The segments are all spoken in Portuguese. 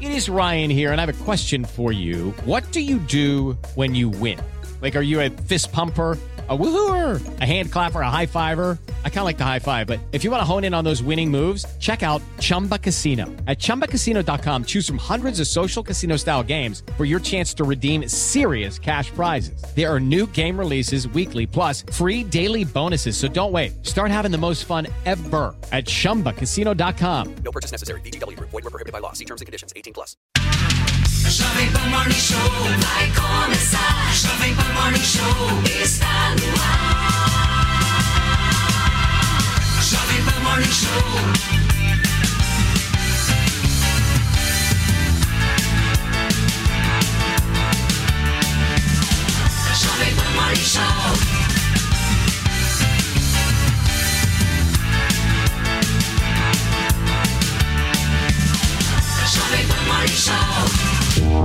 It is Ryan here, and I have a question for you. What do you do when you win? Like, are you a fist pumper, a woohooer, a hand clapper, a high fiver? I kind of like the high five, but if you want to hone in on those winning moves, check out Chumba Casino. At ChumbaCasino.com, choose from hundreds of social casino-style games for your chance to redeem serious cash prizes. There are new game releases weekly, plus free daily bonuses. So don't wait. Start having the most fun ever at ChumbaCasino.com. No purchase necessary. VGW Group. Void where prohibited by law. See terms and conditions. 18+. Jovem Pan Morning Show vai começar. Jovem Pan Morning Show está no ar. Jovem Pan Morning Show. Jovem Pan Morning Show. Jovem Pan Morning Show.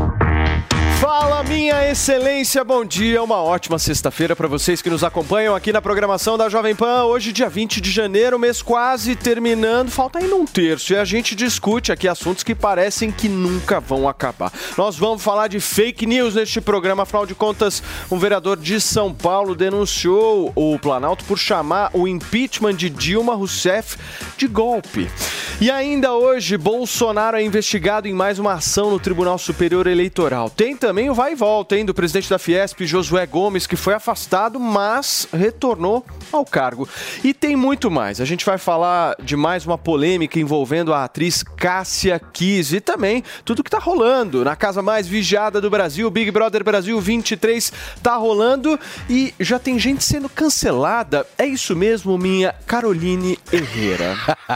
Fala, minha excelência, bom dia, uma ótima sexta-feira para vocês que nos acompanham aqui na programação da Jovem Pan. Hoje, dia 20 de janeiro, mês quase terminando, falta ainda um terço e a gente discute aqui assuntos que parecem que nunca vão acabar. Nós vamos falar de fake news neste programa, afinal de contas, um vereador de São Paulo denunciou o Planalto por chamar o impeachment de Dilma Rousseff de golpe. E ainda hoje, Bolsonaro é investigado em mais uma ação no Tribunal Superior Eleitoral. Tem também o vai e volta, do presidente da Fiesp, Josué Gomes, que foi afastado, mas retornou ao cargo. E tem muito mais. A gente vai falar de mais uma polêmica envolvendo a atriz Cássia Kiss e também tudo que tá rolando na casa mais vigiada do Brasil, Big Brother Brasil 23, tá rolando e já tem gente sendo cancelada. É isso mesmo, minha Caroline Herrera.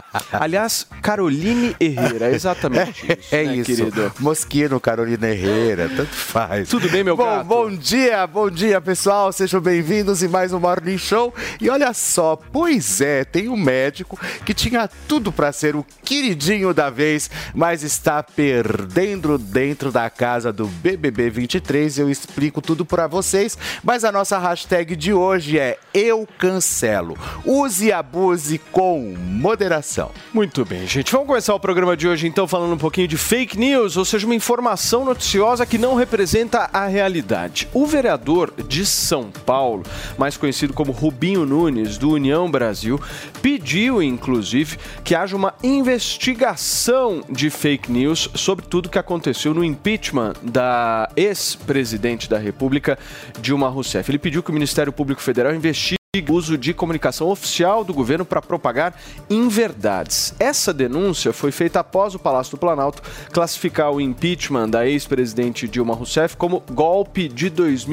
Aliás, Caroline Herrera, exatamente isso. É né, isso, querido? Mosquino, Carolina Herrera, tanto faz. Tudo bem, meu gato? Bom dia, pessoal, sejam bem-vindos em mais um Morning Show. E olha só, pois é, tem um médico que tinha tudo para ser o queridinho da vez, mas está perdendo dentro da casa do BBB 23. Eu explico tudo para vocês, mas a nossa hashtag de hoje é Eu Cancelo. Use e abuse com moderação. Muito bem, gente. Vamos começar o programa de hoje, então, falando um pouquinho de fake news, ou seja, uma informação noticiosa que não representa a realidade. O vereador de São Paulo, mais conhecido como Rubinho Nunes, do União Brasil, pediu, inclusive, que haja uma investigação de fake news sobre tudo que aconteceu no impeachment da ex-presidente da República, Dilma Rousseff. Ele pediu que o Ministério Público Federal investigue o uso de comunicação oficial do governo para propagar inverdades. Essa denúncia foi feita após o Palácio do Planalto classificar o impeachment da ex-presidente Dilma Rousseff como golpe de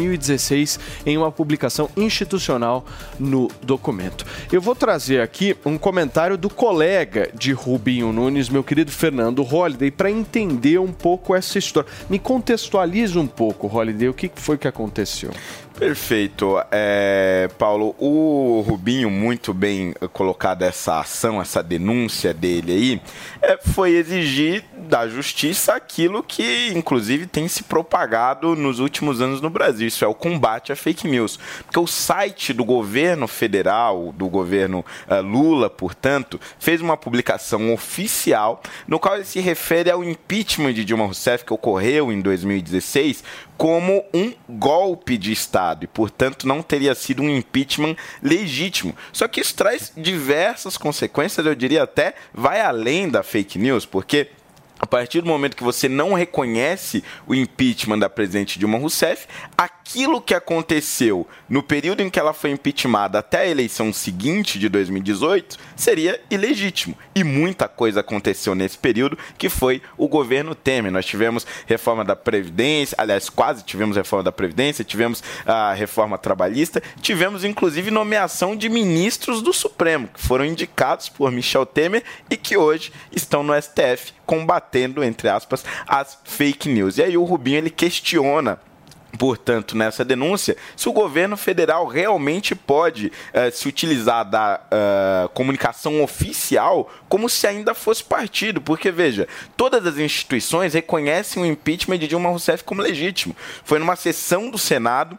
2016 em uma publicação institucional no documento. Eu vou trazer aqui um comentário do colega de Rubinho Nunes, meu querido Fernando Holliday, para entender um pouco essa história. Me contextualiza um pouco, Holliday, o que foi que aconteceu? Perfeito. Paulo, o Rubinho, muito bem colocado essa ação, essa denúncia dele aí, foi exigir da justiça aquilo que, inclusive, tem se propagado nos últimos anos no Brasil. Isso é o combate à fake news. Porque o site do governo federal, do governo Lula, portanto, fez uma publicação oficial no qual ele se refere ao impeachment de Dilma Rousseff, que ocorreu em 2016, como um golpe de Estado e, portanto, não teria sido um impeachment legítimo. Só que isso traz diversas consequências, eu diria até vai além da fake news, porque a partir do momento que você não reconhece o impeachment da presidente Dilma Rousseff, aquilo que aconteceu no período em que ela foi impeachmentada até a eleição seguinte de 2018 seria ilegítimo. E muita coisa aconteceu nesse período, que foi o governo Temer. Nós tivemos reforma da Previdência, aliás, quase tivemos reforma da Previdência, tivemos a reforma trabalhista, tivemos inclusive nomeação de ministros do Supremo, que foram indicados por Michel Temer e que hoje estão no STF combatendo, entre aspas, as fake news. E aí o Rubinho, ele questiona, portanto, nessa denúncia, se o governo federal realmente pode se utilizar da comunicação oficial como se ainda fosse partido, porque, veja, todas as instituições reconhecem o impeachment de Dilma Rousseff como legítimo. Foi numa sessão do Senado,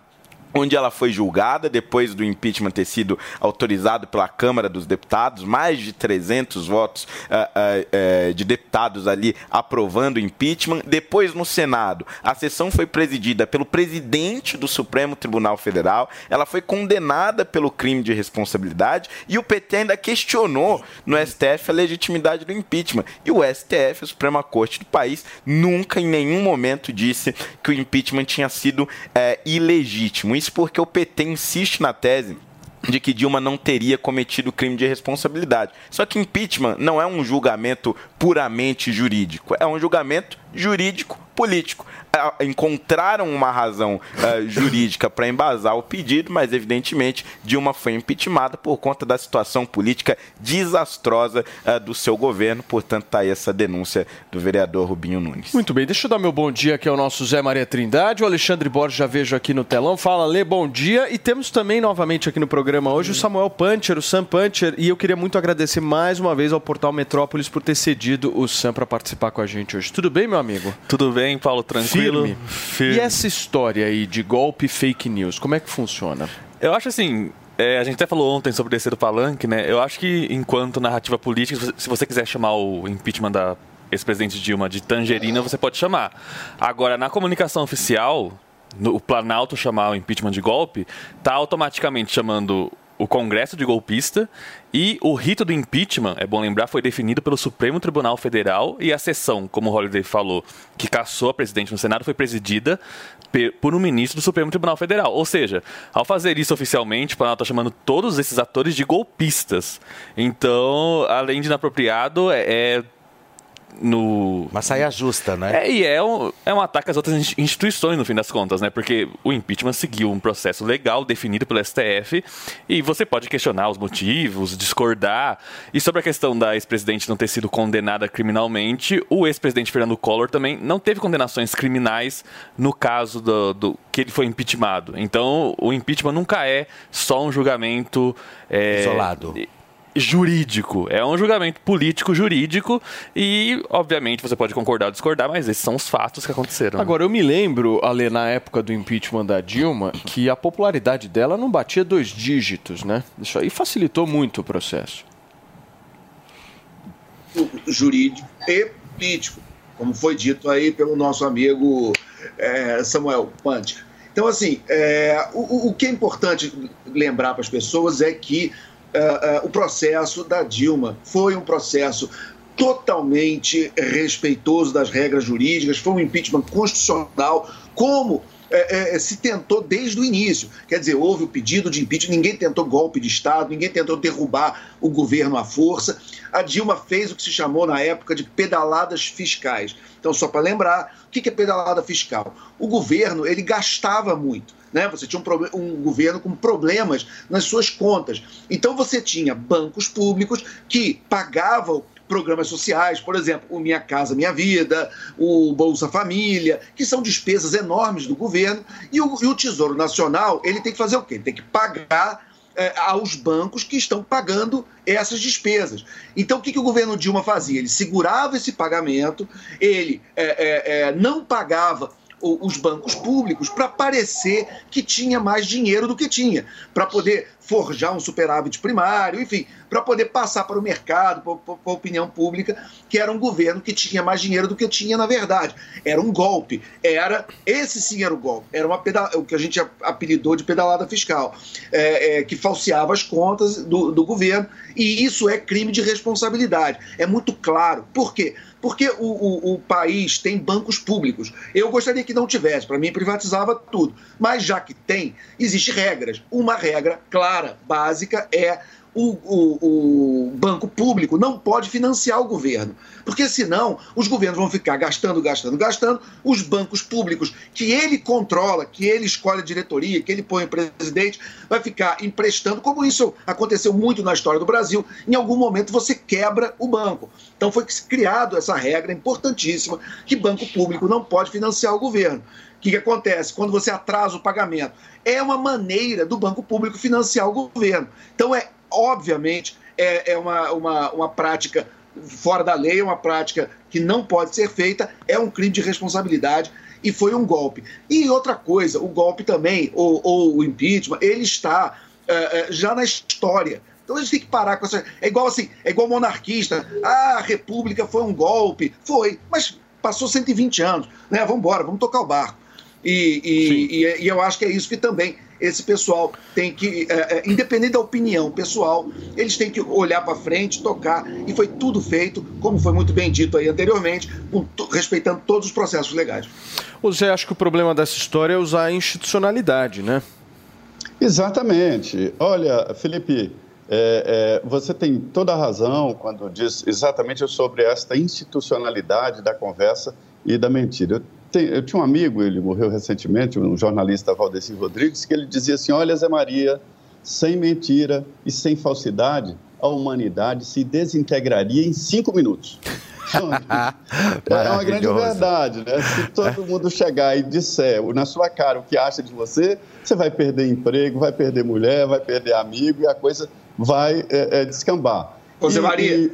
onde ela foi julgada depois do impeachment ter sido autorizado pela Câmara dos Deputados, mais de 300 votos de deputados ali aprovando o impeachment. Depois, no Senado, a sessão foi presidida pelo presidente do Supremo Tribunal Federal, ela foi condenada pelo crime de responsabilidade e o PT ainda questionou no STF a legitimidade do impeachment. E o STF, a Suprema Corte do país, nunca em nenhum momento disse que o impeachment tinha sido ilegítimo. Isso porque o PT insiste na tese de que Dilma não teria cometido crime de responsabilidade. Só que impeachment não é um julgamento puramente jurídico, é um julgamento jurídico-político. Encontraram uma razão jurídica para embasar o pedido, mas evidentemente Dilma foi impeachmentada por conta da situação política desastrosa do seu governo. Portanto, está aí essa denúncia do vereador Rubinho Nunes. Muito bem, deixa eu dar meu bom dia aqui ao nosso Zé Maria Trindade. O Alexandre Borges já vejo aqui no telão. Fala, Lê, bom dia. E temos também novamente aqui no programa hoje o Samuel Puncher, o Sam Puncher. E eu queria muito agradecer mais uma vez ao Portal Metrópolis por ter cedido o Sam para participar com a gente hoje. Tudo bem, meu amigo? Tudo bem, Paulo, tranquilo. Firme. E essa história aí de golpe e fake news, como é que funciona? Eu acho assim, a gente até falou ontem sobre descer do palanque, né? Eu acho que enquanto narrativa política, se você quiser chamar o impeachment da ex-presidente Dilma de tangerina, você pode chamar. Agora, na comunicação oficial, o Planalto chamar o impeachment de golpe, está automaticamente chamando o Congresso de golpista, e o rito do impeachment, é bom lembrar, foi definido pelo Supremo Tribunal Federal, e a sessão, como o Holliday falou, que cassou a presidente no Senado, foi presidida por um ministro do Supremo Tribunal Federal. Ou seja, ao fazer isso oficialmente, o Planalto está chamando todos esses atores de golpistas. Então, além de inapropriado, Uma saia justa, né? É um ataque às outras instituições, no fim das contas, né? Porque o impeachment seguiu um processo legal definido pelo STF e você pode questionar os motivos, discordar. E sobre a questão da ex-presidente não ter sido condenada criminalmente, o ex-presidente Fernando Collor também não teve condenações criminais no caso do que ele foi impeachmentado. Então, o impeachment nunca é só um julgamento isolado. Jurídico, é um julgamento político-jurídico e, obviamente, você pode concordar ou discordar, mas esses são os fatos que aconteceram. Agora, eu me lembro, Ale, na época do impeachment da Dilma, que a popularidade dela não batia 2 dígitos, né? Isso aí facilitou muito o processo. Jurídico e político, como foi dito aí pelo nosso amigo Samuel Puncher. Então, assim, o que é importante lembrar para as pessoas é que o processo da Dilma foi um processo totalmente respeitoso das regras jurídicas, foi um impeachment constitucional, como se tentou desde o início. Quer dizer, houve o pedido de impeachment, ninguém tentou golpe de Estado, ninguém tentou derrubar o governo à força. A Dilma fez o que se chamou na época de pedaladas fiscais. Então, só para lembrar, o que é pedalada fiscal? O governo, ele gastava muito. Né? Você tinha um governo com problemas nas suas contas. Então você tinha bancos públicos que pagavam programas sociais, por exemplo, o Minha Casa Minha Vida, o Bolsa Família, que são despesas enormes do governo, e o Tesouro Nacional, ele tem que fazer o quê? Ele tem que pagar aos bancos que estão pagando essas despesas. Então, o que o governo Dilma fazia? Ele segurava esse pagamento, ele não pagava os bancos públicos para parecer que tinha mais dinheiro do que tinha, para poder forjar um superávit primário, enfim, para poder passar para o mercado, para a opinião pública, que era um governo que tinha mais dinheiro do que tinha na verdade. Era um golpe. Esse sim era o golpe. Era o que a gente apelidou de pedalada fiscal, que falseava as contas do governo, e isso é crime de responsabilidade. É muito claro. Por quê? Porque o país tem bancos públicos. Eu gostaria que não tivesse, para mim privatizava tudo. Mas já que tem, existem regras. Uma regra clara, básica, é o banco público não pode financiar o governo, porque senão os governos vão ficar gastando, os bancos públicos que ele controla, que ele escolhe a diretoria, que ele põe o presidente, vai ficar emprestando, como isso aconteceu muito na história do Brasil. Em algum momento você quebra o banco. Então foi criado essa regra importantíssima, que banco público não pode financiar o governo. O que acontece? Quando você atrasa o pagamento, é uma maneira do banco público financiar o governo. Então obviamente, uma prática fora da lei, é uma prática que não pode ser feita, é um crime de responsabilidade e foi um golpe. E outra coisa, o golpe também, ou o impeachment, ele está já na história. Então a gente tem que parar com essa... É igual monarquista. A república foi um golpe. Foi, mas passou 120 anos. Né? Vamos embora, vamos tocar o barco. E eu acho que é isso que também esse pessoal tem que, independente da opinião pessoal, eles têm que olhar para frente, tocar, e foi tudo feito, como foi muito bem dito aí anteriormente, respeitando todos os processos legais. Você acha que o problema dessa história é usar a institucionalidade, né? Exatamente. Olha, Felipe, você tem toda a razão quando diz exatamente sobre esta institucionalidade da conversa e da mentira. Eu tinha um amigo, ele morreu recentemente, um jornalista, Valdeci Rodrigues, que ele dizia assim: olha, Zé Maria, sem mentira e sem falsidade, a humanidade se desintegraria em 5 minutos. É uma grande verdade, né? Se todo mundo chegar e disser na sua cara o que acha de você, você vai perder emprego, vai perder mulher, vai perder amigo e a coisa vai descambar. Ô, Zé Maria,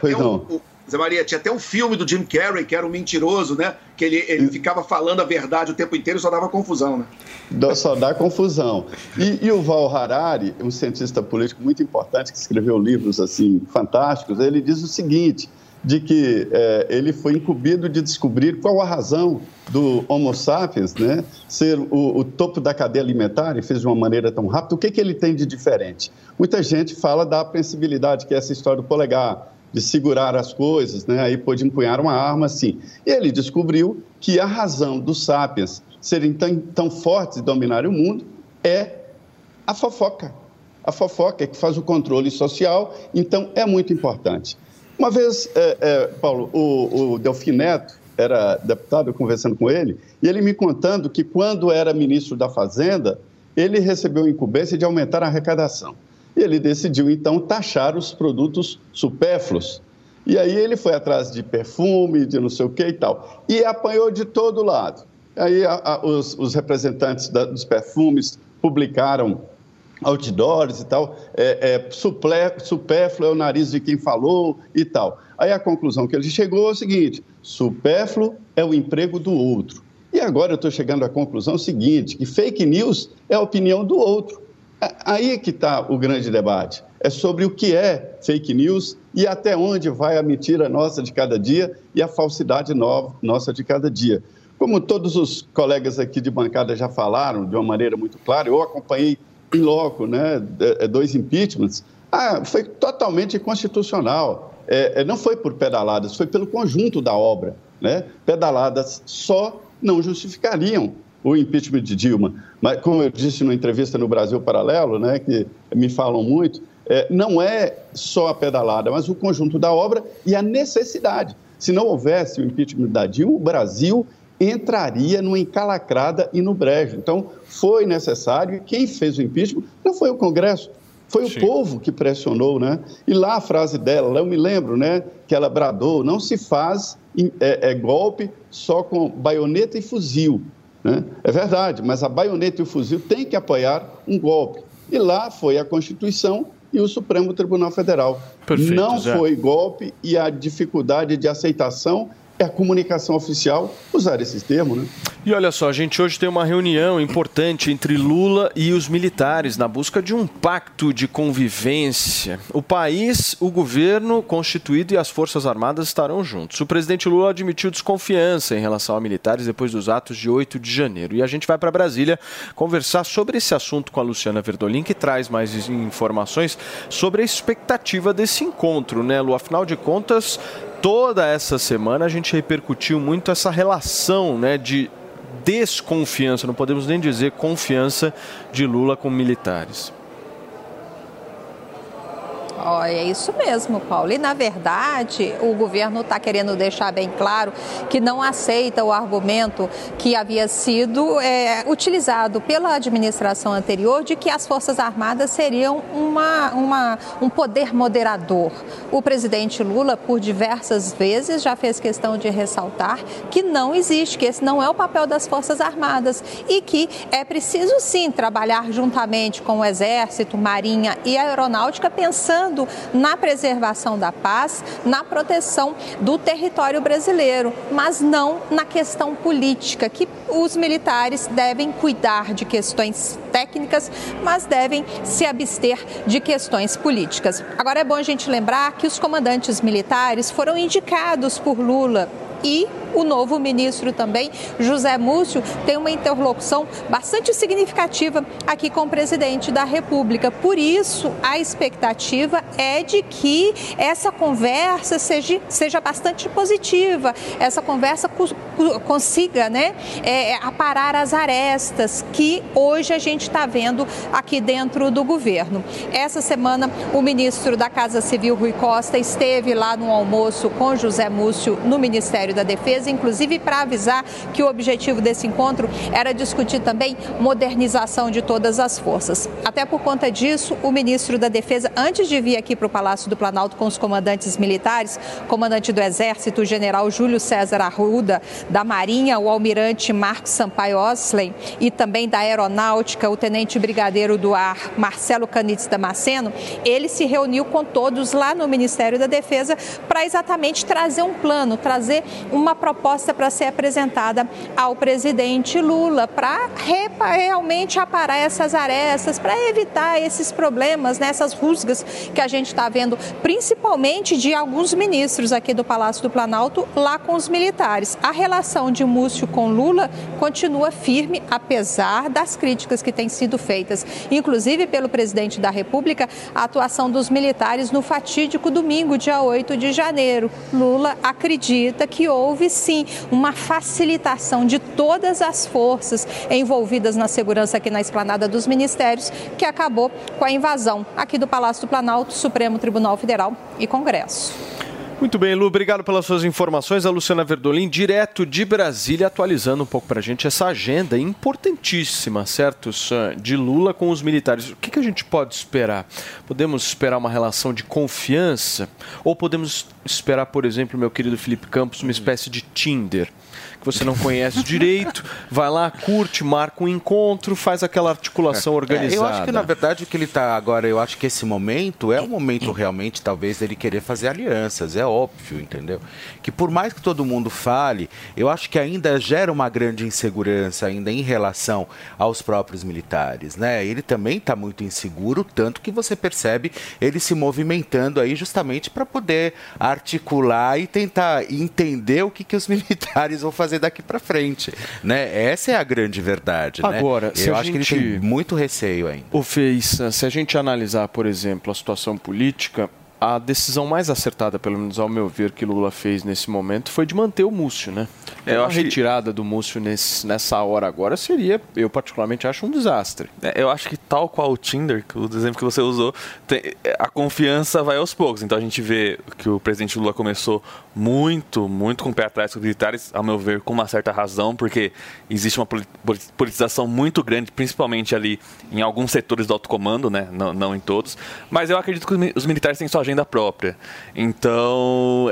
Zé Maria, tinha até um filme do Jim Carrey, que era um mentiroso, né? Que ele ficava falando a verdade o tempo inteiro e só dava confusão, né? Só dá confusão. E o Val Harari, um cientista político muito importante, que escreveu livros assim fantásticos, ele diz o seguinte, de que ele foi incumbido de descobrir qual a razão do Homo sapiens, né, ser o topo da cadeia alimentar, e fez de uma maneira tão rápida. O que ele tem de diferente? Muita gente fala da apreensibilidade, que é essa história do polegar, de segurar as coisas, né? Aí pode empunhar uma arma, assim. E ele descobriu que a razão dos sapiens serem tão fortes e dominarem o mundo é a fofoca. A fofoca é que faz o controle social, então é muito importante. Uma vez, Paulo, o Delfim Neto era deputado, eu conversando com ele, e ele me contando que quando era ministro da Fazenda, ele recebeu a incumbência de aumentar a arrecadação. E ele decidiu, então, taxar os produtos supérfluos. E aí ele foi atrás de perfume, de não sei o que e tal. E apanhou de todo lado. Aí os representantes dos perfumes publicaram outdoors e tal. Supérfluo é o nariz de quem falou e tal. Aí a conclusão que ele chegou é o seguinte: supérfluo é o emprego do outro. E agora eu estou chegando à conclusão seguinte, que fake news é a opinião do outro. Aí é que está o grande debate. É sobre o que é fake news e até onde vai a mentira nossa de cada dia e a falsidade nossa de cada dia. Como todos os colegas aqui de bancada já falaram de uma maneira muito clara, eu acompanhei em loco, né, 2 impeachments, foi totalmente inconstitucional. Não foi por pedaladas, foi pelo conjunto da obra, né? Pedaladas só não justificariam o impeachment de Dilma. Mas, como eu disse numa entrevista no Brasil Paralelo, né, que me falam muito, não é só a pedalada, mas o conjunto da obra e a necessidade. Se não houvesse o impeachment da Dilma, o Brasil entraria numa encalacrada e no brejo. Então, foi necessário, e quem fez o impeachment não foi o Congresso, foi o povo que pressionou, né? E lá a frase dela, eu me lembro, né, que ela bradou: não se faz golpe só com baioneta e fuzil. Né? É verdade, mas a baioneta e o fuzil têm que apoiar um golpe. E lá foi a Constituição e o Supremo Tribunal Federal. Perfeito, não Zé. foi golpe, e a dificuldade de aceitação é a comunicação oficial usar esses termos, né? E olha só, a gente hoje tem uma reunião importante entre Lula e os militares na busca de um pacto de convivência. O país, o governo constituído e as Forças Armadas estarão juntos. O presidente Lula admitiu desconfiança em relação a militares depois dos atos de 8 de janeiro. E a gente vai para Brasília conversar sobre esse assunto com a Luciana Verdolin, que traz mais informações sobre a expectativa desse encontro, né, Lu? Afinal de contas, toda essa semana a gente repercutiu muito essa relação, né, de desconfiança, não podemos nem dizer confiança, de Lula com militares. É isso mesmo, Paulo. E, na verdade, o governo está querendo deixar bem claro que não aceita o argumento que havia sido utilizado pela administração anterior de que as Forças Armadas seriam um poder moderador. O presidente Lula, por diversas vezes, já fez questão de ressaltar que não existe, que esse não é o papel das Forças Armadas e que é preciso, sim, trabalhar juntamente com o Exército, Marinha e a Aeronáutica, pensando pensando na preservação da paz, na proteção do território brasileiro, mas não na questão política, que os militares devem cuidar de questões técnicas, mas devem se abster de questões políticas. Agora é bom a gente lembrar que os comandantes militares foram indicados por Lula e o novo ministro também, José Múcio, tem uma interlocução bastante significativa aqui com o presidente da República. Por isso, a expectativa é de que essa conversa seja bastante positiva, essa conversa consiga, aparar as arestas que hoje a gente está vendo aqui dentro do governo. Essa semana, o ministro da Casa Civil, Rui Costa, esteve lá no almoço com José Múcio no Ministério da Defesa, inclusive para avisar que o objetivo desse encontro era discutir também modernização de todas as forças. Até por conta disso, o ministro da Defesa, antes de vir aqui para o Palácio do Planalto com os comandantes militares, comandante do Exército, o general Júlio César Arruda, da Marinha, o almirante Marcos Sampaio Osley, e também da Aeronáutica, o tenente brigadeiro do Ar, Marcelo Canitz Damasceno, ele se reuniu com todos lá no Ministério da Defesa para exatamente trazer um plano, trazer uma proposta para ser apresentada ao presidente Lula, para realmente aparar essas arestas, para evitar esses problemas, essas rusgas que a gente está vendo, principalmente de alguns ministros aqui do Palácio do Planalto, lá com os militares. A relação de Múcio com Lula continua firme, apesar das críticas que têm sido feitas, inclusive pelo presidente da República, a atuação dos militares no fatídico domingo, dia 8 de janeiro. Lula acredita que houve sim uma facilitação de todas as forças envolvidas na segurança aqui na esplanada dos ministérios, que acabou com a invasão aqui do Palácio do Planalto, Supremo Tribunal Federal e Congresso. Muito bem, Lu, obrigado pelas suas informações. A Luciana Verdolim, direto de Brasília, atualizando um pouco para a gente essa agenda importantíssima, certo, de Lula com os militares. O que a gente pode esperar? Podemos esperar uma relação de confiança? Ou podemos esperar, por exemplo, meu querido Felipe Campos, uma espécie de Tinder? Que você não conhece direito, vai lá, curte, marca um encontro, faz aquela articulação organizada. Eu acho que, na verdade, o que ele está agora, eu acho que esse momento é o momento realmente, talvez, dele querer fazer alianças, é óbvio, entendeu? Que por mais que todo mundo fale, eu acho que ainda gera uma grande insegurança ainda em relação aos próprios militares, né? Ele também está muito inseguro, tanto que você percebe ele se movimentando aí justamente para poder articular e tentar entender o que os militares vão fazer daqui para frente, né? Essa é a grande verdade, né? Agora, eu acho que ele tem muito receio ainda. Se a gente analisar, por exemplo, a situação política, a decisão mais acertada, pelo menos ao meu ver, que Lula fez nesse momento foi de manter o Múcio, né? A retirada do Múcio nessa hora agora seria, eu particularmente acho, um desastre. Eu acho que tal qual o Tinder, o exemplo que você usou, a confiança vai aos poucos. Então a gente vê que o presidente Lula começou muito com o pé atrás com os militares, ao meu ver, com uma certa razão, porque existe uma politização muito grande, principalmente ali em alguns setores do alto comando, né? Não em todos. Mas eu acredito que os militares têm sua agenda própria. Então,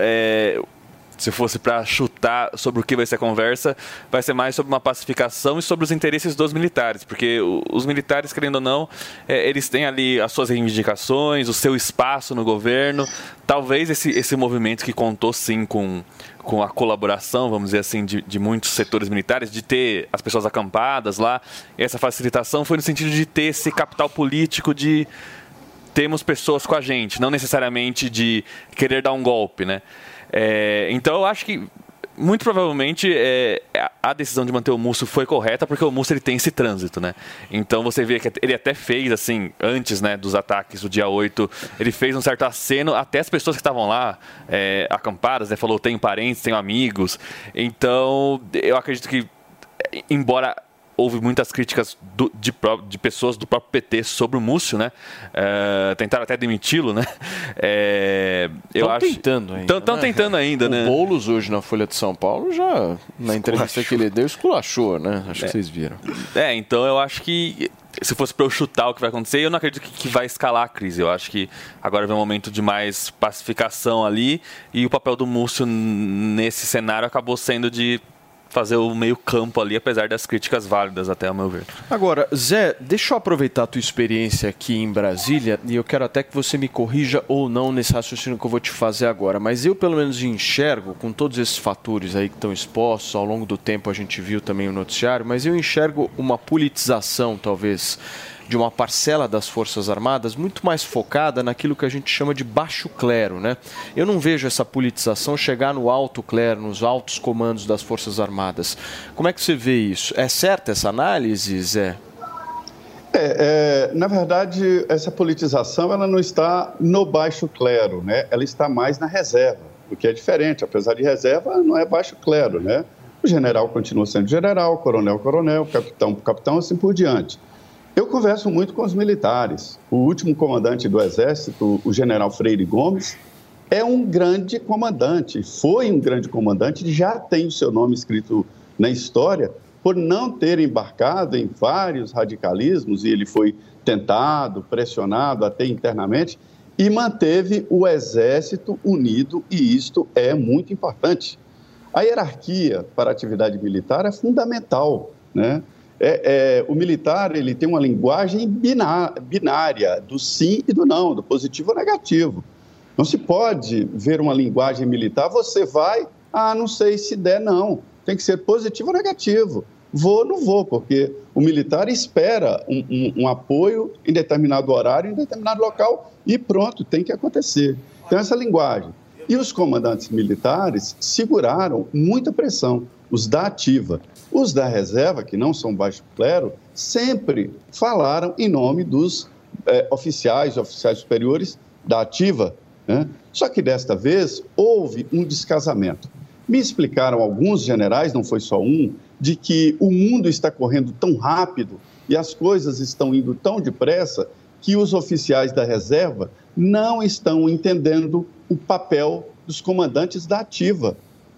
se fosse para chutar sobre o que vai ser a conversa, vai ser mais sobre uma pacificação e sobre os interesses dos militares, porque os militares, querendo ou não, eles têm ali as suas reivindicações, o seu espaço no governo. Talvez esse movimento que contou sim com a colaboração, vamos dizer assim, de muitos setores militares, de ter as pessoas acampadas lá, essa facilitação foi no sentido de ter esse capital político de temos pessoas com a gente, não necessariamente de querer dar um golpe, né? Então eu acho que muito provavelmente a decisão de manter o Múcio foi correta, porque o Múcio ele tem esse trânsito, né? Então você vê que ele até fez, assim, antes, né, dos ataques do dia 8, ele fez um certo aceno, até as pessoas que estavam lá acampadas, né, falou, tenho parentes, tenho amigos. Então eu acredito que, embora houve muitas críticas de pessoas do próprio PT sobre o Múcio, né? Tentaram até demiti-lo, né? Estão tentando ainda. Estão tentando ainda, né? O Boulos hoje na Folha de São Paulo já, na entrevista que ele deu, esculachou, né? Acho que vocês viram. Então eu acho que se fosse para eu chutar o que vai acontecer, eu não acredito que vai escalar a crise. Eu acho que agora vem um momento de mais pacificação ali, e o papel do Múcio nesse cenário acabou sendo de fazer o meio campo ali, apesar das críticas válidas, até ao meu ver. Agora, Zé, deixa eu aproveitar a tua experiência aqui em Brasília e eu quero até que você me corrija ou não nesse raciocínio que eu vou te fazer agora, mas eu pelo menos enxergo, com todos esses fatores aí que estão expostos, ao longo do tempo a gente viu também o noticiário, mas eu enxergo uma politização, talvez, de uma parcela das Forças Armadas muito mais focada naquilo que a gente chama de baixo clero, né? Eu não vejo essa politização chegar no alto clero, nos altos comandos das Forças Armadas. Como é que você vê isso? É certa essa análise, Zé? Na verdade, essa politização ela não está no baixo clero, né? Ela está mais na reserva, o que é diferente. Apesar de reserva, não é baixo clero, né? O general continua sendo general, coronel, capitão, assim por diante. Eu converso muito com os militares. O último comandante do Exército, o general Freire Gomes, é um grande comandante, foi um grande comandante, já tem o seu nome escrito na história, por não ter embarcado em vários radicalismos, e ele foi tentado, pressionado até internamente, e manteve o Exército unido, e isto é muito importante. A hierarquia para a atividade militar é fundamental, né? O militar ele tem uma linguagem binária, do sim e do não, do positivo ou negativo. Não se pode ver uma linguagem militar, você vai, não sei se der, não. Tem que ser positivo ou negativo. Vou ou não vou, porque o militar espera um apoio em determinado horário, em determinado local, e pronto, tem que acontecer. Então, essa linguagem. E os comandantes militares seguraram muita pressão, os da ativa. Os da reserva, que não são baixo clero, sempre falaram em nome dos oficiais superiores da ativa, né? Só que desta vez houve um descasamento. Me explicaram alguns generais, não foi só um, de que o mundo está correndo tão rápido e as coisas estão indo tão depressa que os oficiais da reserva não estão entendendo o papel dos comandantes da ativa.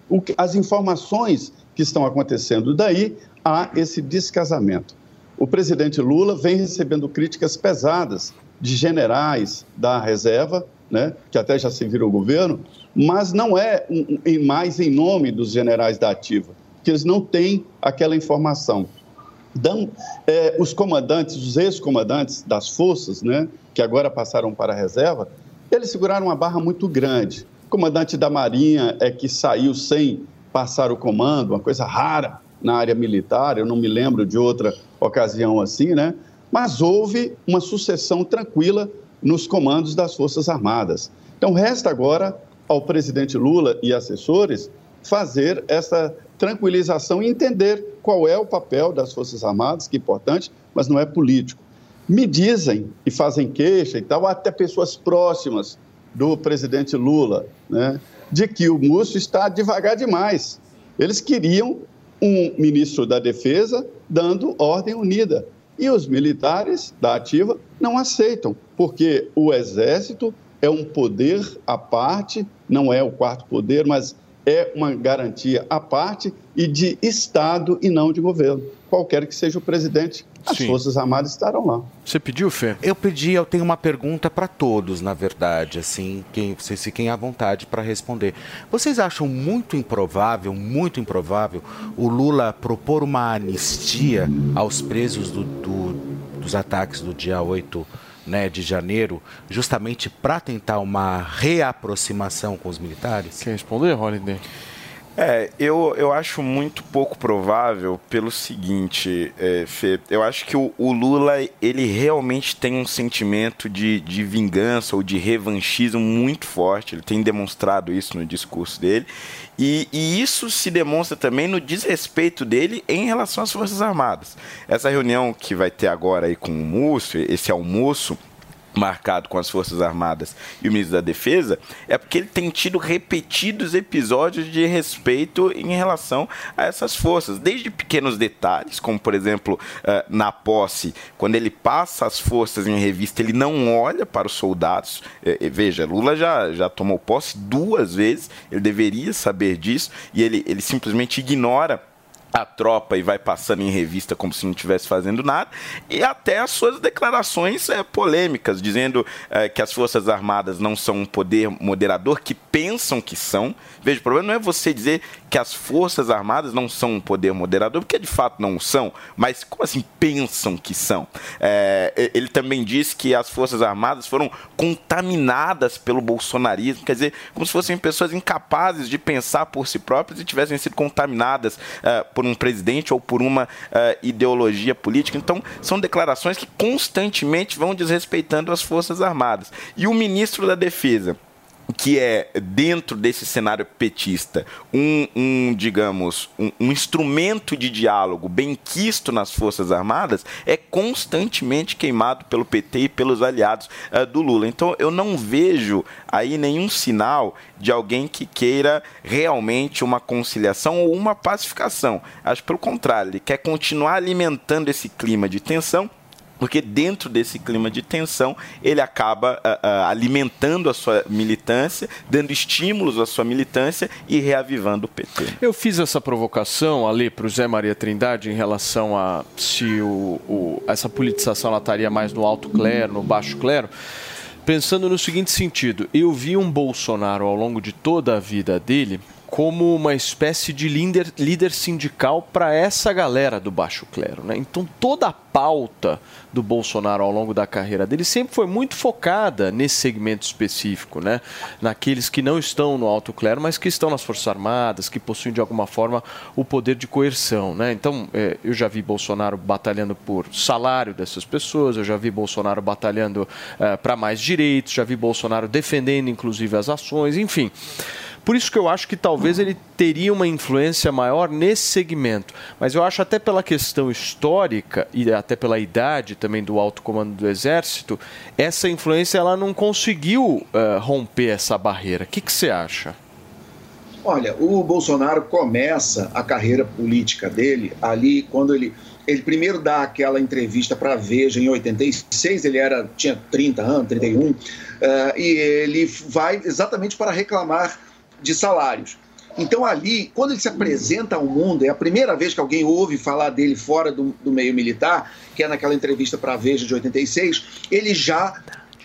As informações que estão acontecendo, daí há esse descasamento. O presidente Lula vem recebendo críticas pesadas de generais da reserva, né, que até já serviram o governo, mas não é mais em nome dos generais da ativa, porque eles não têm aquela informação. Então, os comandantes, os ex-comandantes das forças, né, que agora passaram para a reserva, eles seguraram uma barra muito grande. O comandante da Marinha que saiu sem passar o comando, uma coisa rara na área militar, eu não me lembro de outra ocasião assim, né? Mas houve uma sucessão tranquila nos comandos das Forças Armadas. Então, resta agora ao presidente Lula e assessores fazer essa tranquilização e entender qual é o papel das Forças Armadas, que é importante, mas não é político. Me dizem e fazem queixa e tal, até pessoas próximas do presidente Lula, né, de que o Múcio está devagar demais. Eles queriam um ministro da Defesa dando ordem unida. E os militares da ativa não aceitam, porque o Exército é um poder à parte, não é o quarto poder, mas é uma garantia à parte e de Estado e não de governo. Qualquer que seja o presidente, as Forças Armadas estarão lá. Você pediu, Fê? Eu pedi, eu tenho uma pergunta para todos, na verdade, assim, vocês fiquem à vontade para responder. Vocês acham muito improvável o Lula propor uma anistia aos presos dos ataques do dia 8, né, de janeiro, justamente para tentar uma reaproximação com os militares? Quer responder, Holliday? Eu acho muito pouco provável pelo seguinte, Fê, eu acho que o Lula, ele realmente tem um sentimento de vingança ou de revanchismo muito forte, ele tem demonstrado isso no discurso dele, e isso se demonstra também no desrespeito dele em relação às Forças Armadas. Essa reunião que vai ter agora aí com o Múcio, esse almoço marcado com as Forças Armadas e o ministro da Defesa, é porque ele tem tido repetidos episódios de respeito em relação a essas forças, desde pequenos detalhes, como por exemplo, na posse, quando ele passa as forças em revista, ele não olha para os soldados. Veja, Lula já tomou posse 2 vezes, ele deveria saber disso, e ele simplesmente ignora a tropa e vai passando em revista como se não estivesse fazendo nada, e até as suas declarações polêmicas, dizendo que as Forças Armadas não são um poder moderador, que pensam que são. Veja, o problema não é você dizer que as Forças Armadas não são um poder moderador, porque de fato não são, mas como assim pensam que são? Ele também diz que as Forças Armadas foram contaminadas pelo bolsonarismo, quer dizer, como se fossem pessoas incapazes de pensar por si próprias e tivessem sido contaminadas por um presidente ou por uma ideologia política. Então, são declarações que constantemente vão desrespeitando as Forças Armadas. E o ministro da Defesa, que é, dentro desse cenário petista, digamos, um instrumento de diálogo benquisto nas Forças Armadas, é constantemente queimado pelo PT e pelos aliados do Lula. Então, eu não vejo aí nenhum sinal de alguém que queira realmente uma conciliação ou uma pacificação. Acho pelo contrário, ele quer continuar alimentando esse clima de tensão, porque dentro desse clima de tensão ele acaba alimentando a sua militância, dando estímulos à sua militância e reavivando o PT. Eu fiz essa provocação ali para o Zé Maria Trindade em relação a se essa politização ela estaria mais no alto clero, no baixo clero, pensando no seguinte sentido: eu vi um Bolsonaro ao longo de toda a vida dele como uma espécie de líder sindical para essa galera do baixo clero, né? Então toda a pauta do Bolsonaro ao longo da carreira dele sempre foi muito focada nesse segmento específico, né? Naqueles que não estão no alto clero, mas que estão nas Forças Armadas, que possuem de alguma forma o poder de coerção, né? Então eu já vi Bolsonaro batalhando por salário dessas pessoas, eu já vi Bolsonaro batalhando para mais direitos, já vi Bolsonaro defendendo inclusive as ações, enfim. Por isso que eu acho que talvez ele teria uma influência maior nesse segmento. Mas eu acho até pela questão histórica e até pela idade também do alto comando do Exército, essa influência ela não conseguiu romper essa barreira. O que você acha? Olha, o Bolsonaro começa a carreira política dele ali quando ele primeiro dá aquela entrevista para a Veja em 86, ele tinha 30 anos, 31, e ele vai exatamente para reclamar de salários. Então ali, quando ele se apresenta ao mundo, é a primeira vez que alguém ouve falar dele fora do meio militar, que é naquela entrevista para a Veja de 86, ele já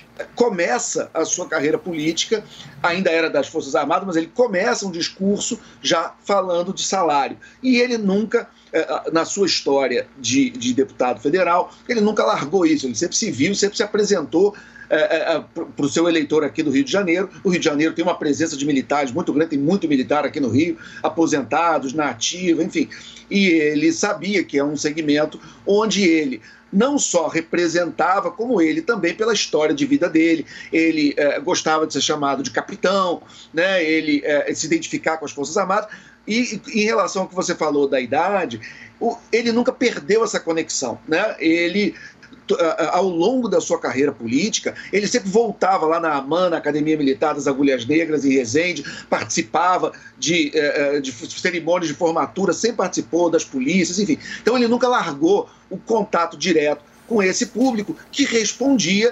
começa a sua carreira política, ainda era das Forças Armadas, mas ele começa um discurso já falando de salário. E ele nunca, na sua história de deputado federal, ele nunca largou isso, ele sempre se viu, sempre se apresentou para o seu eleitor aqui do Rio de Janeiro. O Rio de Janeiro tem uma presença de militares muito grande, tem muito militar aqui no Rio, aposentados, na ativa, enfim. E ele sabia que é um segmento onde ele não só representava, como ele também pela história de vida dele. Ele gostava de ser chamado de capitão, né? Ele se identificar com as Forças Armadas. E em relação ao que você falou da idade, ele nunca perdeu essa conexão, né? Ele, ao longo da sua carreira política, ele sempre voltava lá na AMAN, na Academia Militar das Agulhas Negras, em Resende, participava de cerimônias de formatura, sempre participou das polícias, enfim. Então ele nunca largou o contato direto com esse público que respondia,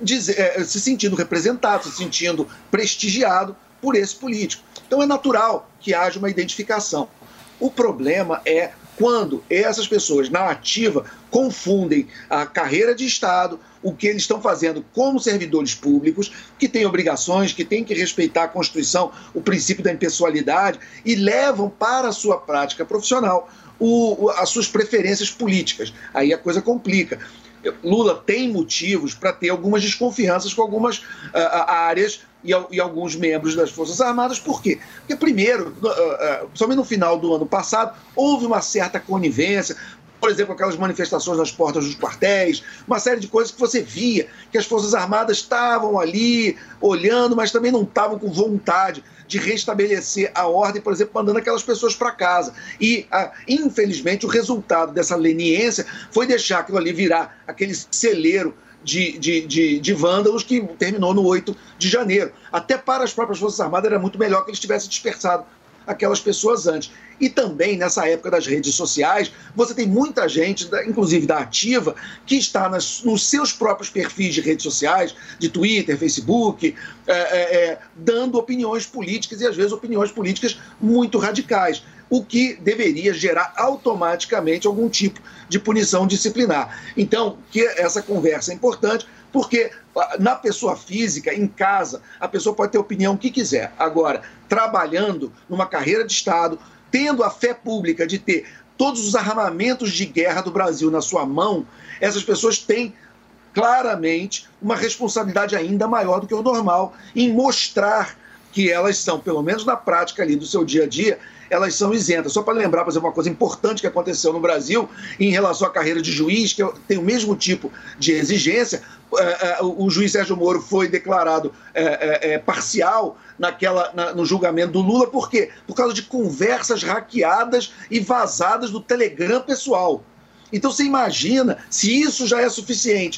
se sentindo representado, se sentindo prestigiado por esse político. Então é natural que haja uma identificação. O problema é quando essas pessoas na ativa confundem a carreira de Estado, o que eles estão fazendo como servidores públicos, que têm obrigações, que têm que respeitar a Constituição, o princípio da impessoalidade, e levam para a sua prática profissional as suas preferências políticas. Aí a coisa complica. Lula tem motivos para ter algumas desconfianças com algumas áreas e alguns membros das Forças Armadas. Por quê? Porque, primeiro, somente no final do ano passado, houve uma certa conivência, por exemplo, aquelas manifestações nas portas dos quartéis, uma série de coisas que você via que as Forças Armadas estavam ali olhando, mas também não estavam com vontade de restabelecer a ordem, por exemplo, mandando aquelas pessoas para casa. E, infelizmente, o resultado dessa leniência foi deixar aquilo ali virar aquele celeiro de vândalos que terminou no 8 de janeiro. Até para as próprias Forças Armadas era muito melhor que eles tivessem dispersado aquelas pessoas antes. E também, nessa época das redes sociais, você tem muita gente, inclusive da ativa, que está nos seus próprios perfis de redes sociais, de Twitter, Facebook, dando opiniões políticas, e às vezes opiniões políticas muito radicais. o que deveria gerar automaticamente algum tipo de punição disciplinar. Então, que essa conversa é importante, porque na pessoa física, em casa, a pessoa pode ter a opinião que quiser. Agora, trabalhando numa carreira de Estado, tendo a fé pública de ter todos os armamentos de guerra do Brasil na sua mão, essas pessoas têm claramente uma responsabilidade ainda maior do que o normal em mostrar que elas são, pelo menos na prática ali do seu dia a dia, elas são isentas. Só para lembrar, por exemplo, uma coisa importante que aconteceu no Brasil em relação à carreira de juiz, que tem o mesmo tipo de exigência, o juiz Sérgio Moro foi declarado parcial no julgamento do Lula. Por quê? Por causa de conversas hackeadas e vazadas do Telegram pessoal. Então você imagina, se isso já é suficiente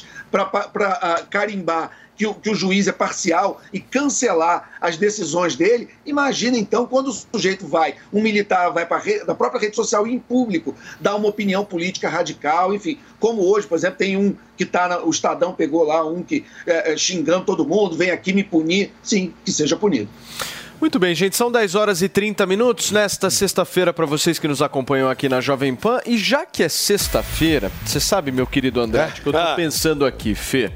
para carimbar que o juiz é parcial e cancelar as decisões dele, imagina então quando o sujeito um militar vai da própria rede social e em público, dar uma opinião política radical, enfim, como hoje, por exemplo, tem um que o Estadão pegou lá, um que xingando todo mundo, vem aqui me punir, sim, que seja punido. Muito bem, gente, são 10 horas e 30 minutos nesta sexta-feira para vocês que nos acompanham aqui na Jovem Pan. E já que é sexta-feira, você sabe, meu querido Andrade, que eu tô pensando aqui, Fê,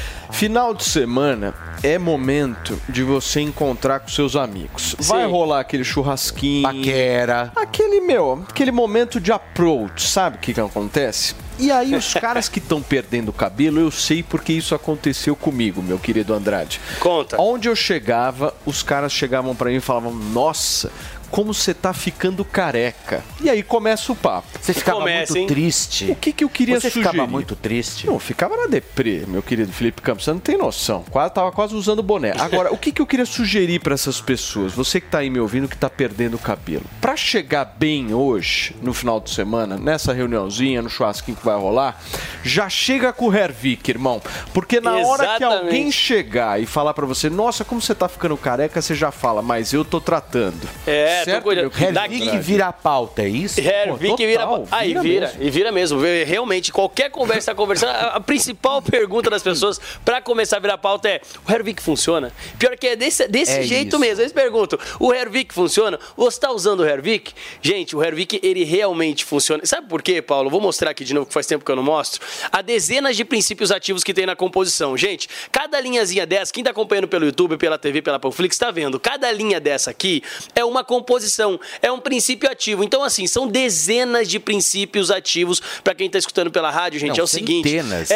final de semana é momento de você encontrar com seus amigos. Vai rolar aquele churrasquinho, paquera, aquele momento de approach, sabe o que acontece? E aí os caras que estão perdendo o cabelo, eu sei porque isso aconteceu comigo, meu querido Andrade. Conta. Onde eu chegava, os caras chegavam pra mim e falavam, nossa, como você tá ficando careca. E aí começa o papo. Você ficava muito triste. O que eu queria sugerir? Você ficava muito triste? Não, ficava na deprê, meu querido Felipe Campos. Você não tem noção. Tava quase usando boné. Agora, o que eu queria sugerir para essas pessoas? Você que tá aí me ouvindo, que tá perdendo o cabelo. Pra chegar bem hoje, no final de semana, nessa reuniãozinha, no churrasquinho que vai rolar, já chega com o Hervik, irmão. Porque na hora que alguém chegar e falar para você, nossa, como você tá ficando careca, você já fala, mas eu tô tratando. Certo, Hervik vira a pauta, é isso? Hervik vira a pauta. Aí vira mesmo. Realmente, qualquer conversa está conversando, a principal pergunta das pessoas para começar a virar a pauta é: o Hervik funciona? Pior que é desse jeito isso mesmo. Eles perguntam: o Hervik funciona? Você está usando o Hervik? Gente, o Hervik, ele realmente funciona. Sabe por quê, Paulo? Vou mostrar aqui de novo, que faz tempo que eu não mostro. Há dezenas de princípios ativos que tem na composição. Gente, cada linhazinha dessa, quem está acompanhando pelo YouTube, pela TV, pela Panflix, está vendo. Cada linha dessa aqui é uma composição, é um princípio ativo. Então, assim, são dezenas de princípios ativos. Para quem está escutando pela rádio, gente, é o seguinte.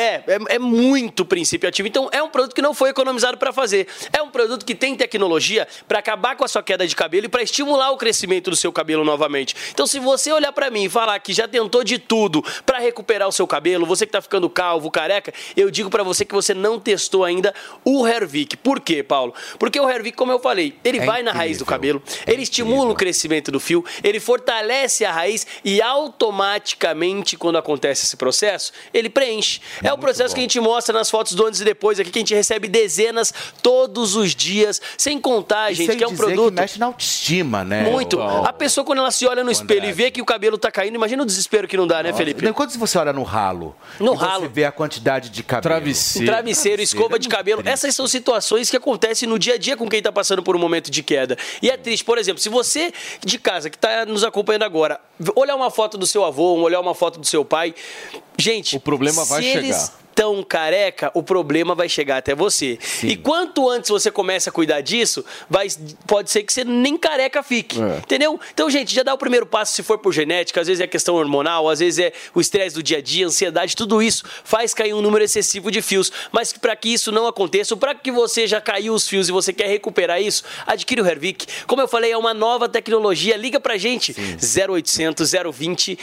É muito princípio ativo. Então, é um produto que não foi economizado para fazer. É um produto que tem tecnologia para acabar com a sua queda de cabelo e para estimular o crescimento do seu cabelo novamente. Então, se você olhar para mim e falar que já tentou de tudo para recuperar o seu cabelo, você que está ficando calvo, careca, eu digo para você que você não testou ainda o Hervik. Por quê, Paulo? Porque o Hervik, como eu falei, ele vai na raiz do cabelo, ele estimula o crescimento do fio, ele fortalece a raiz e automaticamente, quando acontece esse processo, ele preenche. É o processo que a gente mostra nas fotos do antes e depois aqui, que a gente recebe dezenas todos os dias, sem contar, gente, que é um produto que mexe na autoestima, né? Muito. A pessoa, quando ela se olha no espelho e vê que o cabelo tá caindo, imagina o desespero que não dá, né, Felipe? Quando você olha no ralo, você vê a quantidade de cabelo. Travesseiro, escova de cabelo. Essas são situações que acontecem no dia a dia com quem tá passando por um momento de queda. E é triste. Por exemplo, se você de casa que está nos acompanhando agora, olhar uma foto do seu avô, olhar uma foto do seu pai, gente, o problema vai chegar. Eles tão careca, o problema vai chegar até você. Sim. E quanto antes você começa a cuidar disso, pode ser que você nem careca fique. Entendeu? Então, gente, já dá o primeiro passo se for por genética, às vezes é questão hormonal, às vezes é o estresse do dia a dia, ansiedade, tudo isso faz cair um número excessivo de fios. Mas para que isso não aconteça, ou para que você já caiu os fios e você quer recuperar isso, adquire o Hervik. Como eu falei, é uma nova tecnologia. Liga pra gente. 0800 020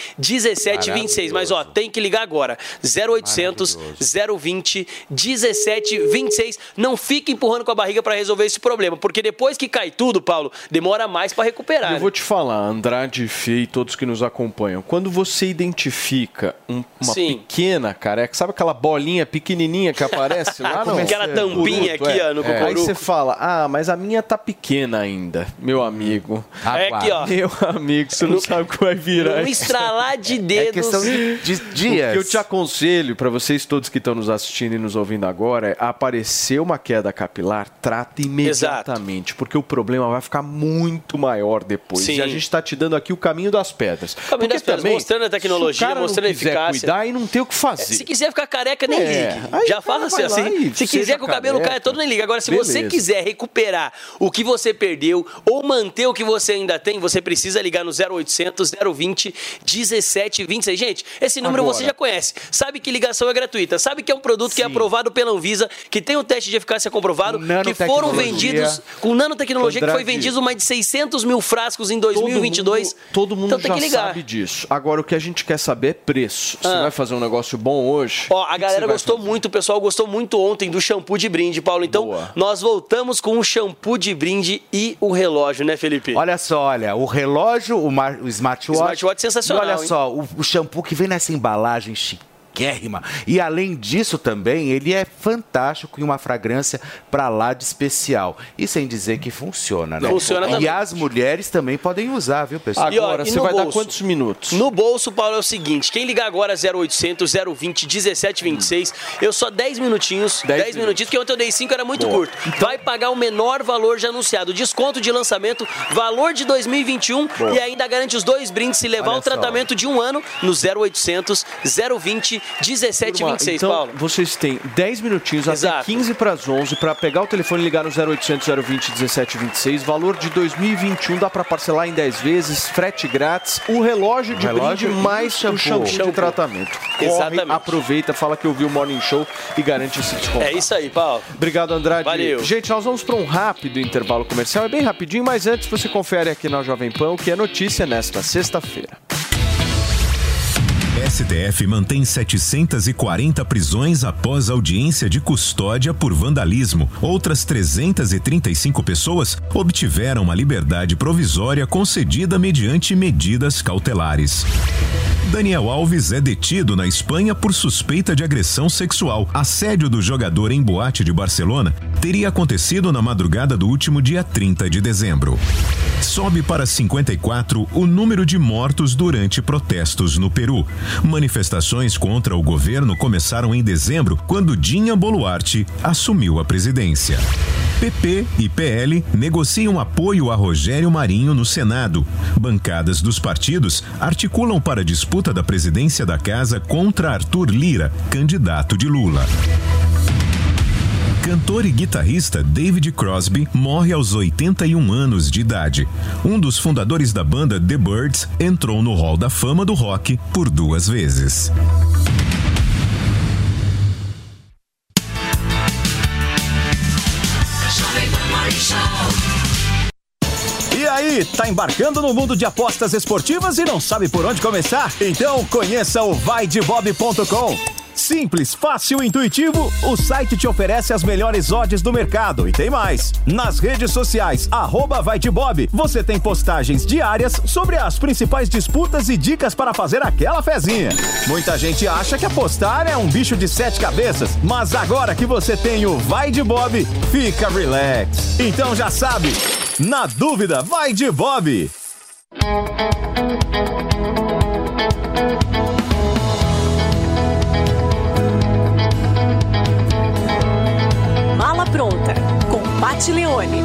1726. Mas, tem que ligar agora. 0800 020 1726. Não fique empurrando com a barriga para resolver esse problema, porque depois que cai tudo, Paulo, demora mais para recuperar. Eu vou te falar, Andrade, Fê e todos que nos acompanham, quando você identifica uma pequena careca, sabe aquela bolinha pequenininha que aparece lá? Não, aquela tampinha aqui, no cocoruco. Aí você fala, mas a minha tá pequena ainda, meu amigo. Aqui, ó. Meu amigo, você não sabe o que vai virar. Um estralar de dedos. É questão de dias. O que eu te aconselho, para vocês todos que estão nos assistindo e nos ouvindo agora, apareceu uma queda capilar, trata imediatamente, porque o problema vai ficar muito maior depois. Sim. E a gente está te dando aqui o caminho das pedras. O caminho das pedras, mostrando a tecnologia, mostrando a eficácia. Cuidar e não ter o que fazer. Se quiser ficar careca, nem ligue. Já fala assim. Se quiser que o cabelo caia todo, nem liga. Agora, se você quiser recuperar o que você perdeu ou manter o que você ainda tem, você precisa ligar no 0800 020 1726. Gente, esse número você já conhece. Sabe que ligação é gratuita. Sabe que é um produto que é aprovado pela Anvisa, que tem um teste de eficácia comprovado, que foram vendidos com nanotecnologia, que foi vendido mais de 600 mil frascos em 2022. Todo mundo então, já sabe disso. Agora, o que a gente quer saber é preço. Você vai fazer um negócio bom hoje? A galera gostou muito, o pessoal gostou muito ontem do shampoo de brinde, Paulo. Então, nós voltamos com o shampoo de brinde e o relógio, né, Felipe? Olha só, o relógio, o smartwatch. Smartwatch sensacional. E olha só, o shampoo que vem nessa embalagem chiquérrima. E além disso também, ele é fantástico e uma fragrância pra lá de especial. E sem dizer que funciona, né? Funciona também. E as mulheres também podem usar, viu, pessoal? Agora, você vai dar quantos minutos? No bolso, Paulo, é o seguinte, quem ligar agora 0800 020 1726, eu só 10 minutinhos, 10 minutinhos, porque ontem eu dei 5, era muito curto. Vai pagar o menor valor já anunciado, desconto de lançamento, valor de 2021 e ainda garante os 2 brindes se levar o tratamento de 1 ano no 0800 020 1726, então, Paulo. Vocês têm 10 minutinhos até 15 para as 11 para pegar o telefone e ligar no 0800 020 1726. Valor de 2021, dá para parcelar em 10 vezes, frete grátis, o relógio de brinde mais o shampoo de tratamento. Exatamente. Aproveita, fala que ouviu o Morning Show e garante esse desconto. É isso aí, Paulo. Obrigado, Andrade. Valeu. Gente, nós vamos para um rápido intervalo comercial, é bem rapidinho, mas antes você confere aqui na Jovem Pan o que é notícia nesta sexta-feira. STF mantém 740 prisões após audiência de custódia por vandalismo. Outras 335 pessoas obtiveram uma liberdade provisória concedida mediante medidas cautelares. Daniel Alves é detido na Espanha por suspeita de agressão sexual. Assédio do jogador em boate de Barcelona teria acontecido na madrugada do último dia 30 de dezembro. Sobe para 54 o número de mortos durante protestos no Peru. Manifestações contra o governo começaram em dezembro, quando Dinha Boluarte assumiu a presidência. PP e PL negociam apoio a Rogério Marinho no Senado. Bancadas dos partidos articulam para a disputa da presidência da Casa contra Arthur Lira, candidato de Lula. Cantor e guitarrista David Crosby morre aos 81 anos de idade. Um dos fundadores da banda The Byrds entrou no Hall da Fama do rock por 2 vezes. E aí, tá embarcando no mundo de apostas esportivas e não sabe por onde começar? Então conheça o vaidebob.com. Simples, fácil e intuitivo, o site te oferece as melhores odds do mercado. E tem mais. Nas redes sociais, @vaidebob, você tem postagens diárias sobre as principais disputas e dicas para fazer aquela fezinha. Muita gente acha que apostar é um bicho de 7 cabeças, mas agora que você tem o Vai de Bob, fica relax. Então já sabe, na dúvida, vai de Bob. Mala Pronta, com Paty Leone.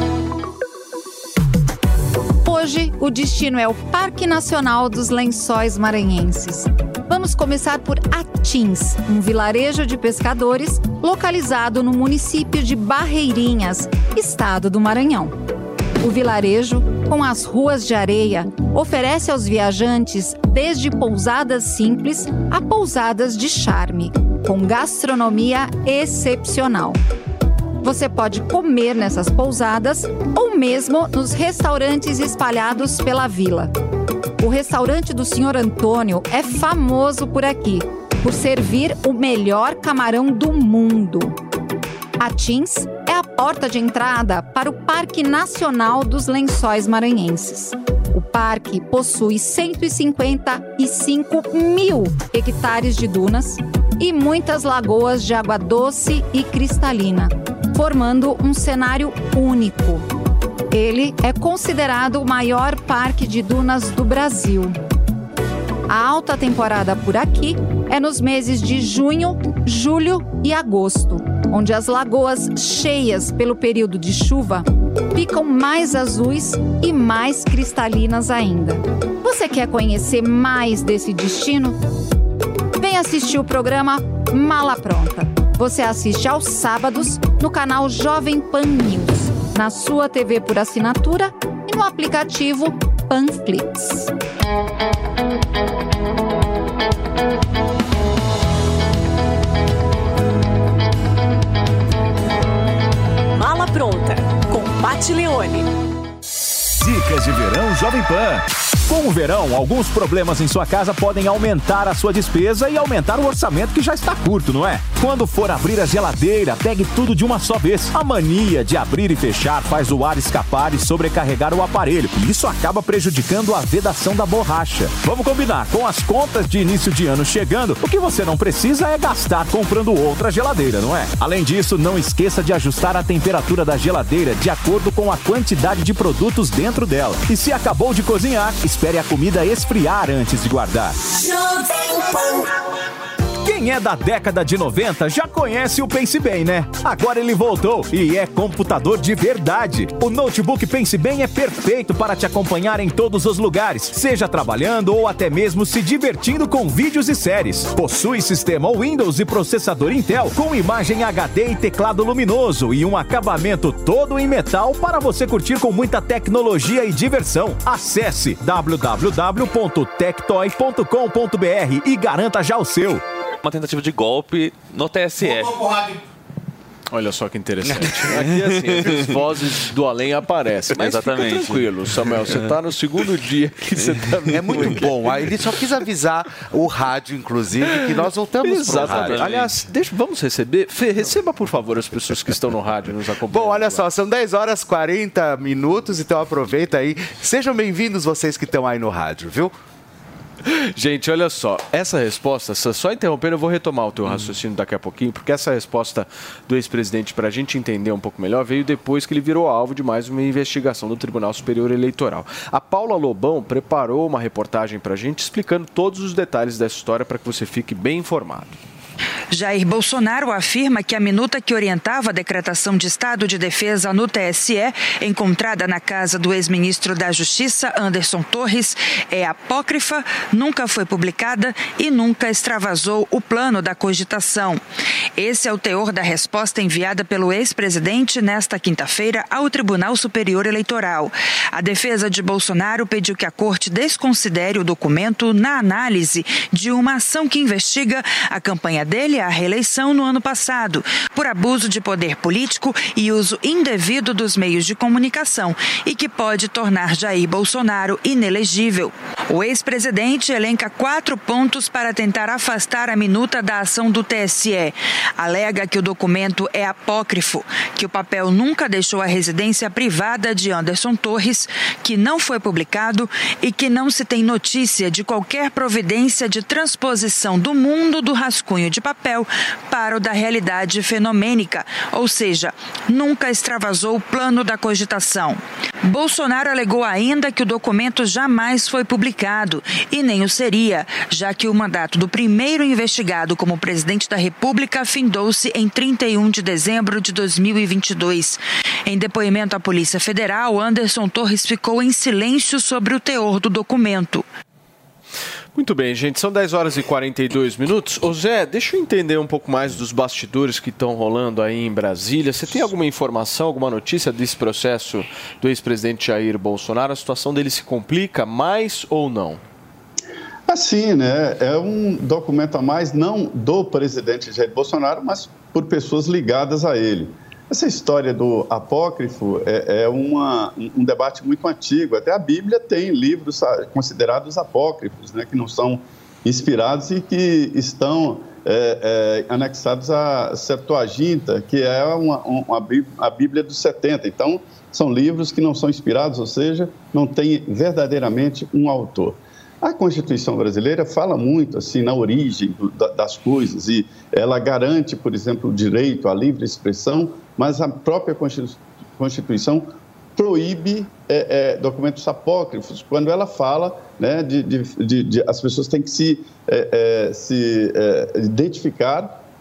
Hoje, o destino é o Parque Nacional dos Lençóis Maranhenses. Vamos começar por Atins, um vilarejo de pescadores localizado no município de Barreirinhas, estado do Maranhão. O vilarejo, com as ruas de areia, oferece aos viajantes desde pousadas simples a pousadas de charme, com gastronomia excepcional. Você pode comer nessas pousadas ou mesmo nos restaurantes espalhados pela vila. O restaurante do Sr. Antônio é famoso por aqui, por servir o melhor camarão do mundo. Atins é a porta de entrada para o Parque Nacional dos Lençóis Maranhenses. O parque possui 155 mil hectares de dunas e muitas lagoas de água doce e cristalina, formando um cenário único. Ele é considerado o maior parque de dunas do Brasil. A alta temporada por aqui é nos meses de junho julho e agosto, onde as lagoas cheias pelo período de chuva ficam mais azuis e mais cristalinas ainda. Você quer conhecer mais desse destino? Vem assistir o programa Mala Pronta. Você assiste aos sábados no canal Jovem Pan News, na sua TV por assinatura e no aplicativo Panflix. Mala Pronta, com Pati Leone. Dicas de verão Jovem Pan. Com o verão, alguns problemas em sua casa podem aumentar a sua despesa e aumentar o orçamento que já está curto, não é? Quando for abrir a geladeira, pegue tudo de uma só vez. A mania de abrir e fechar faz o ar escapar e sobrecarregar o aparelho. E isso acaba prejudicando a vedação da borracha. Vamos combinar, com as contas de início de ano chegando, o que você não precisa é gastar comprando outra geladeira, não é? Além disso, não esqueça de ajustar a temperatura da geladeira de acordo com a quantidade de produtos dentro dela. E se acabou de cozinhar, espere a comida esfriar antes de guardar. Quem é da década de 90 já conhece o Pense Bem, né? Agora ele voltou e é computador de verdade. O notebook Pense Bem é perfeito para te acompanhar em todos os lugares, seja trabalhando ou até mesmo se divertindo com vídeos e séries. Possui sistema Windows e processador Intel com imagem HD e teclado luminoso e um acabamento todo em metal para você curtir com muita tecnologia e diversão. Acesse www.tectoy.com.br e garanta já o seu. Uma tentativa de golpe no TSE. Olha só que interessante. Aqui, assim, as vozes do além aparecem. Mas exatamente. Fica tranquilo, Samuel. Você está no segundo dia que você está... É muito bom. Ele só quis avisar o rádio, inclusive, que nós voltamos para o rádio. Aliás, vamos receber. Fê, receba, por favor, as pessoas que estão no rádio nos acompanhando. Bom, olha só, são 10 horas 40 minutos, então aproveita aí. Sejam bem-vindos vocês que estão aí no rádio, viu? Gente, olha só, essa resposta, só interrompendo, eu vou retomar o teu raciocínio daqui a pouquinho, porque essa resposta do ex-presidente, para a gente entender um pouco melhor, veio depois que ele virou alvo de mais uma investigação do Tribunal Superior Eleitoral. A Paula Lobão preparou uma reportagem para a gente explicando todos os detalhes dessa história para que você fique bem informado. Jair Bolsonaro afirma que a minuta que orientava a decretação de estado de defesa no TSE, encontrada na casa do ex-ministro da Justiça, Anderson Torres, é apócrifa, nunca foi publicada e nunca extravasou o plano da cogitação. Esse é o teor da resposta enviada pelo ex-presidente nesta quinta-feira ao Tribunal Superior Eleitoral. A defesa de Bolsonaro pediu que a corte desconsidere o documento na análise de uma ação que investiga a campanha dele à reeleição no ano passado, por abuso de poder político e uso indevido dos meios de comunicação e que pode tornar Jair Bolsonaro inelegível. O ex-presidente elenca 4 pontos para tentar afastar a minuta da ação do TSE. Alega que o documento é apócrifo, que o papel nunca deixou a residência privada de Anderson Torres, que não foi publicado e que não se tem notícia de qualquer providência de transposição do mundo do rascunho de papel para o da realidade fenomênica, ou seja, nunca extravasou o plano da cogitação. Bolsonaro alegou ainda que o documento jamais foi publicado e nem o seria, já que o mandato do primeiro investigado como presidente da República findou-se em 31 de dezembro de 2022. Em depoimento à Polícia Federal, Anderson Torres ficou em silêncio sobre o teor do documento. Muito bem, gente, são 10 horas e 42 minutos. Ô Zé, deixa eu entender um pouco mais dos bastidores que estão rolando aí em Brasília. Você tem alguma informação, alguma notícia desse processo do ex-presidente Jair Bolsonaro? A situação dele se complica mais ou não? Assim, né? É um documento a mais, não do presidente Jair Bolsonaro, mas por pessoas ligadas a ele. Essa história do apócrifo é um debate muito antigo. Até a Bíblia tem livros considerados apócrifos, né, que não são inspirados e que estão anexados à Septuaginta, que é a Bíblia dos 70. Então, são livros que não são inspirados, ou seja, não tem verdadeiramente um autor. A Constituição brasileira fala muito assim na origem das coisas e ela garante, por exemplo, o direito à livre expressão, mas a própria Constituição proíbe documentos apócrifos quando ela fala, né, as pessoas têm que se identificar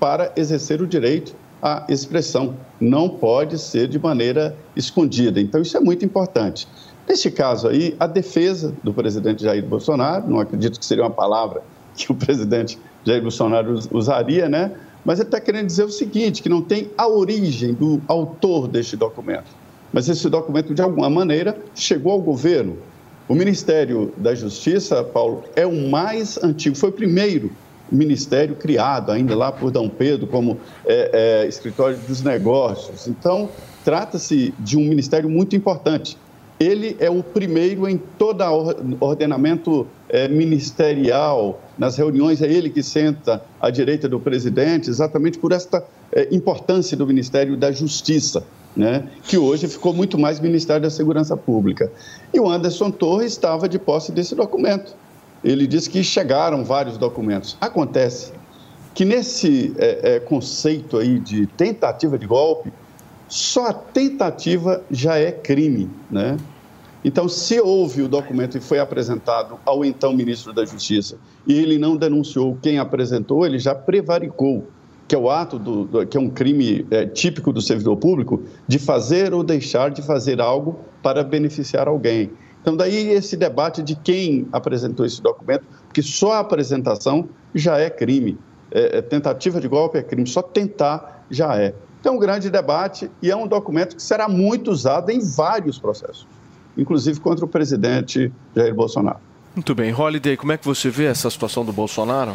para exercer o direito à expressão. Não pode ser de maneira escondida. Então, isso é muito importante. Neste caso aí, a defesa do presidente Jair Bolsonaro, não acredito que seria uma palavra que o presidente Jair Bolsonaro usaria, né? Mas ele está querendo dizer o seguinte, que não tem a origem do autor deste documento. Mas esse documento, de alguma maneira, chegou ao governo. O Ministério da Justiça, Paulo, é o mais antigo, foi o primeiro ministério criado, ainda lá por D. Pedro, como escritório dos negócios. Então, trata-se de um ministério muito importante. Ele é o primeiro em todo ordenamento ministerial, nas reuniões é ele que senta à direita do presidente, exatamente por esta importância do Ministério da Justiça, né, que hoje ficou muito mais Ministério da Segurança Pública. E o Anderson Torres estava de posse desse documento. Ele disse que chegaram vários documentos. Acontece que nesse conceito aí de tentativa de golpe, só a tentativa já é crime, né? Então, se houve o documento e foi apresentado ao então ministro da Justiça e ele não denunciou quem apresentou, ele já prevaricou, que é o ato que é um crime típico do servidor público, de fazer ou deixar de fazer algo para beneficiar alguém. Então, daí esse debate de quem apresentou esse documento, porque só a apresentação já é crime. Tentativa de golpe é crime, só tentar já é. Então, é um grande debate e é um documento que será muito usado em vários processos, inclusive contra o presidente Jair Bolsonaro. Muito bem. Holiday, como é que você vê essa situação do Bolsonaro?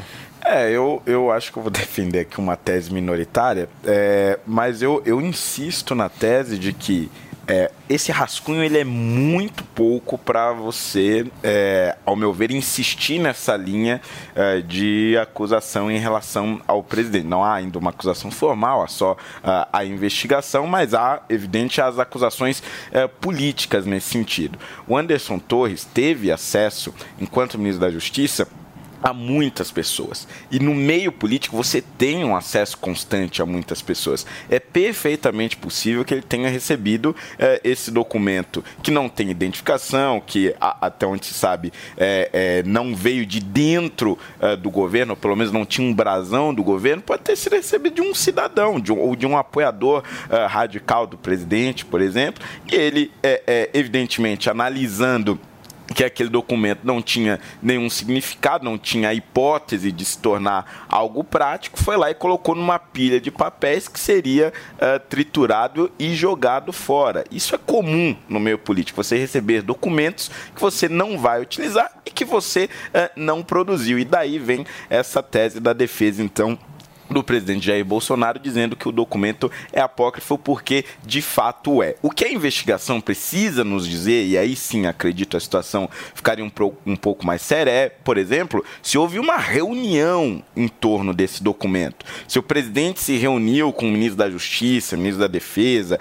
Eu acho que eu vou defender aqui uma tese minoritária, mas eu insisto na tese de que esse rascunho ele é muito pouco para você, ao meu ver, insistir nessa linha de acusação em relação ao presidente. Não há ainda uma acusação formal, há só a investigação, mas há, evidente, as acusações políticas nesse sentido. O Anderson Torres teve acesso, enquanto ministro da Justiça, a muitas pessoas. E no meio político você tem um acesso constante a muitas pessoas. É perfeitamente possível que ele tenha recebido esse documento que não tem identificação, que até onde se sabe não veio de dentro do governo, ou pelo menos não tinha um brasão do governo, pode ter sido recebido de um cidadão, ou de um apoiador radical do presidente, por exemplo, e ele, evidentemente, analisando que aquele documento não tinha nenhum significado, não tinha a hipótese de se tornar algo prático, foi lá e colocou numa pilha de papéis que seria triturado e jogado fora. Isso é comum no meio político, você receber documentos que você não vai utilizar e que você não produziu. E daí vem essa tese da defesa, então, do presidente Jair Bolsonaro, dizendo que o documento é apócrifo porque de fato é. O que a investigação precisa nos dizer, e aí sim acredito a situação ficaria um pouco mais séria, por exemplo, se houve uma reunião em torno desse documento. Se o presidente se reuniu com o ministro da Justiça, ministro da Defesa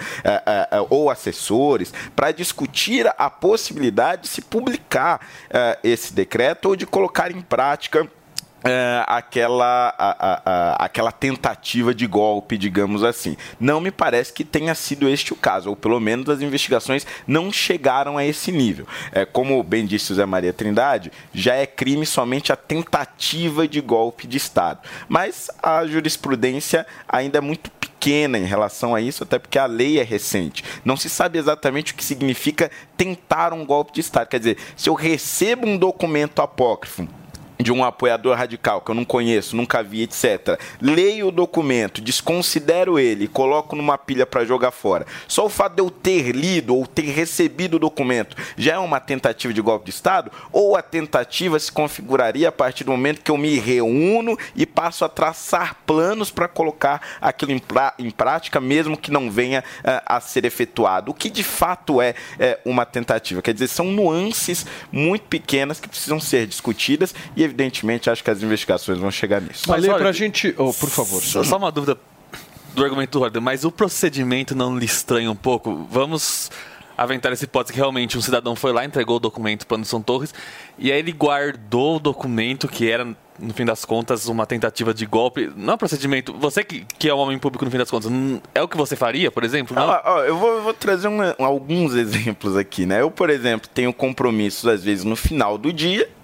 ou assessores para discutir a possibilidade de se publicar esse decreto ou de colocar em prática aquela tentativa de golpe, digamos assim. Não me parece que tenha sido este o caso, ou pelo menos as investigações não chegaram a esse nível. Como bem disse o Zé Maria Trindade, já é crime somente a tentativa de golpe de Estado. Mas a jurisprudência ainda é muito pequena em relação a isso, até porque a lei é recente. Não se sabe exatamente o que significa tentar um golpe de Estado. Quer dizer, se eu recebo um documento apócrifo de um apoiador radical que eu não conheço, nunca vi, etc. Leio o documento, desconsidero ele e coloco numa pilha para jogar fora. Só o fato de eu ter lido ou ter recebido o documento já é uma tentativa de golpe de Estado? Ou a tentativa se configuraria a partir do momento que eu me reúno e passo a traçar planos para colocar aquilo em prática, mesmo que não venha a ser efetuado? O que de fato é uma tentativa? Quer dizer, são nuances muito pequenas que precisam ser discutidas e evidentemente, acho que as investigações vão chegar nisso. Mas olha, pra gente... por favor. Só uma dúvida do argumento do Roder, mas o procedimento não lhe estranha um pouco? Vamos aventar essa hipótese que realmente um cidadão foi lá, entregou o documento para o Anderson Torres, e aí ele guardou o documento que era, no fim das contas, uma tentativa de golpe. Não é um procedimento... Você que é um homem público, no fim das contas, é o que você faria, por exemplo? Não? Eu vou trazer alguns exemplos aqui, né? Eu, por exemplo, tenho compromissos, às vezes, no final do dia,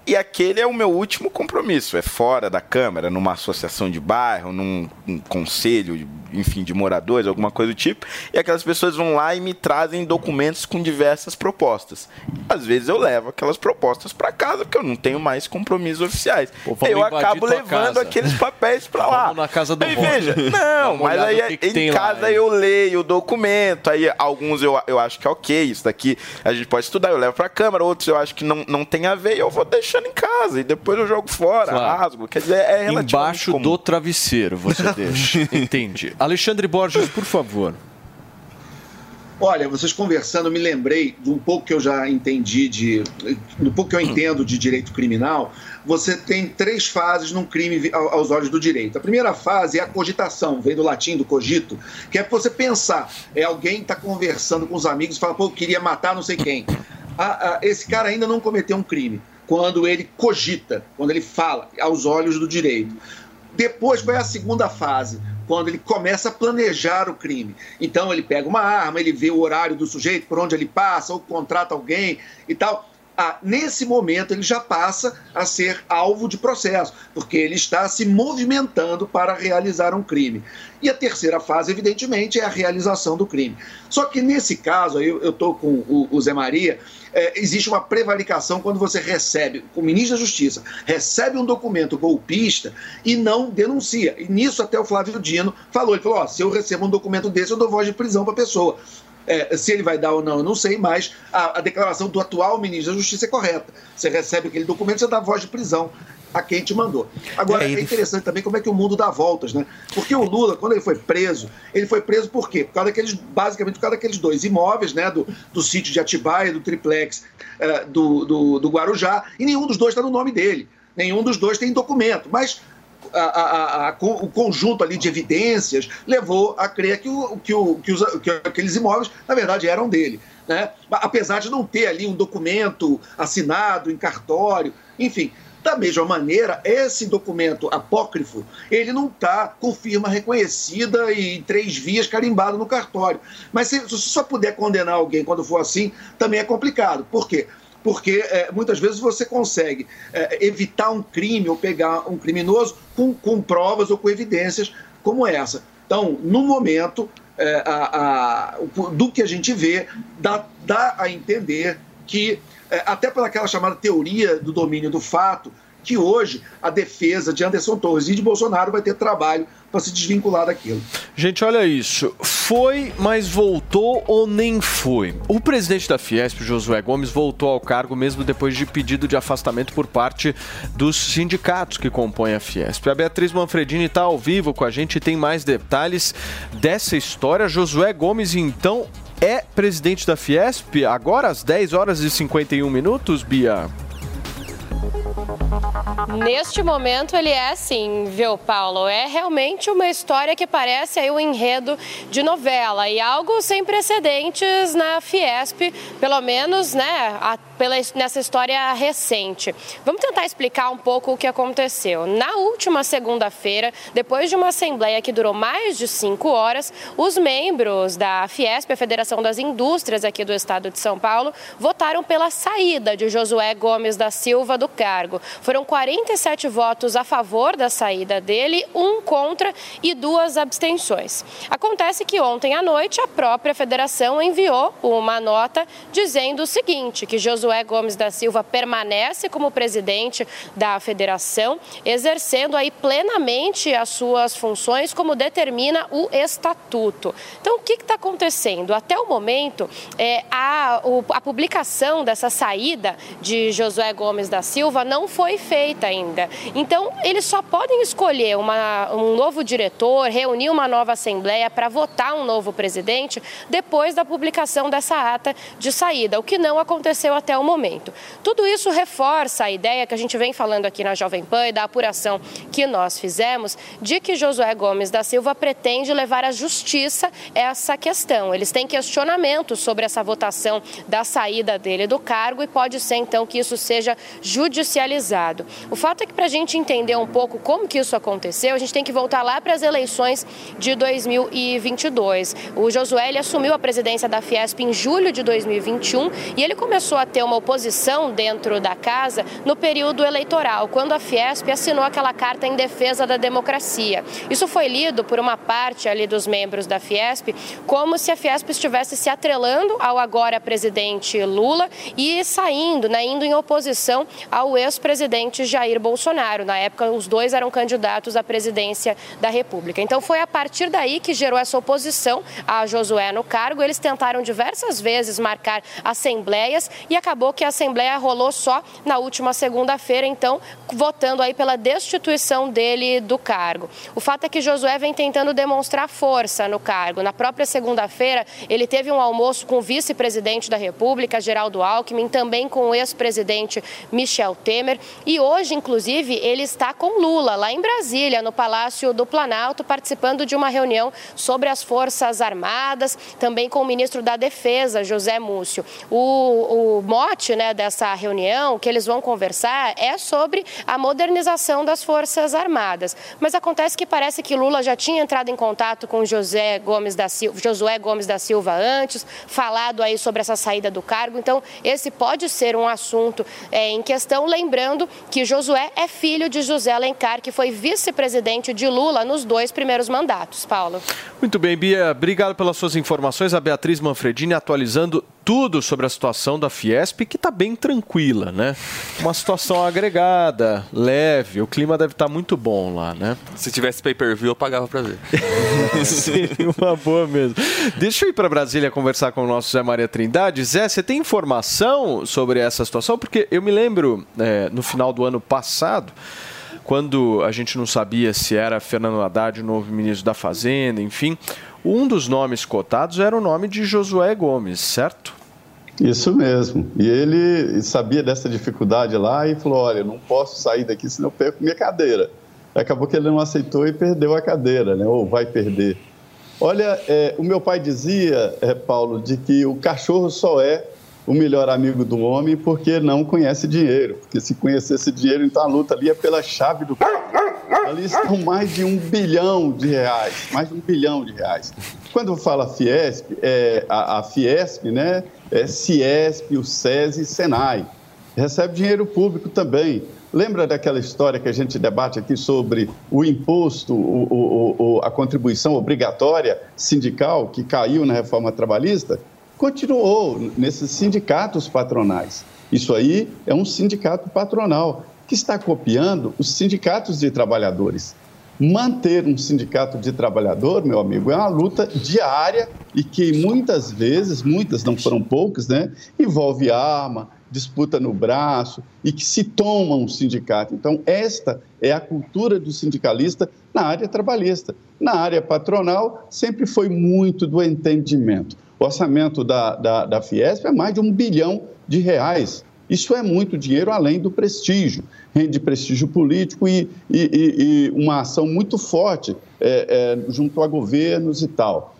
e aquele é o meu último compromisso. É fora da Câmara, numa associação de bairro, num conselho, enfim, de moradores, alguma coisa do tipo. E aquelas pessoas vão lá e me trazem documentos com diversas propostas. Às vezes eu levo aquelas propostas para casa, porque eu não tenho mais compromissos oficiais. Eu acabo levando aqueles papéis para lá. Vamos na casa do aí veja, não, mas aí em casa eu leio o documento, aí alguns eu acho que é ok, isso daqui a gente pode estudar, eu levo para a Câmara, outros eu acho que não tem a ver e eu vou deixando em casa, e depois eu jogo fora, rasgo, quer dizer, é relativamente embaixo comum. do travesseiro você deixa, entendi. Alexandre Borges, por favor. Olha, vocês conversando, eu me lembrei de um pouco que eu já entendi, do pouco que eu entendo de direito criminal. Você tem 3 fases num crime aos olhos do direito. A primeira fase é a cogitação, vem do latim, do cogito, que é você pensar. É alguém que está conversando com os amigos e fala, pô, eu queria matar não sei quem. Esse cara ainda não cometeu um crime. Quando ele cogita, quando ele fala aos olhos do direito. Depois, qual é a segunda fase? Quando ele começa a planejar o crime. Então, ele pega uma arma, ele vê o horário do sujeito, por onde ele passa, ou contrata alguém e tal. Nesse momento, ele já passa a ser alvo de processo, porque ele está se movimentando para realizar um crime. E a terceira fase, evidentemente, é a realização do crime. Só que nesse caso, eu estou com o Zé Maria, existe uma prevaricação quando você recebe, o ministro da Justiça, recebe um documento golpista e não denuncia. E nisso até o Flávio Dino falou, ele falou, se eu recebo um documento desse, eu dou voz de prisão para a pessoa. Se ele vai dar ou não, eu não sei, mas a declaração do atual ministro da Justiça é correta. Você recebe aquele documento, você dá voz de prisão a quem te mandou. Agora, é interessante também como é que o mundo dá voltas, né? Porque o Lula, quando ele foi preso por quê? Basicamente por causa daqueles 2 imóveis, né? Do sítio de Atibaia, do triplex do Guarujá, e nenhum dos 2 está no nome dele. Nenhum dos 2 tem documento, mas o conjunto ali de evidências levou a crer que aqueles imóveis, na verdade, eram dele, né? Apesar de não ter ali um documento assinado em cartório, enfim. Da mesma maneira, esse documento apócrifo, ele não está com firma reconhecida e 3 vias carimbado no cartório. Mas se você só puder condenar alguém quando for assim, também é complicado. Por quê? Porque muitas vezes você consegue evitar um crime ou pegar um criminoso com provas ou com evidências como essa. Então, no momento, do que a gente vê, dá a entender que, até pelaquela chamada teoria do domínio do fato, que hoje a defesa de Anderson Torres e de Bolsonaro vai ter trabalho para se desvincular daquilo. Gente, olha isso. Foi, mas voltou ou nem foi? O presidente da Fiesp, Josué Gomes, voltou ao cargo mesmo depois de pedido de afastamento por parte dos sindicatos que compõem a Fiesp. A Beatriz Manfredini está ao vivo com a gente e tem mais detalhes dessa história. Josué Gomes, então, é presidente da Fiesp agora às 10 horas e 51 minutos, Bia? Neste momento ele é sim, viu, Paulo? É realmente uma história que parece aí um enredo de novela e algo sem precedentes na Fiesp, pelo menos, né, nessa história recente. Vamos tentar explicar um pouco o que aconteceu. Na última segunda-feira, depois de uma assembleia que durou mais de 5 horas, os membros da Fiesp, a Federação das Indústrias aqui do estado de São Paulo, votaram pela saída de Josué Gomes da Silva do cargo. Foram 47 votos a favor da saída dele, 1 contra e 2 abstenções. Acontece que ontem à noite a própria federação enviou uma nota dizendo o seguinte, que Josué Gomes da Silva permanece como presidente da federação, exercendo aí plenamente as suas funções como determina o estatuto. Então, o que está acontecendo? Até o momento, a publicação dessa saída de Josué Gomes da Silva não foi feita ainda. Então, eles só podem escolher um novo diretor, reunir uma nova assembleia para votar um novo presidente depois da publicação dessa ata de saída, o que não aconteceu até o momento. Tudo isso reforça a ideia que a gente vem falando aqui na Jovem Pan e da apuração que nós fizemos de que Josué Gomes da Silva pretende levar à justiça essa questão. Eles têm questionamentos sobre essa votação da saída dele do cargo e pode ser então que isso seja judicializado. O fato é que para a gente entender um pouco como que isso aconteceu, a gente tem que voltar lá para as eleições de 2022. O Josué, ele assumiu a presidência da Fiesp em julho de 2021 e ele começou a ter uma oposição dentro da casa no período eleitoral, quando a Fiesp assinou aquela carta em defesa da democracia. Isso foi lido por uma parte ali dos membros da Fiesp como se a Fiesp estivesse se atrelando ao agora presidente Lula e saindo, indo em oposição ao ex-presidente Jair Bolsonaro. Na época, os dois eram candidatos à presidência da República. Então, foi a partir daí que gerou essa oposição a Josué no cargo. Eles tentaram diversas vezes marcar assembleias e acabou que a assembleia rolou só na última segunda-feira, então, votando aí pela destituição dele do cargo. O fato é que Josué vem tentando demonstrar força no cargo. Na própria segunda-feira, ele teve um almoço com o vice-presidente da República, Geraldo Alckmin, também com o ex-presidente Michel Temer. E hoje, inclusive, ele está com Lula, lá em Brasília, no Palácio do Planalto, participando de uma reunião sobre as Forças Armadas, também com o ministro da Defesa, José Múcio. O mote, dessa reunião, que eles vão conversar, é sobre a modernização das Forças Armadas. Mas acontece que parece que Lula já tinha entrado em contato com Josué Gomes da Silva antes, falado aí sobre essa saída do cargo. Então, esse pode ser um assunto em questão, lembrando que Josué é filho de José Alencar, que foi vice-presidente de Lula nos 2 primeiros mandatos. Paulo. Muito bem, Bia. Obrigado pelas suas informações. A Beatriz Manfredini atualizando tudo sobre a situação da Fiesp, que está bem tranquila, né? Uma situação agregada, leve. O clima deve estar muito bom lá, né? Se tivesse pay-per-view, eu pagava para ver. Seria uma boa mesmo. Deixa eu ir para Brasília conversar com o nosso Zé Maria Trindade. Zé, você tem informação sobre essa situação? Porque eu me lembro, no final do ano passado, quando a gente não sabia se era Fernando Haddad, o novo ministro da Fazenda, enfim, um dos nomes cotados era o nome de Josué Gomes, certo? Isso mesmo. E ele sabia dessa dificuldade lá e falou, olha, eu não posso sair daqui senão eu perco minha cadeira. Acabou que ele não aceitou e perdeu a cadeira, né? Ou vai perder. Olha, o meu pai dizia, Paulo, de que o cachorro só é o melhor amigo do homem porque não conhece dinheiro. Porque se conhecesse dinheiro, então a luta ali é pela chave do carro. Ali estão mais de R$1 bilhão, mais de R$1 bilhão. Quando fala Fiesp, a Fiesp, né, é Ciesp, o SESI e Senai. Recebe dinheiro público também. Lembra daquela história que a gente debate aqui sobre o imposto, a contribuição obrigatória sindical que caiu na reforma trabalhista? Continuou nesses sindicatos patronais. Isso aí é um sindicato patronal que está copiando os sindicatos de trabalhadores. Manter um sindicato de trabalhador, meu amigo, é uma luta diária e que muitas vezes, muitas não foram poucas, né, envolve arma, disputa no braço e que se toma um sindicato. Então, esta é a cultura do sindicalista na área trabalhista. Na área patronal, sempre foi muito do entendimento. O orçamento da Fiesp é mais de R$1 bilhão. Isso é muito dinheiro, além do prestígio, de prestígio político e uma ação muito forte junto a governos e tal.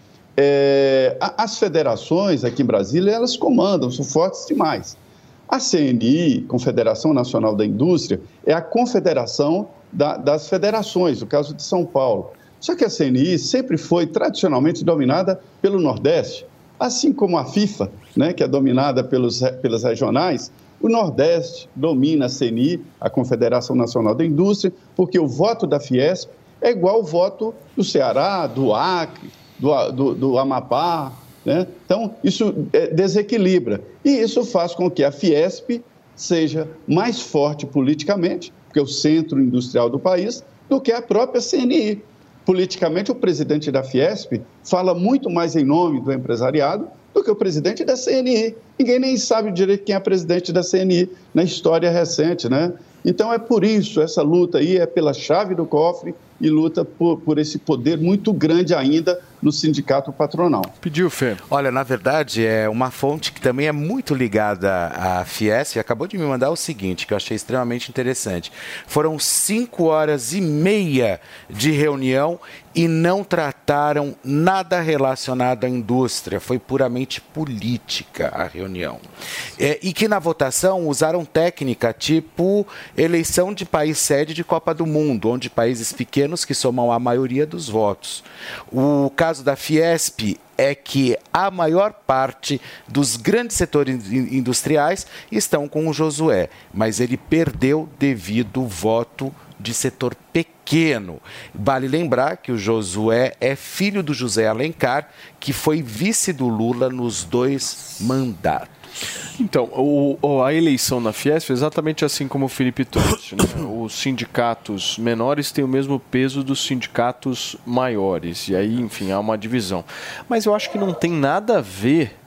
As federações aqui em Brasília, elas comandam, são fortes demais. A CNI, Confederação Nacional da Indústria, é a confederação das federações, no caso de São Paulo. Só que a CNI sempre foi tradicionalmente dominada pelo Nordeste, assim como a FIFA, né, que é dominada pelas regionais. O Nordeste domina a CNI, a Confederação Nacional da Indústria, porque o voto da Fiesp é igual ao voto do Ceará, do Acre, do Amapá, né? Então, isso desequilibra. E isso faz com que a Fiesp seja mais forte politicamente, porque é o centro industrial do país, do que a própria CNI. Politicamente, o presidente da Fiesp fala muito mais em nome do empresariado do que o presidente da CNI. Ninguém nem sabe direito quem é presidente da CNI na história recente, né? Então, é por isso, essa luta aí é pela chave do cofre e luta por esse poder muito grande ainda no sindicato patronal. Pediu, Fê. Olha, na verdade, é uma fonte que também é muito ligada à Fiesp, acabou de me mandar o seguinte, que eu achei extremamente interessante. Foram 5h30 de reunião e não trataram nada relacionado à indústria, foi puramente política a reunião. E que na votação usaram técnica tipo eleição de país sede de Copa do Mundo, onde países pequenos pequenos que somam a maioria dos votos. O caso da Fiesp é que a maior parte dos grandes setores industriais estão com o Josué, mas ele perdeu devido ao voto de setor pequeno. Vale lembrar que o Josué é filho do José Alencar, que foi vice do Lula nos 2 mandatos. Então, a eleição na Fiesp é exatamente assim como o Felipe trouxe, né? Os sindicatos menores têm o mesmo peso dos sindicatos maiores. E aí, enfim, há uma divisão. Mas eu acho que não tem nada a ver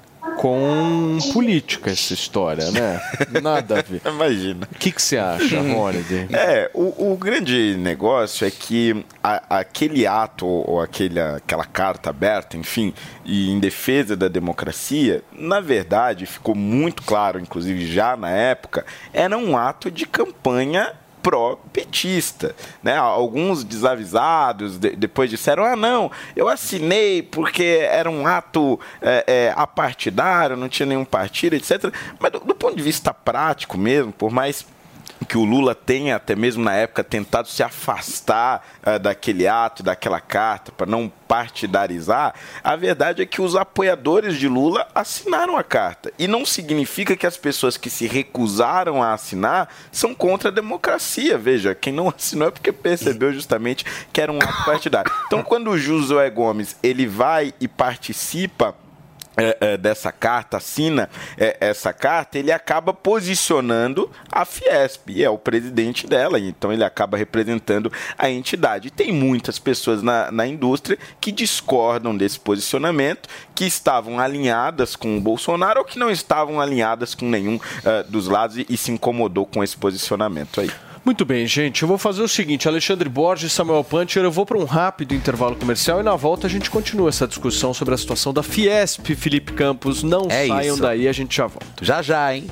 com política essa história, né? Nada a ver. Imagina. O que você acha, Holiday? O grande negócio é que aquele ato ou aquela carta aberta, enfim, e em defesa da democracia, na verdade, ficou muito claro, inclusive já na época, era um ato de campanha pró-petista, né? Alguns desavisados depois disseram, não, eu assinei porque era um ato apartidário, não tinha nenhum partido, etc. Mas do ponto de vista prático mesmo, por mais que o Lula tenha até mesmo na época tentado se afastar daquele ato, daquela carta, para não partidarizar, a verdade é que os apoiadores de Lula assinaram a carta. E não significa que as pessoas que se recusaram a assinar são contra a democracia. Veja, quem não assinou é porque percebeu justamente que era um ato partidário. Então, quando o Josué Gomes ele vai e participa dessa carta, assina essa carta, ele acaba posicionando a Fiesp, e é o presidente dela, então ele acaba representando a entidade. E tem muitas pessoas na indústria que discordam desse posicionamento, que estavam alinhadas com o Bolsonaro ou que não estavam alinhadas com nenhum dos lados e se incomodou com esse posicionamento aí. Muito bem, gente. Eu vou fazer o seguinte, Alexandre Borges, Samuel Puncher, eu vou para um rápido intervalo comercial e na volta a gente continua essa discussão sobre a situação da Fiesp, Felipe Campos. Não saiam daí, a gente já volta. Já, hein?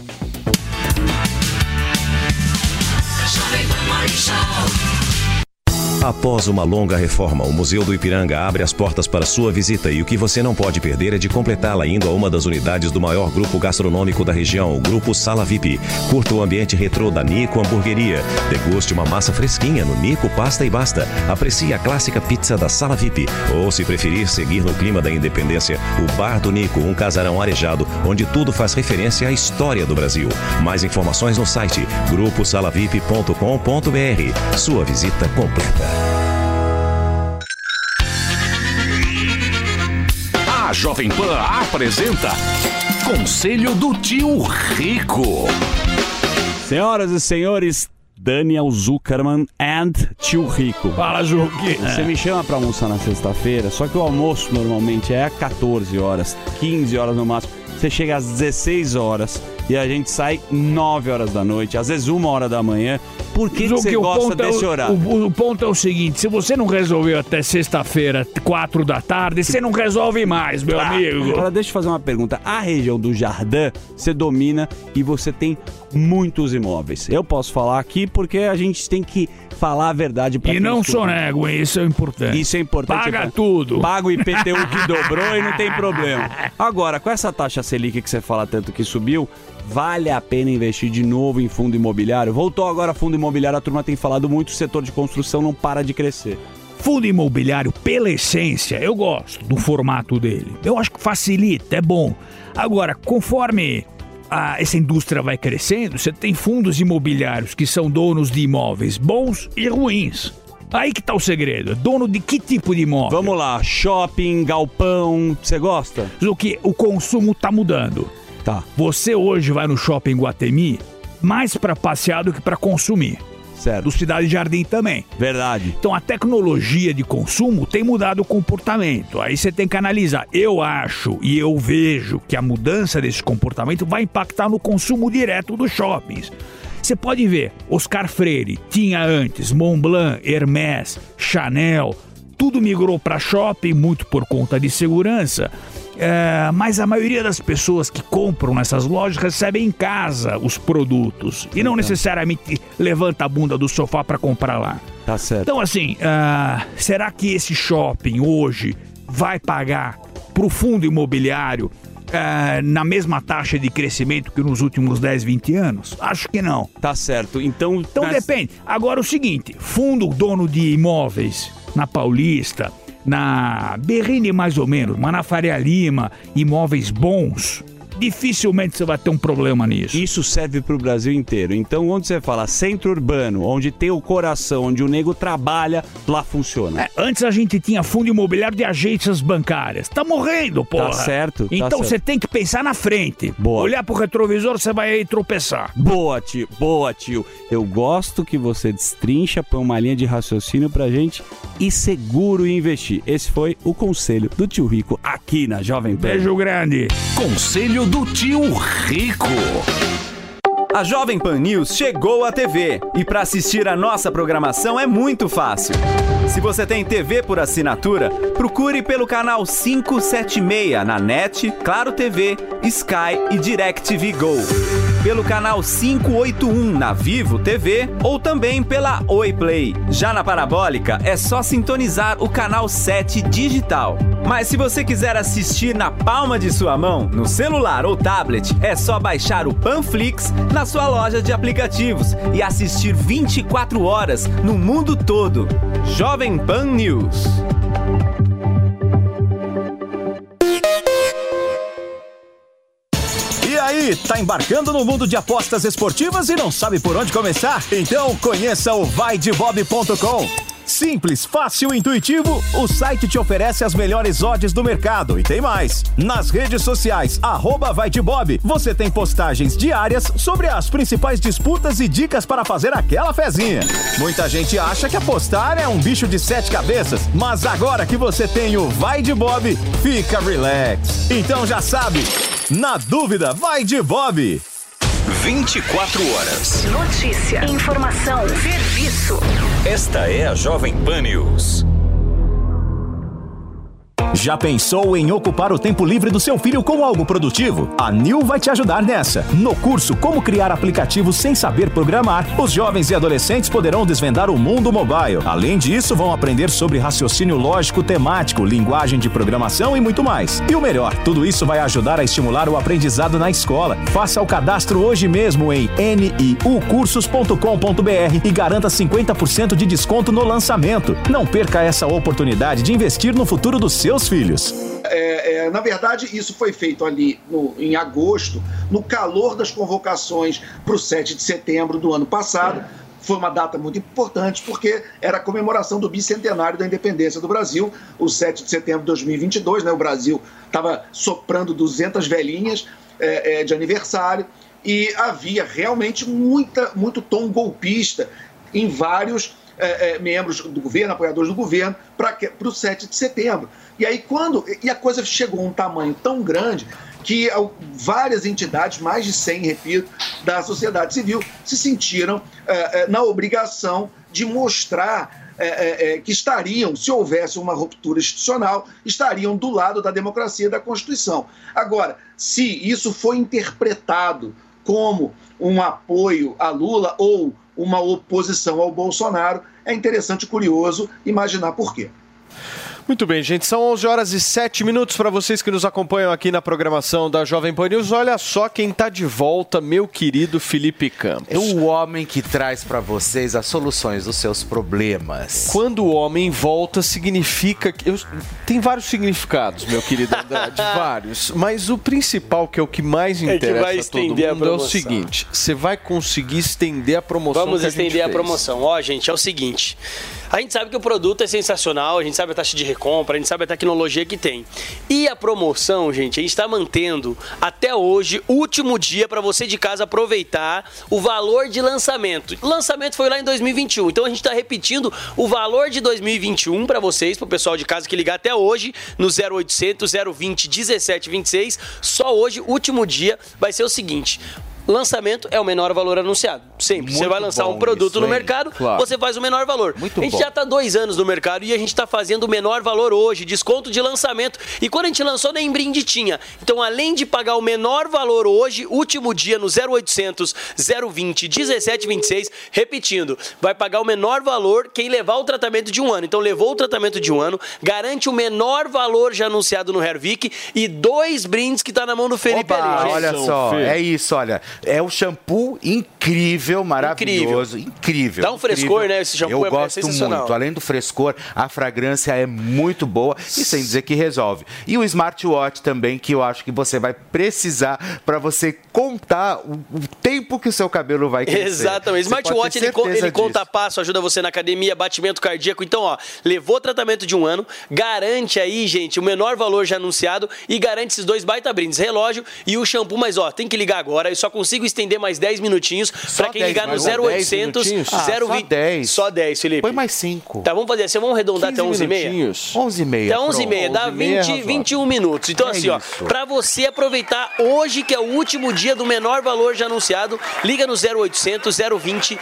Após uma longa reforma, o Museu do Ipiranga abre as portas para sua visita e o que você não pode perder é de completá-la indo a uma das unidades do maior grupo gastronômico da região, o Grupo Sala VIP. Curta o ambiente retrô da Nico Hamburgueria. Deguste uma massa fresquinha no Nico Pasta e Basta. Aprecie a clássica pizza da Sala VIP. Ou, se preferir seguir no clima da independência, o Bar do Nico, um casarão arejado, onde tudo faz referência à história do Brasil. Mais informações no site gruposalavip.com.br. Sua visita completa. A Jovem Pan apresenta Conselho do Tio Rico. Senhoras e senhores, Daniel Zuckerman and Tio Rico. Fala, Zucchi. Você me chama pra almoçar na sexta-feira, só que o almoço normalmente é 14 horas, 15 horas no máximo. Você chega às 16 horas e a gente sai 9 horas da noite, às vezes 1 hora da manhã. Por que você gosta desse horário? O ponto é o seguinte, se você não resolveu até sexta-feira, 4 da tarde, você não resolve mais, meu amigo. Agora deixa eu fazer uma pergunta. A região do Jardim, você domina e você tem muitos imóveis. Eu posso falar aqui porque a gente tem que falar a verdade pra E não sonego, hein? Isso é importante. Isso é importante. Paga tudo. Paga o IPTU que dobrou e não tem problema. Agora, com essa taxa Selic que você fala tanto que subiu, vale a pena investir de novo em fundo imobiliário? Voltou agora fundo imobiliário, a turma tem falado muito, o setor de construção não para de crescer. Fundo imobiliário, pela essência, eu gosto do formato dele. Eu acho que facilita, é bom. Agora, conforme essa indústria vai crescendo, você tem fundos imobiliários que são donos de imóveis bons e ruins. Aí que tá o segredo. Dono de que tipo de imóvel? Vamos lá, shopping, galpão, você gosta? O consumo tá mudando. Tá. Você hoje vai no shopping Guatemi mais para passear do que para consumir. Certo. Do Cidade Jardim também. Verdade. Então a tecnologia de consumo tem mudado o comportamento. Aí você tem que analisar. Eu acho e eu vejo que a mudança desse comportamento vai impactar no consumo direto dos shoppings. Você pode ver, Oscar Freire tinha antes Montblanc, Hermès, Chanel, tudo migrou para shopping, muito por conta de segurança. Mas a maioria das pessoas que compram nessas lojas recebem em casa os produtos e não necessariamente levanta a bunda do sofá para comprar lá. Tá certo. Então assim, será que esse shopping hoje vai pagar pro fundo imobiliário na mesma taxa de crescimento que nos últimos 10, 20 anos? Acho que não. Tá certo. Então depende. Agora o seguinte, fundo dono de imóveis na Paulista, na Berrini mais ou menos, mas na Faria Lima, imóveis bons, dificilmente você vai ter um problema nisso. Isso serve pro Brasil inteiro. Então, onde você fala centro urbano, onde tem o coração, onde o nego trabalha, lá funciona. Antes a gente tinha fundo imobiliário de agências bancárias. Tá morrendo, porra. Tá certo. Então você tem que pensar na frente. Boa. Olhar pro retrovisor, você vai aí tropeçar. Boa, tio. Boa, tio. Eu gosto que você destrincha, põe uma linha de raciocínio pra gente e seguro investir. Esse foi o conselho do tio Rico aqui na Jovem Pan. Beijo grande. Conselho do tio Rico. A Jovem Pan News chegou à TV e para assistir a nossa programação é muito fácil. Se você tem TV por assinatura, procure pelo canal 576 na NET, Claro TV, Sky e DirecTV Go. Pelo canal 581 na Vivo TV ou também pela Oi Play. Já na parabólica é só sintonizar o canal 7 digital. Mas se você quiser assistir na palma de sua mão, no celular ou tablet, é só baixar o Panflix na sua loja de aplicativos e assistir 24 horas no mundo todo. Jovem Pan News. E aí, tá embarcando no mundo de apostas esportivas e não sabe por onde começar? Então conheça o vaidebob.com. Simples, fácil e intuitivo, o site te oferece as melhores odds do mercado. E tem mais. Nas redes sociais, @vaidebob, você tem postagens diárias sobre as principais disputas e dicas para fazer aquela fezinha. Muita gente acha que apostar é um bicho de 7 cabeças, mas agora que você tem o Vai de Bob, fica relax. Então já sabe, na dúvida, vai de Bob. 24 horas. Notícia, informação, serviço. Esta é a Jovem Pan News. Já pensou em ocupar o tempo livre do seu filho com algo produtivo? A Nil vai te ajudar nessa. No curso Como Criar Aplicativos Sem Saber Programar, os jovens e adolescentes poderão desvendar o mundo mobile. Além disso, vão aprender sobre raciocínio lógico temático, linguagem de programação e muito mais. E o melhor, tudo isso vai ajudar a estimular o aprendizado na escola. Faça o cadastro hoje mesmo em niucursos.com.br e garanta 50% de desconto no lançamento. Não perca essa oportunidade de investir no futuro dos seus filhos. Na verdade, isso foi feito ali em agosto, no calor das convocações para o 7 de setembro do ano passado. Foi uma data muito importante porque era a comemoração do bicentenário da independência do Brasil, o 7 de setembro de 2022, né? O Brasil estava soprando 200 velhinhas de aniversário e havia realmente muito tom golpista em vários membros do governo, apoiadores do governo, para o 7 de setembro. E aí a coisa chegou a um tamanho tão grande que várias entidades, mais de 100, repito, da sociedade civil, se sentiram na obrigação de mostrar que estariam, se houvesse uma ruptura institucional, estariam do lado da democracia e da Constituição. Agora, se isso foi interpretado como um apoio a Lula ou uma oposição ao Bolsonaro, é interessante e curioso imaginar por quê. Muito bem, gente, são 11 horas e 7 minutos para vocês que nos acompanham aqui na programação da Jovem Pan News. Olha só quem está de volta, meu querido Felipe Campos. É o homem que traz para vocês as soluções dos seus problemas. Quando o homem volta, significa que... Tem vários significados, meu querido Andrade, vários. Mas o principal, que é o que mais interessa a todo mundo, é o seguinte: você vai conseguir estender a promoção. Vamos estender a promoção. Ó, gente, é o seguinte... A gente sabe que o produto é sensacional, a gente sabe a taxa de recompra, a gente sabe a tecnologia que tem. E a promoção, gente, a gente está mantendo até hoje, último dia para você de casa aproveitar o valor de lançamento. O lançamento foi lá em 2021, então a gente está repetindo o valor de 2021 para vocês, para o pessoal de casa que ligar até hoje no 0800 020 1726. Só hoje, último dia, vai ser o seguinte... lançamento é o menor valor anunciado. Sempre. Você vai lançar um produto no mercado, você faz o menor valor. A gente já está 2 anos no mercado e a gente está fazendo o menor valor hoje, desconto de lançamento. E quando a gente lançou, nem brinde tinha. Então, além de pagar o menor valor hoje, último dia no 0800 020 1726, repetindo, vai pagar o menor valor quem levar o tratamento de 1 ano. Então, levou o tratamento de 1 ano, garante o menor valor já anunciado no Hervik e 2 brindes que tá na mão do Felipe ali, gente. Olha só, é isso, olha. É um shampoo incrível, maravilhoso, incrível. Dá um frescor, né? Esse shampoo eu gosto sensacional. muito. Além do frescor, a fragrância é muito boa e sem dizer que resolve. E o smartwatch também, que eu acho que você vai precisar para você contar o tempo que o seu cabelo vai crescer. Exatamente. O smartwatch, ele conta passo, ajuda você na academia, batimento cardíaco. Então, ó, levou o tratamento de 1 ano, garante aí, gente, o menor valor já anunciado e garante esses 2 baita brindes, relógio e o shampoo. Mas, ó, tem que ligar agora. Eu só consigo estender mais 10 minutinhos para quem ligar no 0800 020. Só 10, Felipe. Põe mais 5. Tá, vamos fazer assim, vamos arredondar até 11h30? 11h30. Até 11h30, dá 21 minutos. Então, assim, ó, pra você aproveitar hoje, que é o último dia do menor valor já anunciado, liga no 0800 020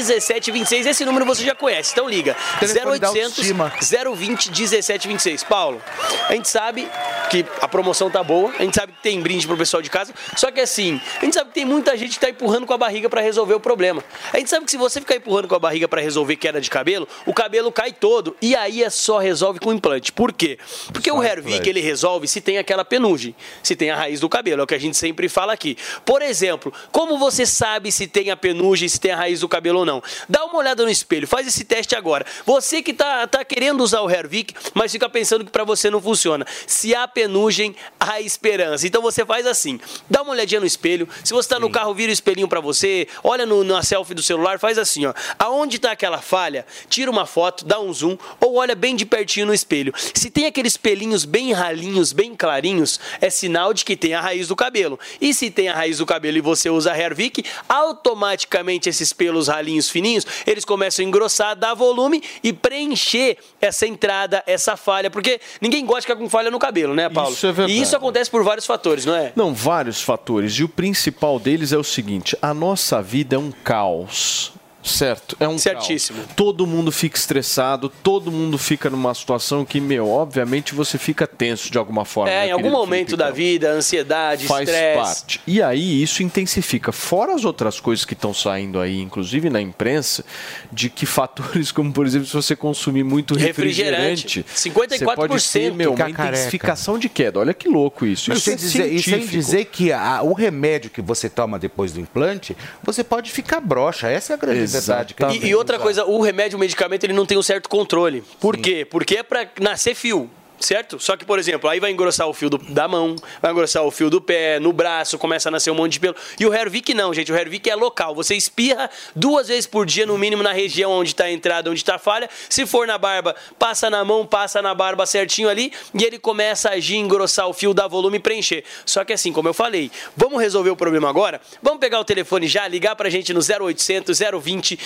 1726. Esse número você já conhece, então liga. 0800 020 1726. Paulo, a gente sabe que a promoção tá boa, a gente sabe que tem brinde pro pessoal de casa, só que assim, a gente sabe que tem muita gente que tá empurrando com a barriga pra resolver o problema. A gente sabe que se você ficar empurrando com a barriga pra resolver queda de cabelo, o cabelo cai todo e aí só resolve com implante. Por quê? Porque o Hervik, ele resolve se tem aquela penugem, se tem a raiz do cabelo, é o que a gente sempre fala aqui. Por exemplo, como você sabe se tem a penugem, se tem a raiz do cabelo ou não? Dá uma olhada no espelho, faz esse teste agora. Você que tá querendo usar o Hervik, mas fica pensando que pra você não funciona. Se há penugem, há esperança. Então você faz assim, dá uma olhadinha no espelho, se você tá no carro, vira o espelhinho pra você, olha na selfie do celular, faz assim, ó. Aonde tá aquela falha, tira uma foto, dá um zoom, ou olha bem de pertinho no espelho. Se tem aqueles pelinhos bem ralinhos, bem clarinhos, é sinal de que tem a raiz do cabelo. E se tem a raiz do cabelo e você usa a Hervik, automaticamente esses pelos ralinhos fininhos, eles começam a engrossar, dar volume e preencher essa entrada, essa falha, porque ninguém gosta de ficar com falha no cabelo, né, Paulo? Isso é verdade. E isso acontece por vários fatores, não é? Não, vários fatores. E o principal deles é o seguinte, a nossa vida é um caos. Certo, é um certíssimo. Caos. Todo mundo fica estressado, todo mundo fica numa situação que, obviamente você fica tenso de alguma forma. Em algum momento da vida, ansiedade, faz estresse. Parte. E aí isso intensifica. Fora as outras coisas que estão saindo aí, inclusive na imprensa, de que fatores como, por exemplo, se você consumir muito refrigerante 54%. Você pode ter, uma intensificação de queda. Olha que louco isso. Isso sem dizer que o remédio que você toma depois do implante, você pode ficar broxa. Essa é a grande verdade. E outra coisa, o remédio, o medicamento, ele não tem um certo controle. Por quê? Porque é para nascer fio. Certo? Só que, por exemplo, aí vai engrossar o fio da mão, vai engrossar o fio do pé, no braço, começa a nascer um monte de pelo. E o Hervik não, gente. O Hervik é local. Você espirra 2 vezes por dia, no mínimo, na região onde está a entrada, onde está a falha. Se for na barba, passa na mão, passa na barba certinho ali e ele começa a agir, engrossar o fio, dar volume e preencher. Só que assim, como eu falei, vamos resolver o problema agora? Vamos pegar o telefone já, ligar pra gente no 0800 020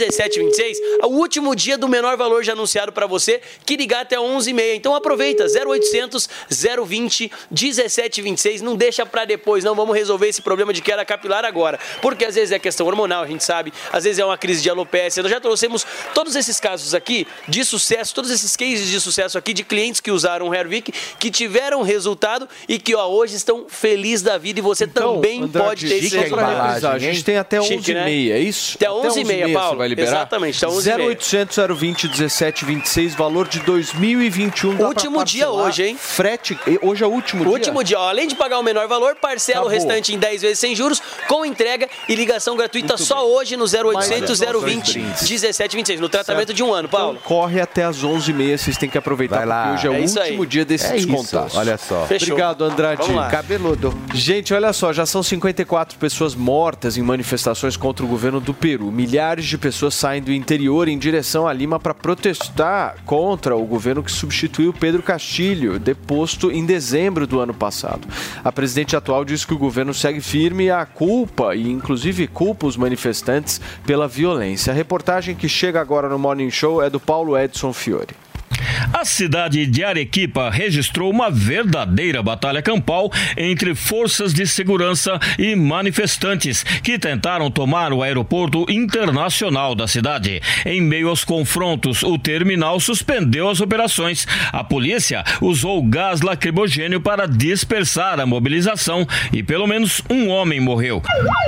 1726. O último dia do menor valor já anunciado pra você, que ligar até 11h30. Então aproveita. 0800 020 1726, não deixa pra depois, não, vamos resolver esse problema de queda capilar agora, porque às vezes é questão hormonal, a gente sabe, às vezes é uma crise de alopécia. Nós já trouxemos todos esses casos aqui de sucesso, todos esses cases de sucesso aqui de clientes que usaram o Hervik, que tiveram resultado e que hoje estão felizes da vida, e você também pode ter esse resultado. A gente tem até 11h30, né? É isso? Até 11h30, Paulo. Você vai liberar? Exatamente, até 11h30. 0800 020 1726, valor de 2021. Último dia hoje, hein? Frete, hoje é o último dia? Último dia. Ó, além de pagar o menor valor, parcela o restante em 10 vezes sem juros, com entrega e ligação gratuita só hoje no 0800 020 1726, no tratamento de 1 ano, Paulo. Então, corre até as 11h30, vocês têm que aproveitar, porque hoje é o último dia desse descontaço. Olha só. Fechou. Obrigado, Andrade. Cabeludo. Gente, olha só, já são 54 pessoas mortas em manifestações contra o governo do Peru. Milhares de pessoas saem do interior em direção a Lima para protestar contra o governo que substituiu Pedro Castilho, deposto em dezembro do ano passado. A presidente atual diz que o governo segue firme a culpa, e inclusive culpa os manifestantes pela violência. A reportagem que chega agora no Morning Show é do Paulo Edson Fiore. A cidade de Arequipa registrou uma verdadeira batalha campal entre forças de segurança e manifestantes que tentaram tomar o aeroporto internacional da cidade. Em meio aos confrontos, o terminal suspendeu as operações. A polícia usou gás lacrimogênio para dispersar a mobilização e pelo menos um homem morreu.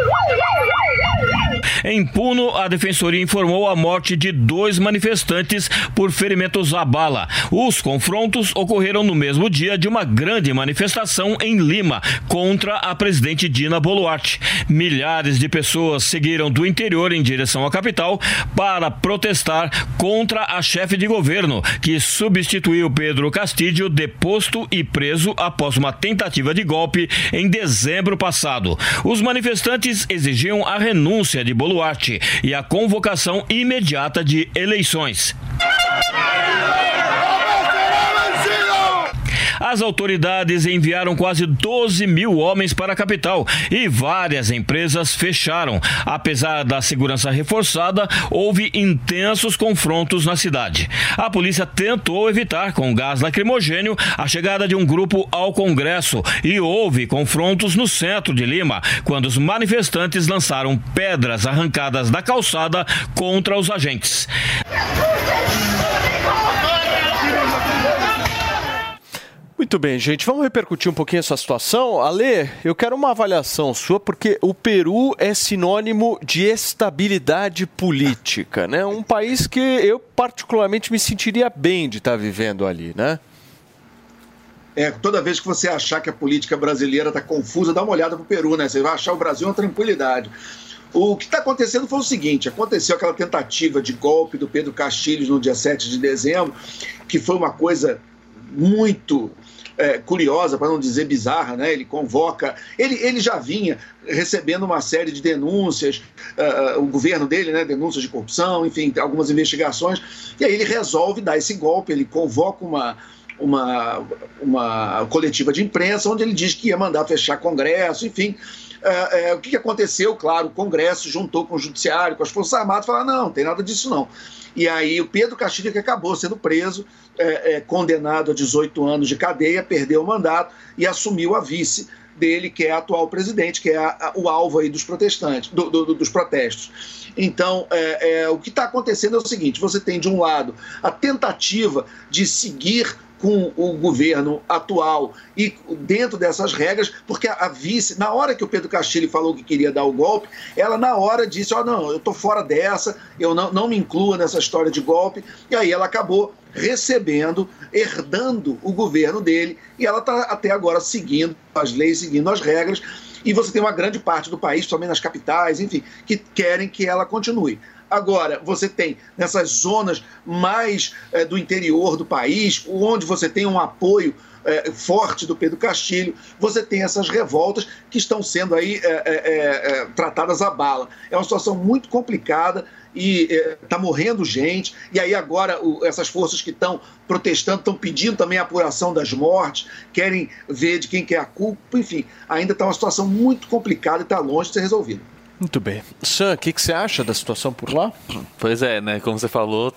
Em Puno, a defensoria informou a morte de 2 manifestantes por ferimentos à bala. Os confrontos ocorreram no mesmo dia de uma grande manifestação em Lima contra a presidente Dina Boluarte. Milhares de pessoas seguiram do interior em direção à capital para protestar contra a chefe de governo, que substituiu Pedro Castillo, deposto e preso após uma tentativa de golpe em dezembro passado. Os manifestantes exigiam a renúncia de Boluarte e a convocação imediata de eleições. As autoridades enviaram quase 12 mil homens para a capital e várias empresas fecharam. Apesar da segurança reforçada, houve intensos confrontos na cidade. A polícia tentou evitar com gás lacrimogênio a chegada de um grupo ao Congresso e houve confrontos no centro de Lima, quando os manifestantes lançaram pedras arrancadas da calçada contra os agentes. Muito bem, gente. Vamos repercutir um pouquinho essa situação. Ale, eu quero uma avaliação sua, porque o Peru é sinônimo de estabilidade política, né? Um país que eu particularmente me sentiria bem de estar vivendo ali, né? Toda vez que você achar que a política brasileira está confusa, dá uma olhada pro Peru, né? Você vai achar o Brasil uma tranquilidade. O que está acontecendo foi o seguinte: aconteceu aquela tentativa de golpe do Pedro Castilho no dia 7 de dezembro, que foi uma coisa muito curiosa, para não dizer bizarra, né? Ele convoca... Ele já vinha recebendo uma série de denúncias, o governo dele, né? Denúncias de corrupção, enfim, algumas investigações, e aí ele resolve dar esse golpe, ele convoca uma coletiva de imprensa, onde ele diz que ia mandar fechar Congresso, enfim... o que aconteceu? Claro, o Congresso juntou com o Judiciário, com as Forças Armadas, falaram, não tem nada disso não. E aí o Pedro Castilho, que acabou sendo preso, condenado a 18 anos de cadeia, perdeu o mandato e assumiu a vice dele, que é a atual presidente, que é o alvo aí dos protestantes, dos protestos. Então, o que está acontecendo é o seguinte: você tem, de um lado, a tentativa de seguir com o governo atual e dentro dessas regras, porque a vice, na hora que o Pedro Castilho falou que queria dar o golpe, ela na hora disse, não, eu estou fora dessa, eu não me inclua nessa história de golpe, e aí ela acabou recebendo, herdando o governo dele, e ela está até agora seguindo as leis, seguindo as regras, e você tem uma grande parte do país, também nas capitais, enfim, que querem que ela continue. Agora, você tem nessas zonas mais do interior do país, onde você tem um apoio forte do Pedro Castilho, você tem essas revoltas que estão sendo aí tratadas à bala. É uma situação muito complicada e está morrendo gente, e aí agora essas forças que estão protestando, estão pedindo também a apuração das mortes, querem ver de quem que é a culpa, enfim, ainda está uma situação muito complicada e está longe de ser resolvida. Muito bem. Sam, o que você acha da situação por lá? Pois é, né? Como você falou,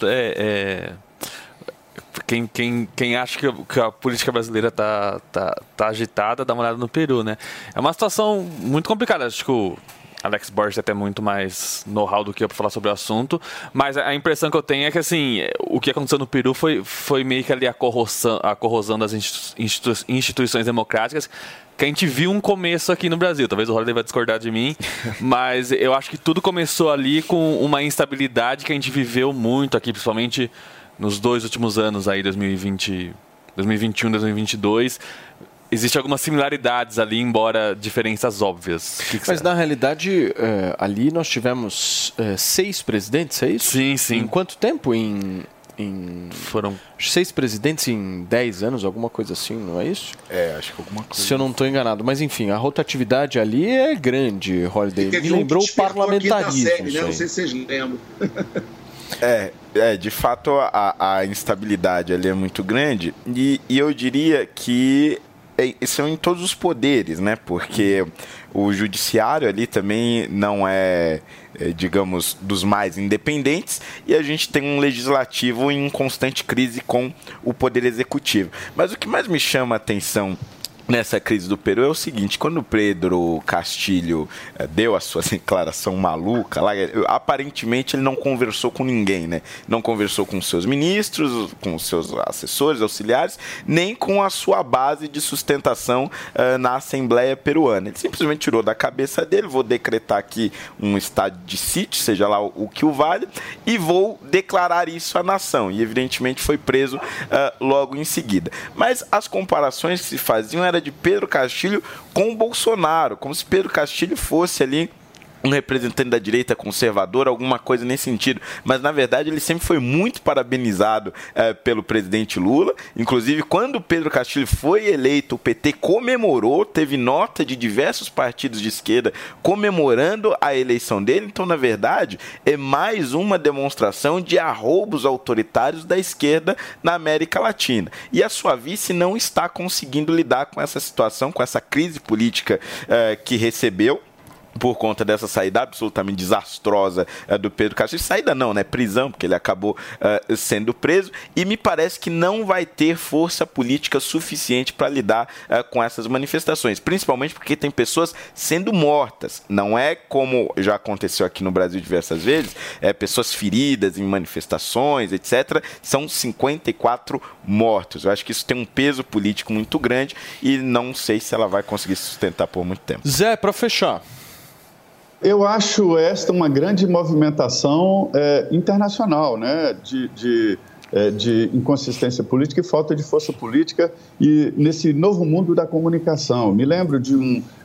quem acha que a política brasileira tá agitada, dá uma olhada no Peru, né? É uma situação muito complicada. Acho que o Alex Borges tem até muito mais know-how do que eu para falar sobre o assunto, mas a impressão que eu tenho é que, assim, o que aconteceu no Peru foi meio que ali a corrosão das instituições democráticas, que a gente viu um começo aqui no Brasil. Talvez o Holiday vai discordar de mim, mas eu acho que tudo começou ali com uma instabilidade que a gente viveu muito aqui, principalmente nos 2 últimos anos aí, 2021, 2022. Existem algumas similaridades ali, embora diferenças óbvias. Mas na realidade, ali nós tivemos 6 presidentes, é isso? Sim, sim. Em quanto tempo? Foram 6 presidentes em 10 anos, alguma coisa assim, não é isso? Acho que alguma coisa. Se eu não estou enganado. Mas enfim, a rotatividade ali é grande, Holiday. Me lembrou o parlamentarismo. Série, né? Não sei se vocês lembram. De fato a instabilidade ali é muito grande e eu diria que são em todos os poderes, né? Porque o judiciário ali também não é, digamos, dos mais independentes, e a gente tem um legislativo em constante crise com o poder executivo. Mas o que mais me chama a atenção nessa crise do Peru é o seguinte: quando o Pedro Castilho deu a sua declaração maluca lá, aparentemente ele não conversou com ninguém, né? Não conversou com seus ministros, com seus assessores, auxiliares, nem com a sua base de sustentação na Assembleia Peruana. Ele simplesmente tirou da cabeça dele: vou decretar aqui um estado de sítio, seja lá o que o vale, e vou declarar isso à nação. E evidentemente foi preso logo em seguida. Mas as comparações que se faziam era de Pedro Castilho com o Bolsonaro, como se Pedro Castilho fosse ali um representante da direita conservadora, alguma coisa nesse sentido. Mas, na verdade, ele sempre foi muito parabenizado pelo presidente Lula. Inclusive, quando o Pedro Castilho foi eleito, o PT comemorou, teve nota de diversos partidos de esquerda comemorando a eleição dele. Então, na verdade, é mais uma demonstração de arroubos autoritários da esquerda na América Latina. E a sua vice não está conseguindo lidar com essa situação, com essa crise política que recebeu por conta dessa saída absolutamente desastrosa do Pedro Castilho. Saída não, né? Prisão, porque ele acabou sendo preso, e me parece que não vai ter força política suficiente para lidar com essas manifestações, principalmente porque tem pessoas sendo mortas. Não é como já aconteceu aqui no Brasil diversas vezes, pessoas feridas em manifestações, etc. São 54 mortos. Eu acho que isso tem um peso político muito grande e não sei se ela vai conseguir se sustentar por muito tempo. Zé, para fechar. Eu acho esta uma grande movimentação internacional, né, de inconsistência política e falta de força política e nesse novo mundo da comunicação. Me lembro de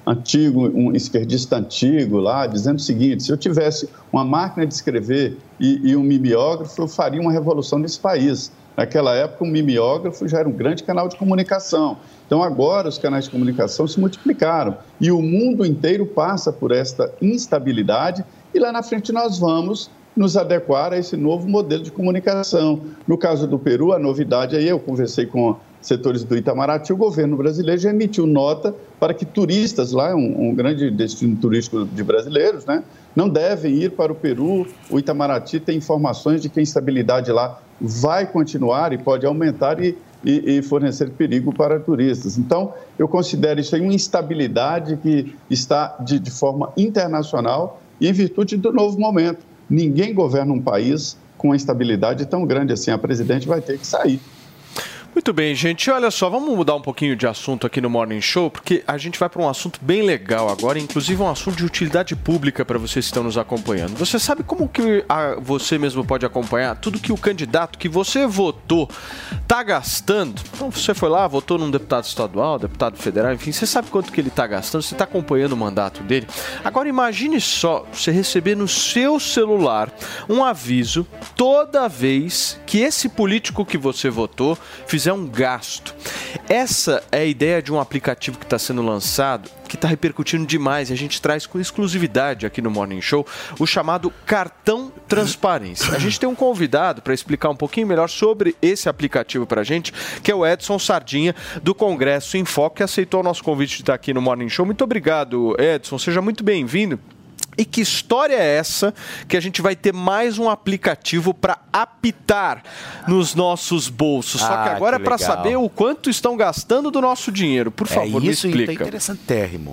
um esquerdista antigo lá dizendo o seguinte: se eu tivesse uma máquina de escrever e um mimeógrafo, eu faria uma revolução nesse país. Naquela época, o mimeógrafo já era um grande canal de comunicação. Então, agora, os canais de comunicação se multiplicaram e o mundo inteiro passa por esta instabilidade e lá na frente nós vamos nos adequar a esse novo modelo de comunicação. No caso do Peru, a novidade aí, eu conversei com setores do Itamaraty, o governo brasileiro já emitiu nota para que turistas lá, um grande destino turístico de brasileiros, né, não devem ir para o Peru. O Itamaraty tem informações de que a instabilidade lá vai continuar e pode aumentar e fornecer perigo para turistas. Então, eu considero isso aí uma instabilidade que está de forma internacional e em virtude do novo momento. Ninguém governa um país com uma instabilidade tão grande assim. A presidente vai ter que sair. Muito bem, gente. Olha só, vamos mudar um pouquinho de assunto aqui no Morning Show, porque a gente vai para um assunto bem legal agora, inclusive um assunto de utilidade pública para vocês que estão nos acompanhando. Você sabe como que você mesmo pode acompanhar tudo que o candidato que você votou está gastando? Então, você foi lá, votou num deputado estadual, deputado federal, enfim, você sabe quanto que ele está gastando, você está acompanhando o mandato dele. Agora, imagine só você receber no seu celular um aviso toda vez que esse político que você votou fizer um gasto. Essa é a ideia de um aplicativo que está sendo lançado, que está repercutindo demais, e a gente traz com exclusividade aqui no Morning Show o chamado Cartão Transparência. A gente tem um convidado para explicar um pouquinho melhor sobre esse aplicativo para a gente, que é o Edson Sardinha, do Congresso em Foco, que aceitou o nosso convite de estar aqui no Morning Show. Muito obrigado, Edson, seja muito bem-vindo. E que história é essa que a gente vai ter mais um aplicativo para apitar nos nossos bolsos? Só que agora é para saber o quanto estão gastando do nosso dinheiro. Por favor, me explica. Isso é interessantérrimo.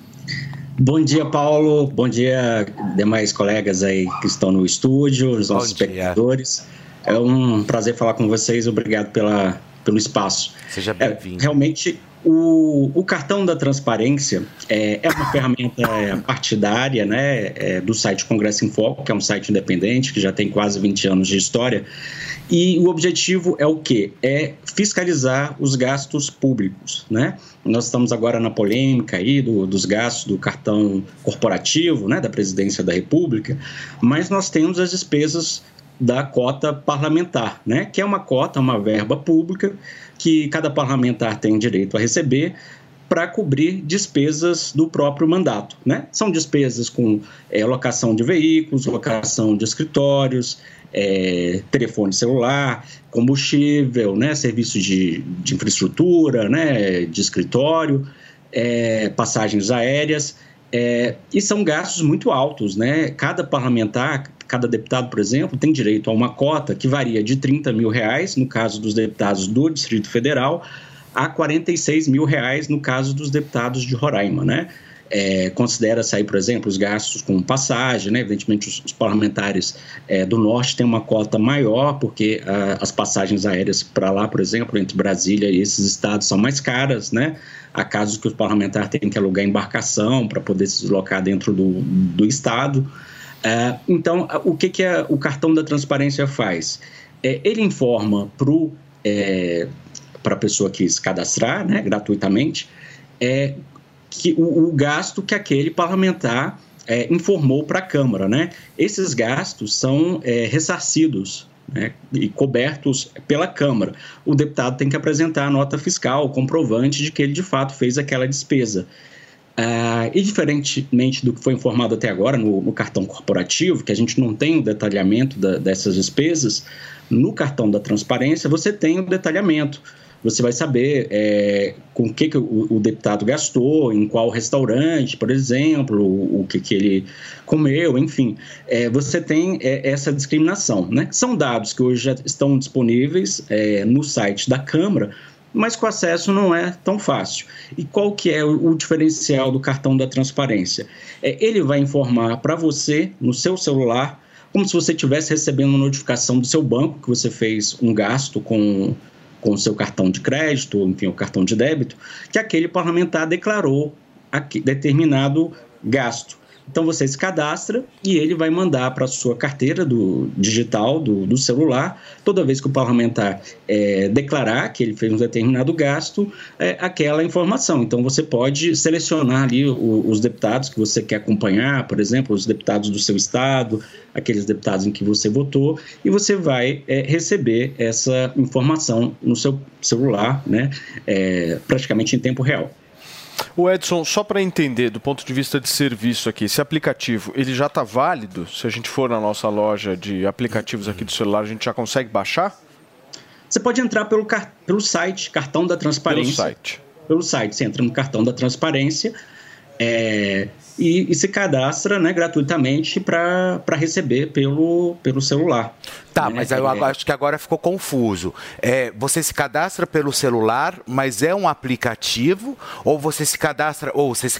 Bom dia, Paulo. Bom dia, demais colegas aí que estão no estúdio, os nossos espectadores. É um prazer falar com vocês. Obrigado pelo espaço. Seja bem-vindo. Realmente, o cartão da transparência é uma ferramenta partidária, né, do site Congresso em Foco, que é um site independente, que já tem quase 20 anos de história. E o objetivo é o quê? É fiscalizar os gastos públicos, né? Nós estamos agora na polêmica aí dos gastos do cartão corporativo, né, da Presidência da República, mas nós temos as despesas da cota parlamentar, né, que é uma cota, uma verba pública que cada parlamentar tem direito a receber para cobrir despesas do próprio mandato, né? São despesas com locação de veículos, locação de escritórios, telefone celular, combustível, né, serviços de infraestrutura, né, de escritório, passagens aéreas, e são gastos muito altos, né? Cada parlamentar, cada deputado, por exemplo, tem direito a uma cota que varia de R$30 mil, no caso dos deputados do Distrito Federal, a R$46 mil no caso dos deputados de Roraima, né? Considera-se aí, por exemplo, os gastos com passagem, né? Evidentemente os parlamentares do Norte têm uma cota maior, porque as passagens aéreas para lá, por exemplo, entre Brasília e esses estados são mais caras, né? Há casos que os parlamentares têm que alugar embarcação para poder se deslocar dentro do estado. Então, o que o cartão da transparência faz? Ele informa para a pessoa que se cadastrar, né, gratuitamente, que o gasto que aquele parlamentar informou para a Câmara, né? Esses gastos são ressarcidos, né, e cobertos pela Câmara. O deputado tem que apresentar a nota fiscal, o comprovante de que ele de fato fez aquela despesa. E diferentemente do que foi informado até agora no cartão corporativo, que a gente não tem o detalhamento dessas despesas, no cartão da transparência você tem o detalhamento. Você vai saber com o que o deputado gastou, em qual restaurante, por exemplo, o que ele comeu, enfim. Você tem essa discriminação, né? São dados que hoje já estão disponíveis no site da Câmara, mas com acesso não é tão fácil. E qual que é o diferencial do cartão da transparência? Ele vai informar para você, no seu celular, como se você estivesse recebendo uma notificação do seu banco, que você fez um gasto com o seu cartão de crédito, enfim, o cartão de débito, que aquele parlamentar declarou determinado gasto. Então você se cadastra e ele vai mandar para a sua carteira digital do celular, toda vez que o parlamentar declarar que ele fez um determinado gasto, aquela informação. Então você pode selecionar ali os deputados que você quer acompanhar, por exemplo, os deputados do seu estado, aqueles deputados em que você votou, e você vai receber essa informação no seu celular, né, praticamente em tempo real. O Edson, só para entender, do ponto de vista de serviço aqui, esse aplicativo, ele já está válido? Se a gente for na nossa loja de aplicativos aqui do celular, a gente já consegue baixar? Você pode entrar pelo site, Cartão da Transparência. Pelo site, você entra no Cartão da Transparência e se cadastra, né, gratuitamente para receber pelo celular. Tá, mas eu acho que agora ficou confuso. Você se cadastra pelo celular, mas é um aplicativo, ou você se cadastra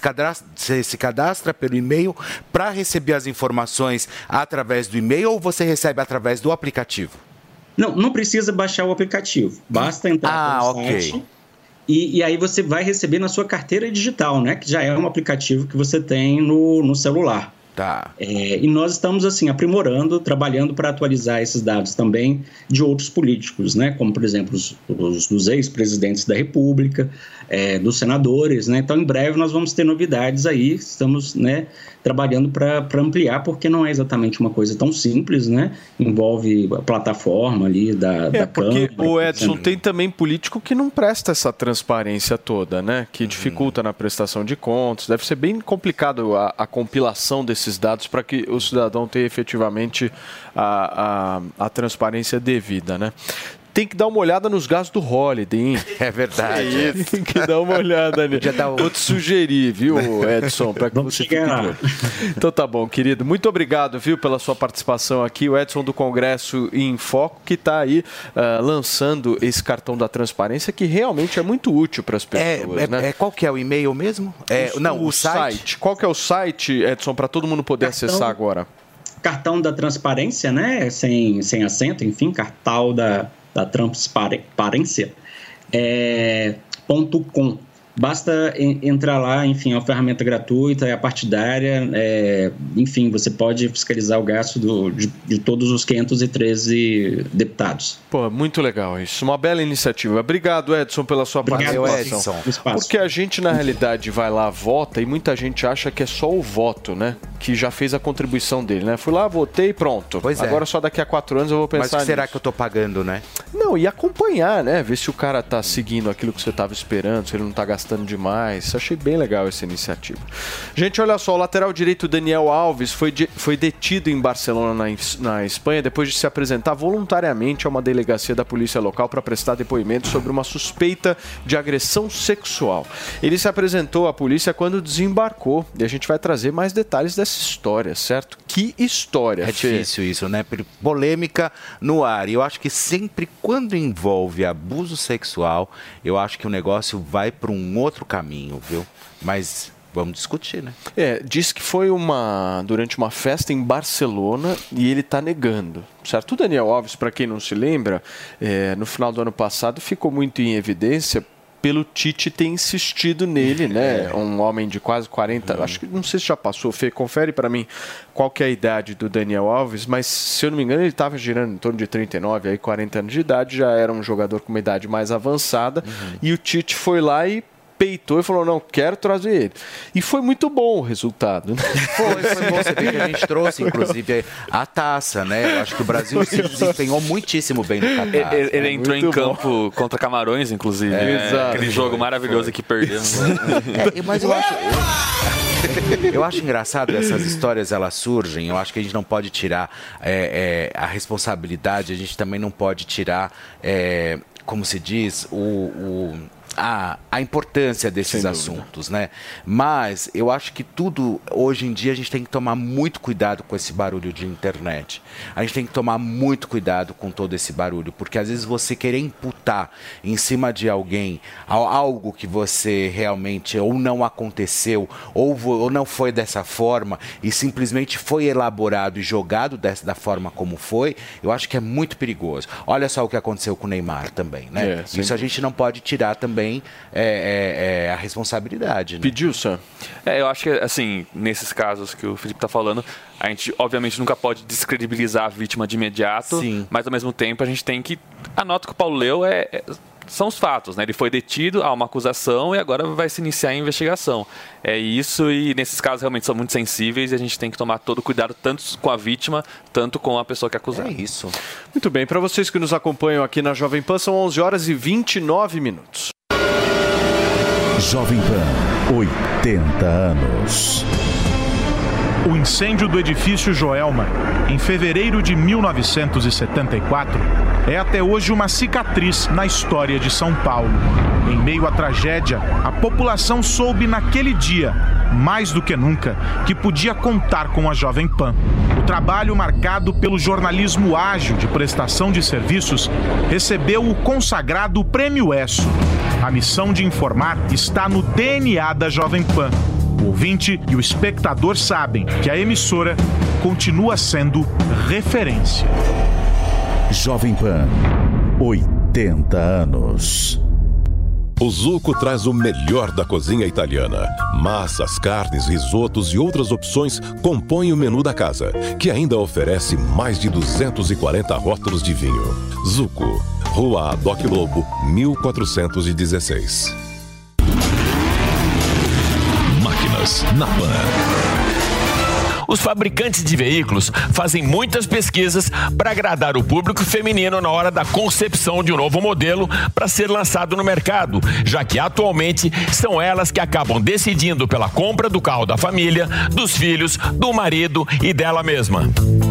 pelo e-mail para receber as informações através do e-mail, ou você recebe através do aplicativo? Não precisa baixar o aplicativo. Basta entrar no site. E aí você vai receber na sua carteira digital, né? Que já é um aplicativo que você tem no celular. Tá. E nós estamos, assim, aprimorando, trabalhando para atualizar esses dados também de outros políticos, né? Como, por exemplo, os ex-presidentes da República, dos senadores, né? Então, em breve, nós vamos ter novidades aí. Estamos, né, trabalhando para ampliar, porque não é exatamente uma coisa tão simples, né? Envolve a plataforma ali da Câmara. Porque, o Edson, tem também político que não presta essa transparência toda, né? Que dificulta na prestação de contas. Deve ser bem complicado a compilação desses dados para que o cidadão tenha efetivamente a transparência devida, né? Tem que dar uma olhada nos gastos do Holiday, hein? É verdade. Tem que dar uma olhada ali. Vou te sugerir, viu, Edson? Para que você fique de olho. Então tá bom, querido. Muito obrigado, viu, pela sua participação aqui. O Edson do Congresso em Foco, que está aí lançando esse cartão da transparência, que realmente é muito útil para as pessoas, né? Qual que é o e-mail mesmo? O site. Qual que é o site, Edson, para todo mundo poder acessar agora? Cartão da transparência, né? Sem acento, enfim, cartão da transparência, .com. Basta entrar lá, enfim, é uma ferramenta gratuita, é partidária, enfim, você pode fiscalizar o gasto de todos os 513 deputados. Pô, muito legal isso, uma bela iniciativa. Obrigado, Edson, pela sua participação. Porque a gente, na realidade, vai lá, vota, e muita gente acha que é só o voto, né? Que já fez a contribuição dele, né? Fui lá, votei e pronto. Agora só daqui a 4 anos eu vou pensar nisso. Mas será que eu tô pagando, né? Não, e acompanhar, né? Ver se o cara tá seguindo aquilo que você tava esperando, se ele não tá gastando gastando demais. Achei bem legal essa iniciativa. Gente, olha só, o lateral direito Daniel Alves foi detido em Barcelona, na Espanha, depois de se apresentar voluntariamente a uma delegacia da polícia local para prestar depoimento sobre uma suspeita de agressão sexual. Ele se apresentou à polícia quando desembarcou e a gente vai trazer mais detalhes dessa história, certo? Que história, É difícil isso, né? Polêmica no ar. E eu acho que sempre quando envolve abuso sexual, eu acho que o negócio vai para um outro caminho, viu? Mas vamos discutir, né? Diz que foi durante uma festa em Barcelona e ele está negando, certo? O Daniel Alves, para quem não se lembra, no final do ano passado ficou muito em evidência pelo Tite ter insistido nele, né? Um homem de quase 40, acho que não sei se já passou, Fê, confere para mim qual que é a idade do Daniel Alves, mas se eu não me engano ele estava girando em torno de 39, aí 40 anos de idade, já era um jogador com uma idade mais avançada, e o Tite foi lá e peitou e falou, não, quero trazer ele. E foi muito bom o resultado. Né? Foi bom. Você vê que a gente trouxe, inclusive, a taça, né? Eu acho que o Brasil se desempenhou muitíssimo bem no Catar. Ele entrou em campo contra Camarões, inclusive. Aquele jogo maravilhoso que perdemos. Mas eu acho engraçado essas histórias, elas surgem. Eu acho que a gente não pode tirar a responsabilidade, a gente também não pode tirar, como se diz, a importância desses assuntos, né? Mas eu acho que tudo, hoje em dia, a gente tem que tomar muito cuidado com esse barulho de internet. A gente tem que tomar muito cuidado com todo esse barulho, porque às vezes você querer imputar em cima de alguém algo que você realmente ou não aconteceu, ou não foi dessa forma, e simplesmente foi elaborado e jogado da forma como foi, eu acho que é muito perigoso. Olha só o que aconteceu com o Neymar também, né? Isso a gente não pode tirar também a responsabilidade. Né? Pediu, Sam? Eu acho que, assim, nesses casos que o Felipe está falando, a gente, obviamente, nunca pode descredibilizar a vítima de imediato, mas, ao mesmo tempo, a gente tem que... A nota que o Paulo leu são os fatos, né? Ele foi detido, há uma acusação e agora vai se iniciar a investigação. É isso, e nesses casos realmente são muito sensíveis e a gente tem que tomar todo cuidado, tanto com a vítima, tanto com a pessoa que é acusada. É isso. Muito bem, para vocês que nos acompanham aqui na Jovem Pan, são 11 horas e 29 minutos. Jovem Pan, 80 anos. O incêndio do edifício Joelma, em fevereiro de 1974, é até hoje uma cicatriz na história de São Paulo. Em meio à tragédia, a população soube naquele dia, mais do que nunca, que podia contar com a Jovem Pan. O trabalho marcado pelo jornalismo ágil de prestação de serviços recebeu o consagrado Prêmio ESSO. A missão de informar está no DNA da Jovem Pan. O ouvinte e o espectador sabem que a emissora continua sendo referência. Jovem Pan, 80 anos. O Zucco traz o melhor da cozinha italiana. Massas, carnes, risotos e outras opções compõem o menu da casa, que ainda oferece mais de 240 rótulos de vinho. Zucco, Rua Adoc Lobo, 1416. Máquinas na Pan. Os fabricantes de veículos fazem muitas pesquisas para agradar o público feminino na hora da concepção de um novo modelo para ser lançado no mercado, já que atualmente são elas que acabam decidindo pela compra do carro da família, dos filhos, do marido e dela mesma.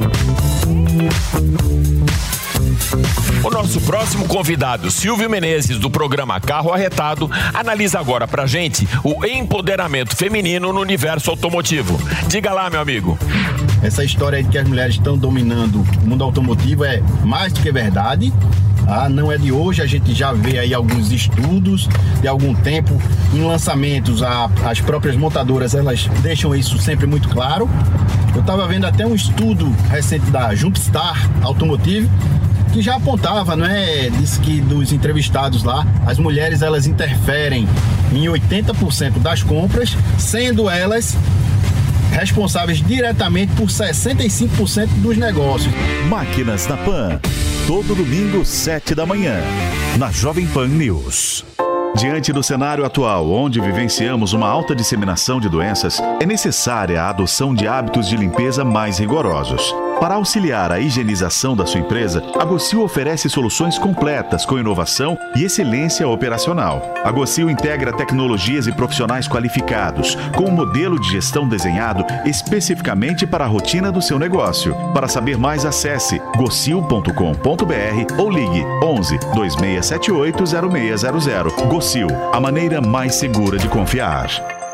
O nosso próximo convidado, Silvio Menezes, do programa Carro Arretado, analisa agora pra gente o empoderamento feminino no universo automotivo. Diga lá, meu amigo. Essa história de que as mulheres estão dominando o mundo automotivo é mais do que verdade. Não é de hoje, a gente já vê aí alguns estudos de algum tempo em lançamentos, as próprias montadoras elas deixam isso sempre muito claro. Eu estava vendo até um estudo recente da Jumpstar Automotive que já apontava, disse que dos entrevistados lá, as mulheres elas interferem em 80% das compras, sendo elas responsáveis diretamente por 65% dos negócios. Máquinas na Pan, todo domingo, 7 da manhã, na Jovem Pan News. Diante do cenário atual, onde vivenciamos uma alta disseminação de doenças, é necessária a adoção de hábitos de limpeza mais rigorosos. Para auxiliar a higienização da sua empresa, a Gocil oferece soluções completas com inovação e excelência operacional. A Gocil integra tecnologias e profissionais qualificados, com um modelo de gestão desenhado especificamente para a rotina do seu negócio. Para saber mais, acesse gocil.com.br ou ligue 11 2678 0600. Gocil, a maneira mais segura de confiar.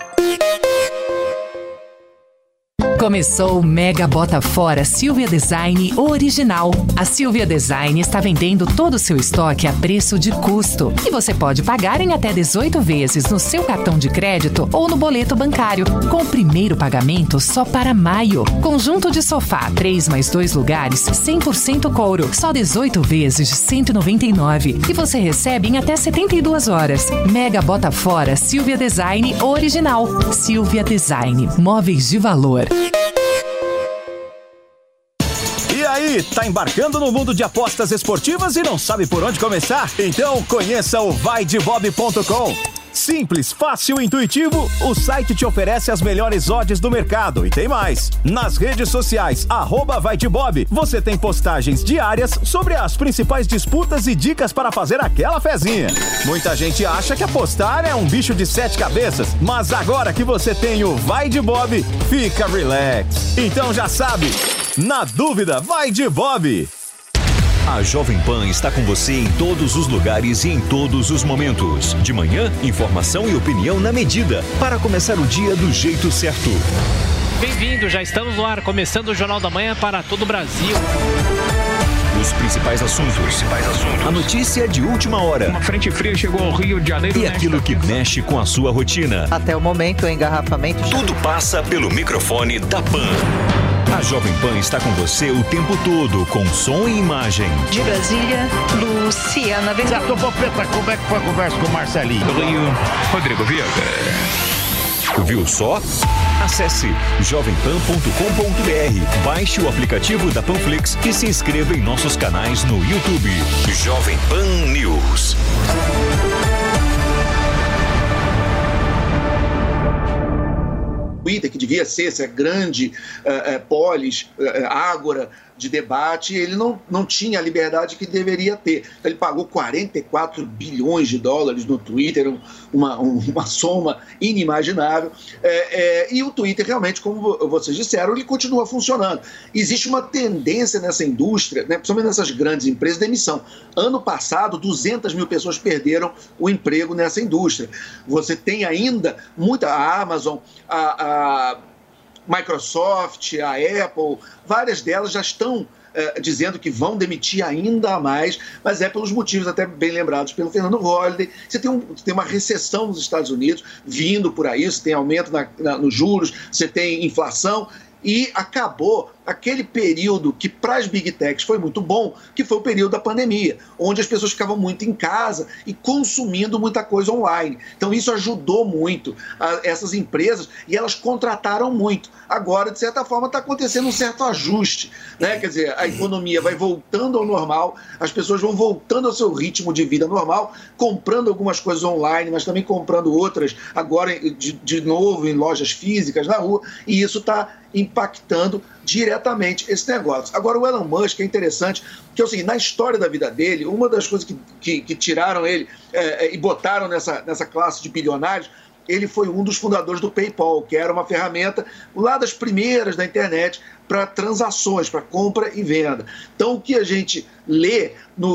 Começou o Mega Bota Fora Silvia Design Original. A Silvia Design está vendendo todo o seu estoque a preço de custo. E você pode pagar em até 18 vezes no seu cartão de crédito ou no boleto bancário, com o primeiro pagamento só para maio. Conjunto de sofá, 3 mais 2 lugares, 100% couro, só 18 vezes de R$ 199. E você recebe em até 72 horas. Mega Bota Fora Silvia Design Original. Silvia Design, móveis de valor. E aí, tá embarcando no mundo de apostas esportivas e não sabe por onde começar? Então conheça o vaidebob.com. Simples, fácil e intuitivo, o site te oferece as melhores odds do mercado. E tem mais. Nas redes sociais, @vaidebob, você tem postagens diárias sobre as principais disputas e dicas para fazer aquela fezinha. Muita gente acha que apostar é um bicho de 7 cabeças, mas agora que você tem o Vai de Bob, fica relax. Então já sabe, na dúvida, vai de Bob. A Jovem Pan está com você em todos os lugares e em todos os momentos. De manhã, informação e opinião na medida, para começar o dia do jeito certo. Bem-vindo, já estamos no ar, começando o Jornal da Manhã para todo o Brasil. Os principais assuntos. A notícia de última hora. Uma frente fria chegou ao Rio de Janeiro. E aquilo que mexe com a sua rotina. Até o momento, o engarrafamento... Tudo passa pelo microfone da Pan. A Jovem Pan está com você o tempo todo, com som e imagem. De Brasília, Luciana Ventura. Popeta, como é que foi a conversa com o Marcelinho? Do Rio, Rodrigo Viega. Viu só? Acesse jovempan.com.br, baixe o aplicativo da Panflix e se inscreva em nossos canais no YouTube. Jovem Pan News. Twitter, que devia ser essa grande polis, ágora de debate, ele não tinha a liberdade que deveria ter. Ele pagou 44 bilhões de dólares no Twitter, uma soma inimaginável. E o Twitter realmente, como vocês disseram, ele continua funcionando. Existe uma tendência nessa indústria, né, principalmente nessas grandes empresas, de demissão. Ano passado, 200 mil pessoas perderam o emprego nessa indústria. Você tem ainda a Amazon, a Microsoft, a Apple, várias delas já estão dizendo que vão demitir ainda mais, mas é pelos motivos até bem lembrados pelo Fernando Holliday. Você tem uma recessão nos Estados Unidos vindo por aí, você tem aumento nos juros, você tem inflação, e acabou aquele período que para as Big Techs foi muito bom, que foi o período da pandemia, onde as pessoas ficavam muito em casa e consumindo muita coisa online. Então isso ajudou muito essas empresas e elas contrataram muito. Agora, de certa forma, está acontecendo um certo ajuste, né? Quer dizer, a economia vai voltando ao normal, as pessoas vão voltando ao seu ritmo de vida normal, comprando algumas coisas online, mas também comprando outras agora de novo em lojas físicas na rua, e isso está impactando diretamente esse negócio. Agora, o Elon Musk é interessante, que é o seguinte, na história da vida dele, uma das coisas que tiraram ele e botaram nessa classe de bilionários, ele foi um dos fundadores do PayPal, que era uma ferramenta lá das primeiras da internet para transações, para compra e venda. Então, o que a gente lê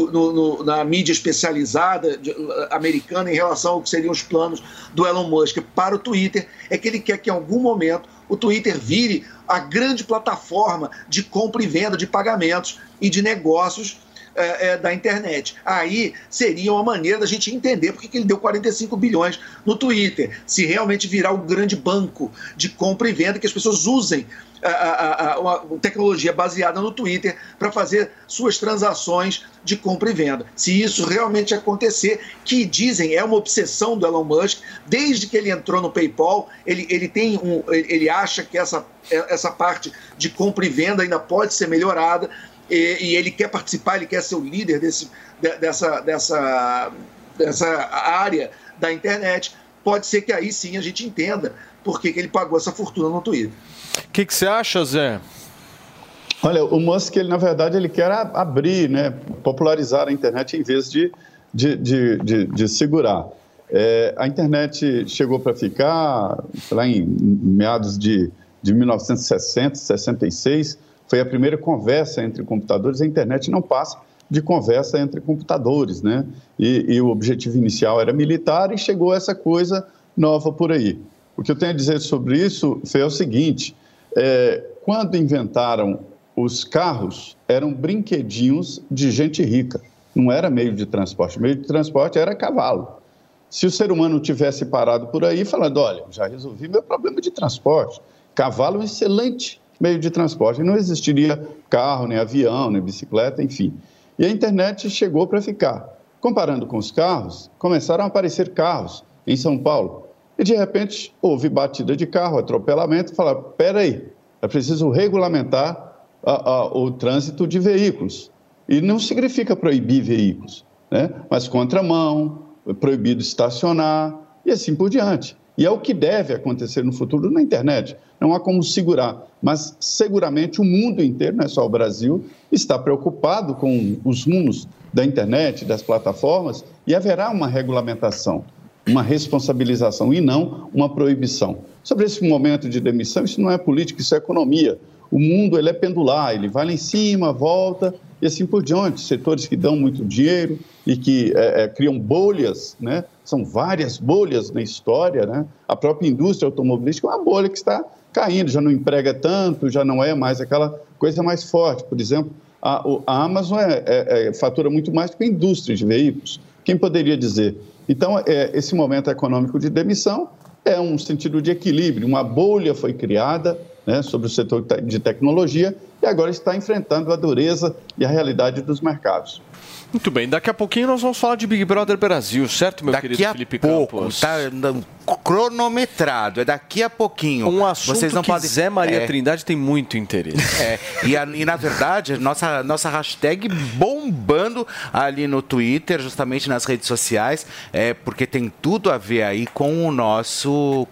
na mídia especializada americana em relação ao que seriam os planos do Elon Musk para o Twitter é que ele quer que em algum momento o Twitter vire a grande plataforma de compra e venda de pagamentos e de negócios da internet. Aí seria uma maneira da gente entender por que ele deu 45 bilhões no Twitter. Se realmente virar um grande banco de compra e venda, que as pessoas usem uma tecnologia baseada no Twitter para fazer suas transações de compra e venda. Se isso realmente acontecer, que dizem é uma obsessão do Elon Musk, desde que ele entrou no PayPal, ele acha que essa parte de compra e venda ainda pode ser melhorada, e ele quer participar, ele quer ser o líder dessa área da internet. Pode ser que aí sim a gente entenda por que ele pagou essa fortuna no Twitter. O que você acha, Zé? Olha, o Musk, ele, na verdade, ele quer abrir, né, popularizar a internet em vez de segurar. A internet chegou para ficar lá em meados de 1960, 66, foi a primeira conversa entre computadores. A internet não passa de conversa entre computadores, né? E o objetivo inicial era militar e chegou essa coisa nova por aí. O que eu tenho a dizer sobre isso foi o seguinte, quando inventaram os carros, eram brinquedinhos de gente rica, não era meio de transporte. O meio de transporte era cavalo. Se o ser humano tivesse parado por aí falando, olha, já resolvi meu problema de transporte, cavalo é um excelente meio de transporte, não existiria carro, nem avião, nem bicicleta, enfim. E a internet chegou para ficar. Comparando com os carros, começaram a aparecer carros em São Paulo. E, de repente, houve batida de carro, atropelamento, falaram, peraí, é preciso regulamentar o trânsito de veículos. E não significa proibir veículos, né? Mas contramão, proibido estacionar e assim por diante. E é o que deve acontecer no futuro na internet. Não há como segurar, mas seguramente o mundo inteiro, não é só o Brasil, está preocupado com os rumos da internet, das plataformas, e haverá uma regulamentação, uma responsabilização e não uma proibição. Sobre esse momento de demissão, isso não é política, isso é economia. O mundo, ele é pendular, ele vai lá em cima, volta e assim por diante. Setores que dão muito dinheiro e que criam bolhas, né? São várias bolhas na história, né? A própria indústria automobilística é uma bolha que está caindo, já não emprega tanto, já não é mais aquela coisa mais forte. Por exemplo, a Amazon fatura muito mais do que a indústria de veículos. Quem poderia dizer? Então, esse momento econômico de demissão é um sentido de equilíbrio. Uma bolha foi criada, né, sobre o setor de tecnologia e agora está enfrentando a dureza e a realidade dos mercados. Muito bem, daqui a pouquinho nós vamos falar de Big Brother Brasil, certo, meu querido Felipe Campos? Daqui a pouco, está cronometrado, é daqui a pouquinho. Um assunto Vocês não que podem... Zé Maria Trindade tem muito interesse. E na verdade, nossa hashtag bombando ali no Twitter, justamente nas redes sociais, porque tem tudo a ver aí com o nosso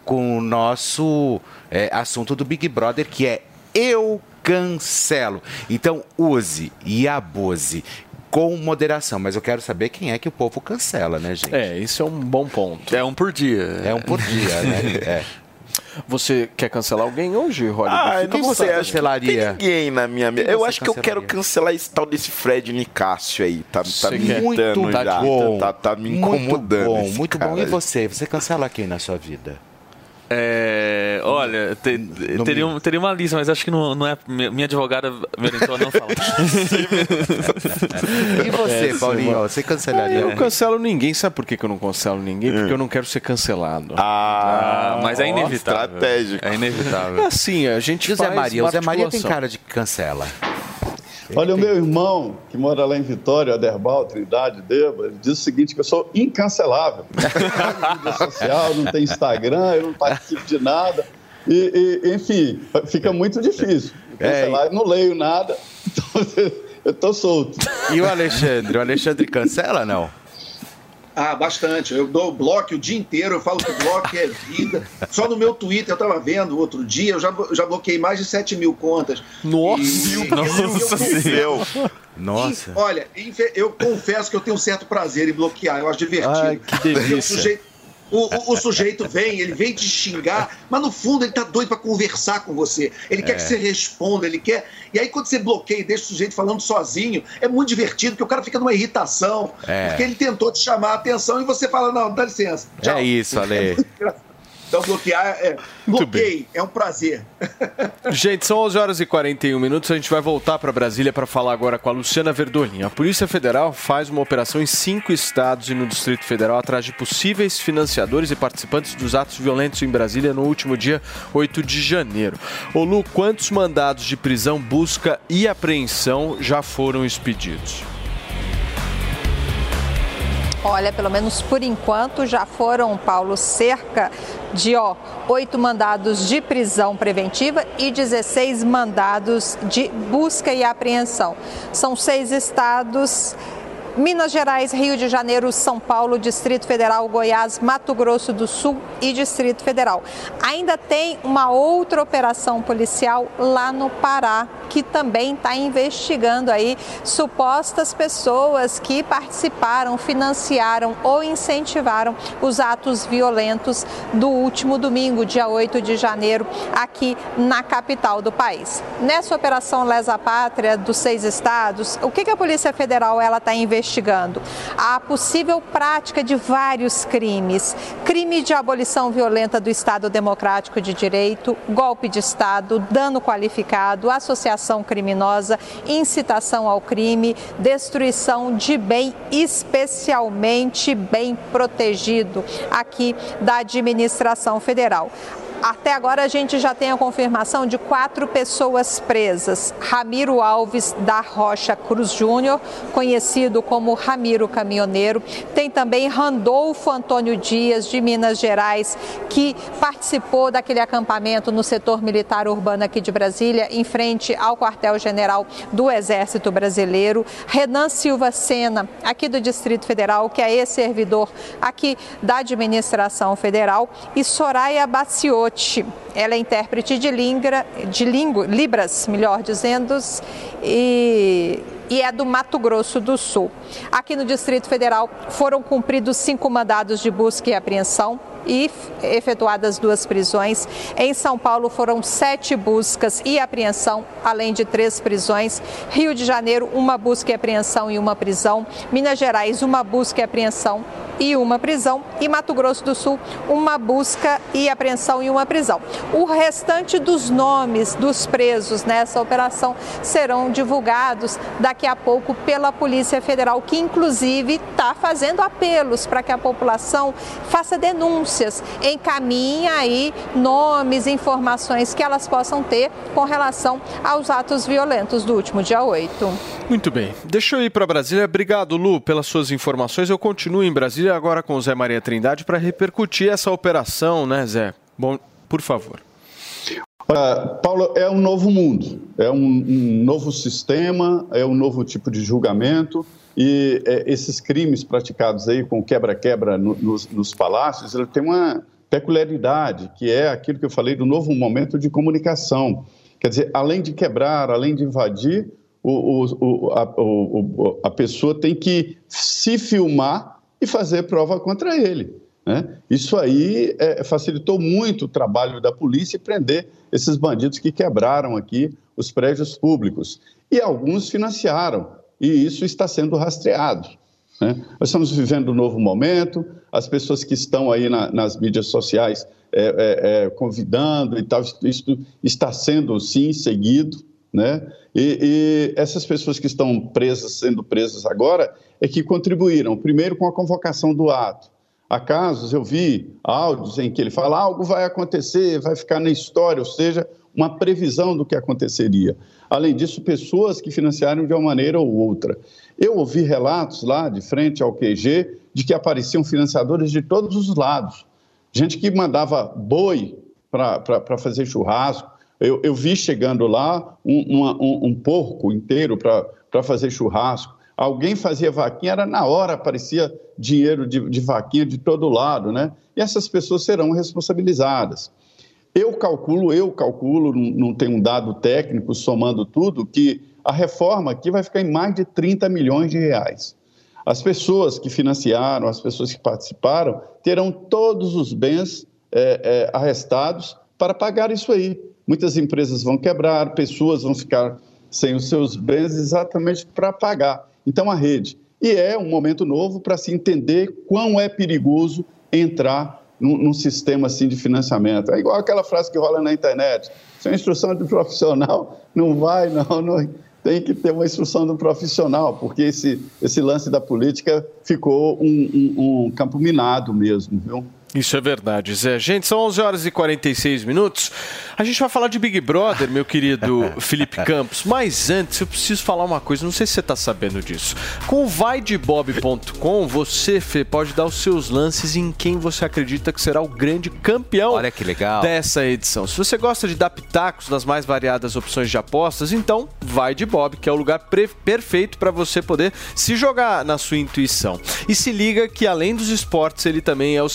assunto do Big Brother, que é eu cancelo. Então, use e abuse com moderação, mas eu quero saber quem é que o povo cancela, né, gente? Isso é um bom ponto. É um por dia. É um por dia, né? Você quer cancelar alguém hoje, Rony? Quem você cancelaria? Não tem ninguém na minha mesa. Eu acho que eu quero cancelar esse tal desse Fred Nicásio aí. Tá me irritando já. Tá me incomodando. Muito bom. E você? Você cancela quem na sua vida? Olha, teria uma lista, mas acho que não é. Minha advogada me orientou a não falar. E você, Paulinho? Você cancelaria? Eu não cancelo ninguém. Sabe por que eu não cancelo ninguém? Porque eu não quero ser cancelado. Mas é inevitável. Estratégico. É inevitável. É assim, a gente faz o Zé Maria tem cara de que cancela. Olha, o meu irmão, que mora lá em Vitória, Aderbal, Trindade, Deba, ele diz o seguinte, que eu sou incancelável. Não tenho mídia social, não tenho Instagram, eu não participo de nada. Enfim, fica muito difícil. Eu não leio nada, então eu estou solto. E o Alexandre? O Alexandre cancela, não? Bastante. Eu dou bloco o dia inteiro, eu falo que bloco é vida. Só no meu Twitter, eu estava vendo outro dia, eu já bloqueei mais de 7 mil contas. Nossa! Nossa! Olha, eu confesso que eu tenho um certo prazer em bloquear, eu acho divertido. Ai, que delícia. O sujeito ele vem te xingar, mas no fundo ele tá doido para conversar com você. Ele quer que você responda, ele quer... E aí quando você bloqueia e deixa o sujeito falando sozinho, é muito divertido, porque o cara fica numa irritação, porque ele tentou te chamar a atenção e você fala, não, dá licença. Tchau. É isso, Ale. Então bloquear, bloqueei, é um prazer. Gente, são 11h41, a gente vai voltar para Brasília para falar agora com a Luciana Verdolim. A Polícia Federal faz uma operação em 5 estados e no Distrito Federal atrás de possíveis financiadores e participantes dos atos violentos em Brasília no último dia 8 de janeiro. Ô Lu, quantos mandados de prisão, busca e apreensão já foram expedidos? Olha, pelo menos por enquanto já foram, Paulo, cerca de 8 mandados de prisão preventiva e 16 mandados de busca e apreensão. São 6 estados: Minas Gerais, Rio de Janeiro, São Paulo, Distrito Federal, Goiás, Mato Grosso do Sul e Distrito Federal. Ainda tem uma outra operação policial lá no Pará, que também está investigando aí supostas pessoas que participaram, financiaram ou incentivaram os atos violentos do último domingo, dia 8 de janeiro, aqui na capital do país. Nessa operação Lesa Pátria dos 6 estados, o que a Polícia Federal está investigando? A possível prática de vários crimes. Crime de abolição violenta do Estado Democrático de Direito, golpe de Estado, dano qualificado, associação criminosa, incitação ao crime, destruição de bem especialmente bem protegido aqui da administração federal. Até agora a gente já tem a confirmação de 4 pessoas presas. Ramiro Alves da Rocha Cruz Júnior, conhecido como Ramiro Caminhoneiro. Tem também Randolfo Antônio Dias, de Minas Gerais, que participou daquele acampamento no setor militar urbano aqui de Brasília, em frente ao quartel-general do Exército Brasileiro. Renan Silva Sena, aqui do Distrito Federal, que é ex-servidor aqui da administração federal. E Soraya Baciotti, ela é intérprete de Libras, melhor dizendo, e é do Mato Grosso do Sul. Aqui no Distrito Federal foram cumpridos 5 mandados de busca e apreensão e efetuadas 2 prisões. Em São Paulo foram 7 buscas e apreensão, além de 3 prisões. Rio de Janeiro, 1 busca e apreensão e 1 prisão. Minas Gerais, 1 busca e apreensão e 1 prisão. E Mato Grosso do Sul, 1 busca e apreensão e 1 prisão. O restante dos nomes dos presos nessa operação serão divulgados daqui a pouco pela Polícia Federal, que inclusive está fazendo apelos para que a população faça denúncias, encaminhe aí nomes, informações que elas possam ter com relação aos atos violentos do último dia 8. Muito bem. Deixa eu ir para Brasília. Obrigado, Lu, pelas suas informações. Eu continuo em Brasília agora com o Zé Maria Trindade para repercutir essa operação, né, Zé? Bom, por favor. Paulo, é um novo mundo, é um novo sistema, é um novo tipo de julgamento e esses crimes praticados aí com quebra-quebra nos palácios, ele tem uma peculiaridade, que é aquilo que eu falei do novo momento de comunicação. Quer dizer, além de quebrar, além de invadir, a pessoa tem que se filmar e fazer prova contra ele, né? Isso aí facilitou muito o trabalho da polícia e prender esses bandidos que quebraram aqui os prédios públicos. E alguns financiaram, e isso está sendo rastreado, né? Nós estamos vivendo um novo momento, as pessoas que estão aí nas mídias sociais convidando e tal, isso está sendo, sim, seguido, né? E essas pessoas que estão sendo presas agora, é que contribuíram, primeiro com a convocação do ato. Há casos, eu vi áudios em que ele fala algo vai acontecer, vai ficar na história, ou seja, uma previsão do que aconteceria. Além disso, pessoas que financiaram de uma maneira ou outra. Eu ouvi relatos lá de frente ao QG de que apareciam financiadores de todos os lados. Gente que mandava boi para fazer churrasco. Eu vi chegando lá um porco inteiro para fazer churrasco. Alguém fazia vaquinha, era na hora, aparecia dinheiro de vaquinha de todo lado, né? E essas pessoas serão responsabilizadas. Eu calculo, não tem um dado técnico somando tudo, que a reforma aqui vai ficar em mais de 30 milhões de reais. As pessoas que financiaram, as pessoas que participaram, terão todos os bens arrestados para pagar isso aí. Muitas empresas vão quebrar, pessoas vão ficar sem os seus bens exatamente para pagar. Então, a rede. E é um momento novo para se entender quão é perigoso entrar num sistema assim de financiamento. É igual aquela frase que rola na internet. Se é instrução de profissional, não vai, não. Tem que ter uma instrução do profissional, porque esse lance da política ficou um campo minado mesmo, viu? Isso é verdade, Zé. Gente, são 11h46. A gente vai falar de Big Brother, meu querido Felipe Campos. Mas antes, eu preciso falar uma coisa. Não sei se você está sabendo disso. Com o vaidebob.com, você, Fê, pode dar os seus lances em quem você acredita que será o grande campeão. Olha que legal. Dessa edição. Se você gosta de dar pitacos nas mais variadas opções de apostas, então Vai de Bob, que é o lugar perfeito para você poder se jogar na sua intuição. E se liga que, além dos esportes, ele também é o seu parceiro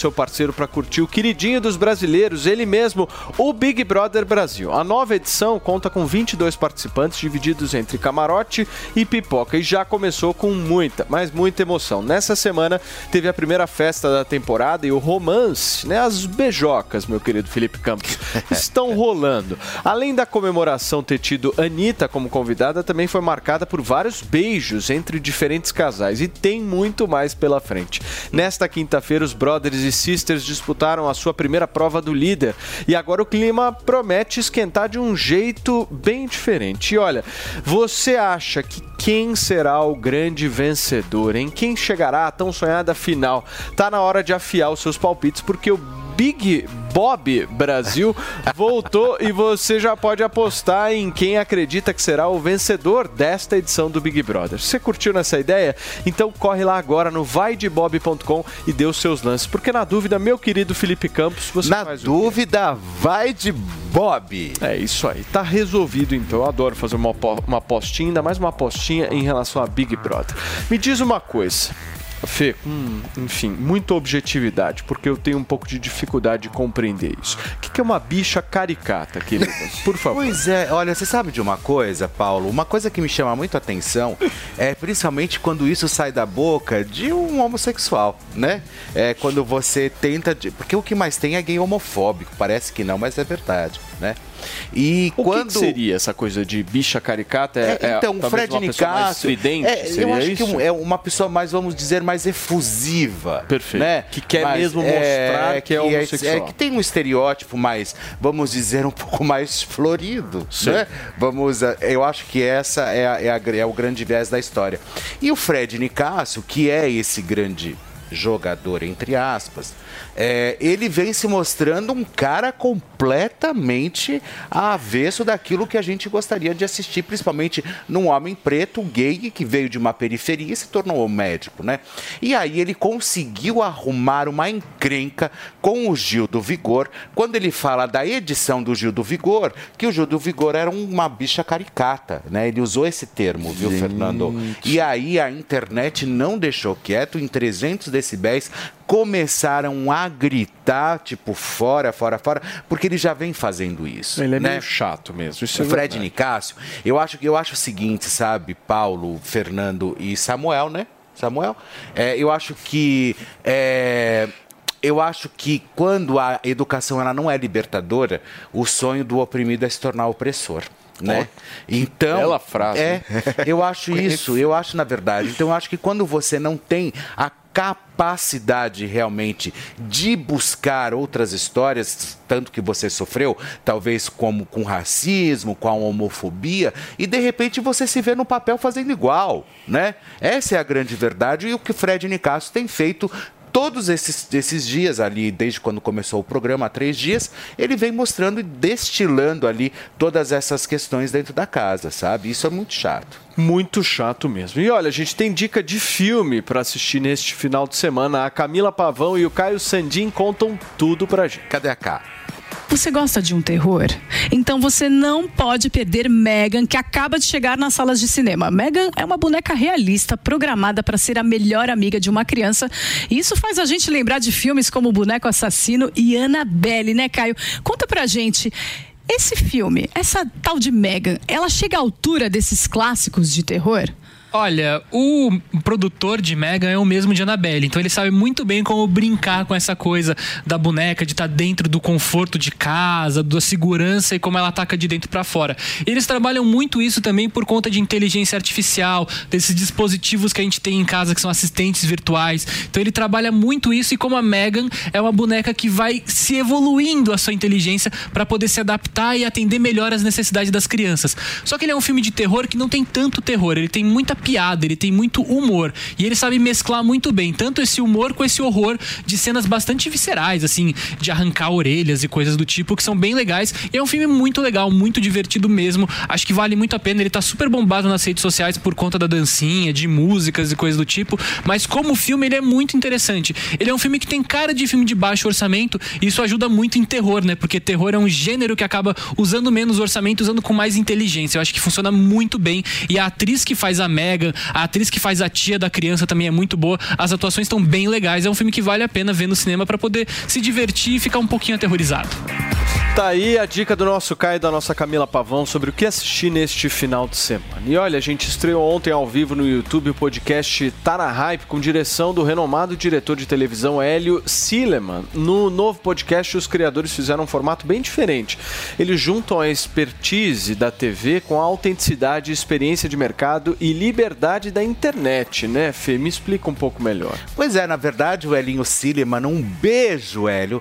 parceiro para curtir o queridinho dos brasileiros, ele mesmo, o Big Brother Brasil. A nova edição conta com 22 participantes divididos entre camarote e pipoca e já começou com muita, mas muita emoção. Nessa semana teve a primeira festa da temporada e o romance, né, as beijocas, meu querido Felipe Campos, estão rolando. Além da comemoração ter tido Anitta como convidada, também foi marcada por vários beijos entre diferentes casais e tem muito mais pela frente. Nesta quinta-feira, os Brothers e Sisters disputaram a sua primeira prova do líder e agora o clima promete esquentar de um jeito bem diferente. E olha, você acha que quem será o grande vencedor, hein? Quem chegará à tão sonhada final? Tá na hora de afiar os seus palpites, porque o Big Bob Brasil voltou e você já pode apostar em quem acredita que será o vencedor desta edição do Big Brother. Você curtiu nessa ideia? Então corre lá agora no vaidebob.com e dê os seus lances, porque na dúvida, meu querido Felipe Campos, você faz o quê? Na dúvida, vai de Bob. É isso aí, tá resolvido então. Eu adoro fazer uma apostinha, ainda mais uma apostinha em relação a Big Brother. Me diz uma coisa, Fê, enfim, muita objetividade, porque eu tenho um pouco de dificuldade de compreender isso. O que é uma bicha caricata, querida? Por favor. Pois é, olha, você sabe de uma coisa, Paulo? Uma coisa que me chama muito a atenção é principalmente quando isso sai da boca de um homossexual, né? É quando você tenta... Porque o que mais tem é gay homofóbico, parece que não, mas é verdade, né? E o que seria essa coisa de bicha caricata? Então, o Fred Nicásio, eu acho que é uma pessoa mais, vamos dizer, mais efusiva. Perfeito. Né? Que quer mesmo mostrar que é homossexual. Que tem um estereótipo mais, vamos dizer, um pouco mais florido. Né? Eu acho que essa é o grande viés da história. E o Fred Nicásio, que é esse grande jogador, entre aspas, ele vem se mostrando um cara completamente avesso daquilo que a gente gostaria de assistir, principalmente num homem preto, gay, que veio de uma periferia e se tornou médico, né? E aí ele conseguiu arrumar uma encrenca com o Gil do Vigor, quando ele fala da edição do Gil do Vigor, que o Gil do Vigor era uma bicha caricata, né? Ele usou esse termo, viu, Fernando? E aí a internet não deixou quieto, em 300 decibéis, começaram a gritar, tipo, fora, porque ele já vem fazendo isso. Ele é meio chato mesmo. O Fred Nicásio, eu acho o seguinte, sabe, Paulo, Fernando e Samuel, né? Eu acho que quando a educação ela não é libertadora, o sonho do oprimido é se tornar opressor. Né? Então, bela frase. Eu acho isso, na verdade. Então, eu acho que quando você não tem a capacidade realmente de buscar outras histórias, tanto que você sofreu, talvez como com racismo, com a homofobia, e de repente você se vê no papel fazendo igual, né? Essa é a grande verdade e o que o Fred Nicásio tem feito todos esses dias ali, desde quando começou o programa, há 3 dias, ele vem mostrando e destilando ali todas essas questões dentro da casa, sabe? Isso é muito chato. Muito chato mesmo. E olha, a gente tem dica de filme para assistir neste final de semana. A Camila Pavão e o Caio Sandin contam tudo pra gente. Cadê a Cá? Você gosta de um terror? Então você não pode perder Megan, que acaba de chegar nas salas de cinema. Megan é uma boneca realista, programada para ser a melhor amiga de uma criança. E isso faz a gente lembrar de filmes como O Boneco Assassino e Annabelle, né, Caio? Conta pra gente. Esse filme, essa tal de Megan, ela chega à altura desses clássicos de terror? Olha, o produtor de Megan é o mesmo de Annabelle, então ele sabe muito bem como brincar com essa coisa da boneca, de estar dentro do conforto de casa, da segurança e como ela ataca de dentro para fora. Eles trabalham muito isso também por conta de inteligência artificial, desses dispositivos que a gente tem em casa que são assistentes virtuais. Então ele trabalha muito isso e como a Megan é uma boneca que vai se evoluindo a sua inteligência para poder se adaptar e atender melhor às necessidades das crianças. Só que ele é um filme de terror que não tem tanto terror, ele tem muita piada, ele tem muito humor e ele sabe mesclar muito bem, tanto esse humor com esse horror de cenas bastante viscerais, assim, de arrancar orelhas e coisas do tipo, que são bem legais. E é um filme muito legal, muito divertido mesmo, acho que vale muito a pena. Ele tá super bombado nas redes sociais por conta da dancinha, de músicas e coisas do tipo, mas como filme ele é muito interessante. Ele é um filme que tem cara de filme de baixo orçamento e isso ajuda muito em terror, né, porque terror é um gênero que acaba usando menos orçamento, usando com mais inteligência. Eu acho que funciona muito bem e a atriz que faz a Megan Meghan. A atriz que faz a tia da criança também é muito boa. As atuações estão bem legais. É um filme que vale a pena ver no cinema para poder se divertir e ficar um pouquinho aterrorizado. Tá aí a dica do nosso Caio e da nossa Camila Pavão sobre o que assistir neste final de semana. E olha, a gente estreou ontem ao vivo no YouTube o podcast Tá na Hype, com direção do renomado diretor de televisão Hélio Silliman. No novo podcast, os criadores fizeram um formato bem diferente. Eles juntam a expertise da TV com a autenticidade, experiência de mercado e liberdade da internet, né, Fê? Me explica um pouco melhor. Pois é, na verdade, o Helinho Silliman, um beijo, Hélio,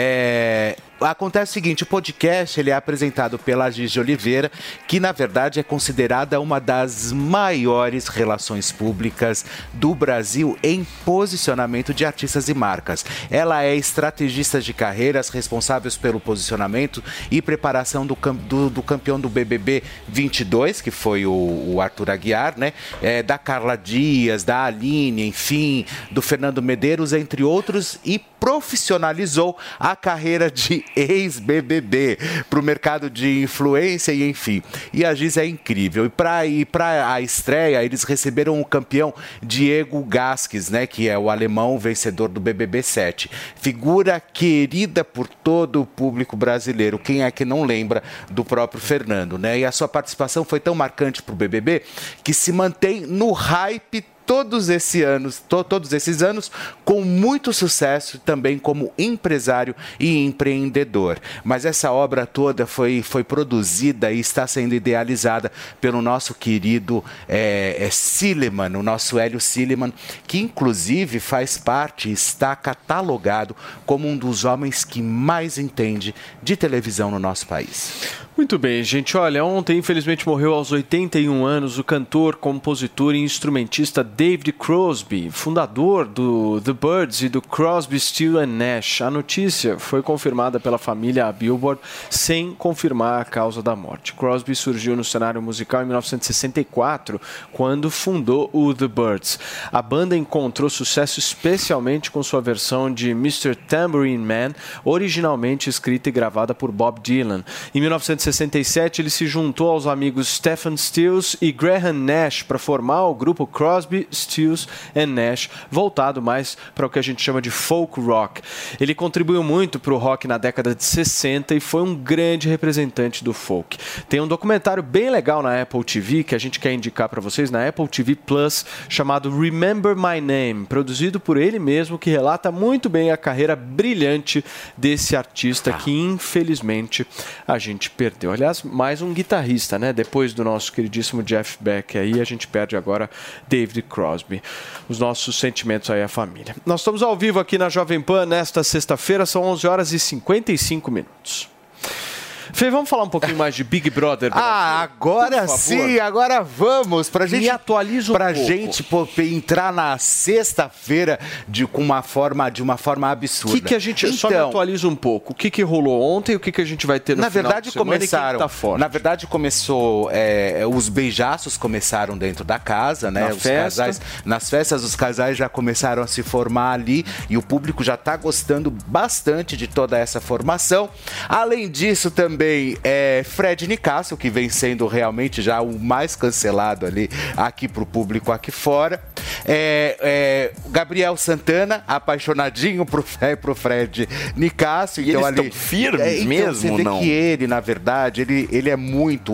acontece o seguinte, o podcast ele é apresentado pela Gigi Oliveira, que na verdade é considerada uma das maiores relações públicas do Brasil em posicionamento de artistas e marcas. Ela é estrategista de carreiras, responsáveis pelo posicionamento e preparação do campeão do BBB 22, que foi o Arthur Aguiar, né? Da Carla Dias, da Aline, enfim, do Fernando Medeiros, entre outros, e profissionalizou a carreira de ex-BBB para o mercado de influência e enfim. E a Giz é incrível. E para a estreia, eles receberam o campeão Diego Gasquez, né, que é o alemão vencedor do BBB 7. Figura querida por todo o público brasileiro. Quem é que não lembra do próprio Fernando, né? E a sua participação foi tão marcante para o BBB que se mantém no hype todos esses anos com muito sucesso também como empresário e empreendedor. Mas essa obra toda foi produzida e está sendo idealizada pelo nosso querido Silliman, o nosso Hélio Silliman, que inclusive faz parte, está catalogado como um dos homens que mais entende de televisão no nosso país. Muito bem, gente. Olha, ontem infelizmente morreu aos 81 anos o cantor, compositor e instrumentista David Crosby, fundador do The Byrds e do Crosby, Stills Nash. A notícia foi confirmada pela família Billboard sem confirmar a causa da morte. Crosby surgiu no cenário musical em 1964, quando fundou o The Byrds. A banda encontrou sucesso especialmente com sua versão de Mr. Tambourine Man, originalmente escrita e gravada por Bob Dylan. Em 1967, ele se juntou aos amigos Stephen Stills e Graham Nash para formar o grupo Crosby, Stills Nash, voltado mais para o que a gente chama de folk rock. Ele contribuiu muito para o rock na década de 60 e foi um grande representante do folk. Tem um documentário bem legal na Apple TV que a gente quer indicar para vocês, na Apple TV Plus, chamado Remember My Name, produzido por ele mesmo, que relata muito bem a carreira brilhante desse artista que infelizmente a gente perdeu. Aliás, mais um guitarrista, né? Depois do nosso queridíssimo Jeff Beck aí, a gente perde agora David Crosby. Os nossos sentimentos aí à família. Nós estamos ao vivo aqui na Jovem Pan nesta sexta-feira, são 11 horas e 55 minutos. Fê, vamos falar um pouquinho mais de Big Brother? Agora sim, agora vamos. Me atualiza um pouco. Gente entrar na sexta-feira de uma forma absurda. O que a gente... Só me atualiza um pouco. O que rolou ontem e o que a gente vai ter no final de semana? Na verdade, começou... os beijaços começaram dentro da casa, né? Nas festas, os casais já começaram a se formar ali e o público já está gostando bastante de toda essa formação. Além disso, também Fred Nicásio, que vem sendo realmente já o mais cancelado ali aqui para o público aqui fora. Gabriel Santana, apaixonadinho pro Fred Nicásio. E então, eles estão firmes mesmo, você vê que ele, na verdade, ele é muito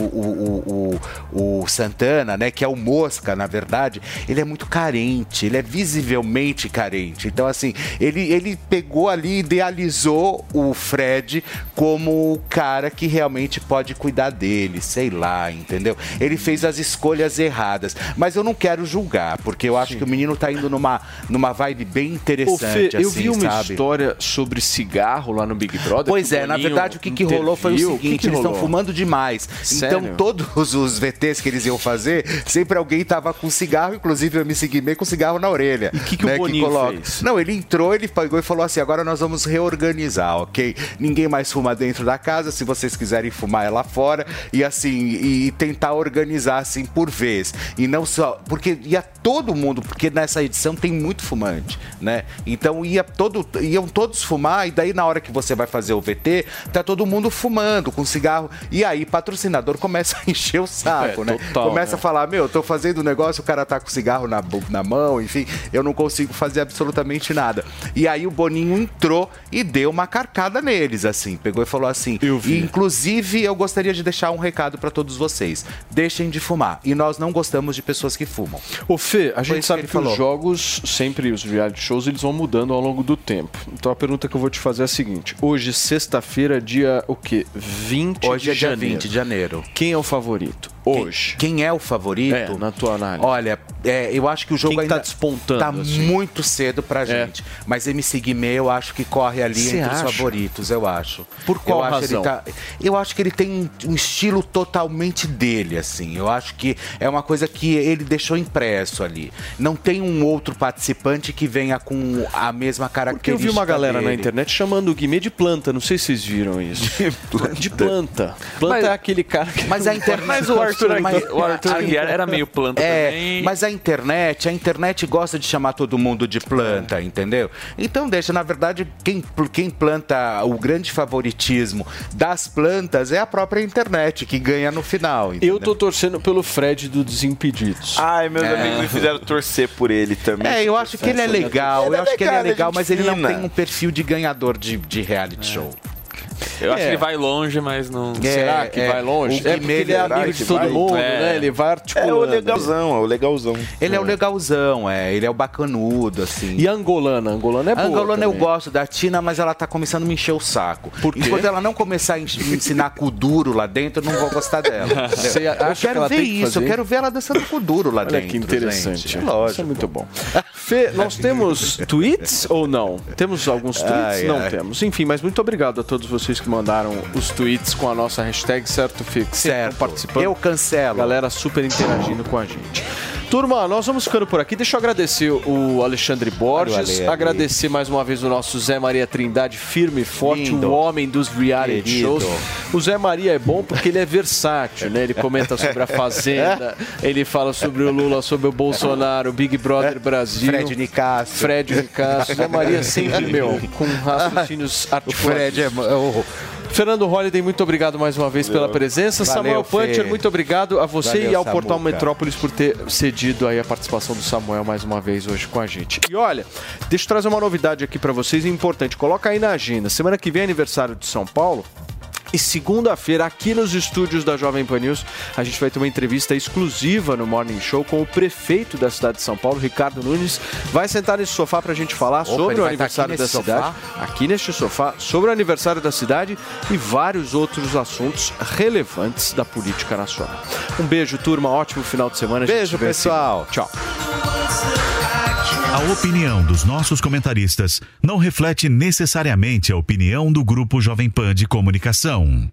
o Santana, né, que é o Mosca, na verdade, ele é muito carente, ele é visivelmente carente. Então, assim, ele pegou ali, idealizou o Fred como o cara que realmente pode cuidar dele, sei lá, entendeu? Ele fez as escolhas erradas, mas eu não quero julgar, porque eu acho que o menino tá indo numa vibe bem interessante. Fê, eu vi uma história sobre cigarro lá no Big Brother. Pois é, na verdade o que rolou foi o seguinte, eles estão fumando demais. Sério? Então todos os VTs que eles iam fazer, sempre alguém tava com cigarro, inclusive eu me segui meio com cigarro na orelha. E o Boninho fez? Não, ele entrou, ele pegou e falou assim, agora nós vamos reorganizar, ok? Ninguém mais fuma dentro da casa, se vocês quiserem fumar é lá fora, e assim, e tentar organizar assim por vez. E não só, porque ia todo mundo porque nessa edição tem muito fumante, né? Então iam todos fumar, e daí na hora que você vai fazer o VT, tá todo mundo fumando com cigarro, e aí patrocinador começa a encher o saco, né? Total, começa a falar, eu tô fazendo um negócio, o cara tá com cigarro na mão, enfim, eu não consigo fazer absolutamente nada. E aí o Boninho entrou e deu uma carcada neles, assim, pegou e falou assim, e, inclusive eu gostaria de deixar um recado para todos vocês, deixem de fumar, e nós não gostamos de pessoas que fumam. Ô Fê, a gente sabe que os jogos, sempre os reality shows, eles vão mudando ao longo do tempo. Então a pergunta que eu vou te fazer é a seguinte, hoje, sexta-feira, dia o quê? 20 hoje de é janeiro. dia 20 de janeiro. Quem é o favorito? Hoje. Quem é o favorito? Na tua análise. Olha, eu acho que o jogo Quem ainda tá despontando. Tá assim? muito cedo pra gente. Mas MC Guimê, eu acho que corre ali Cê entre os acha? favoritos, eu acho. Por qual razão? Eu acho que ele tem um estilo totalmente dele, assim. Eu acho que é uma coisa que ele deixou impresso ali. Não tem um outro participante que venha com a mesma característica. Porque eu vi uma galera dele. na internet chamando o Guimê de planta, não sei se vocês viram isso. De planta. Planta é aquele cara que... Mas a internet... Mas o Arthur Aguiar era meio planta também. Mas a internet gosta de chamar todo mundo de planta, entendeu? Então deixa, na verdade, quem planta o grande favoritismo das plantas é a própria internet, que ganha no final, entendeu? Eu tô torcendo pelo Fred do Desimpedidos. Ai, meus amigos me fizeram torcer por ele também. Eu acho que ele é legal, mas ele não tem um perfil de ganhador de reality show. Eu acho que ele vai longe, mas não... Será que vai longe? Porque ele é amigo de todo mundo, né? Ele vai articulando. É o legalzão. Ele é o legalzão, ele é o bacanudo, assim. E a Angolana? A Angolana é boa. A Angolana também. eu gosto da Tina, mas ela tá começando a me encher o saco. Por quê? Enquanto ela não começar a me ensinar com duro lá dentro, eu não vou gostar dela. Você acha eu quero que ela ver tem que isso, fazer? eu quero ver ela dançando com duro lá Olha dentro. que interessante. Gente. Lógico. Isso é muito bom. Fê, nós temos tweets ou não? Temos alguns tweets? Não temos. Enfim, mas muito obrigado a todos vocês que mandaram os tweets com a nossa hashtag, certo, Fê? Certo. Participando. Eu cancelo. Galera super interagindo com a gente. Turma, nós vamos ficando por aqui. Deixa eu agradecer o Alexandre Borges, agradecer mais uma vez o nosso Zé Maria Trindade, firme e forte, o homem dos reality shows. O Zé Maria é bom porque ele é versátil, né? Ele comenta sobre a Fazenda, ele fala sobre o Lula, sobre o Bolsonaro, Big Brother Brasil. Fred Nicastro. Zé Maria sempre, com raciocínios articulados. O Fred é... Fernando Holliday, muito obrigado mais uma vez pela presença. Valeu, Samuel Puncher, Fê. muito obrigado a você. Valeu, e ao Samuca. Portal Metrópolis por ter cedido aí a participação do Samuel mais uma vez hoje com a gente. E olha, deixa eu trazer uma novidade aqui para vocês, importante. Coloca aí na agenda. Semana que vem é aniversário de São Paulo. E segunda-feira, aqui nos estúdios da Jovem Pan News, a gente vai ter uma entrevista exclusiva no Morning Show com o prefeito da cidade de São Paulo, Ricardo Nunes. Vai sentar nesse sofá pra gente falar sobre o aniversário da cidade. Aqui neste sofá, sobre o aniversário da cidade e vários outros assuntos relevantes da política nacional. Um beijo, turma. Ótimo final de semana. Beijo, pessoal. Tchau. A opinião dos nossos comentaristas não reflete necessariamente a opinião do Grupo Jovem Pan de Comunicação.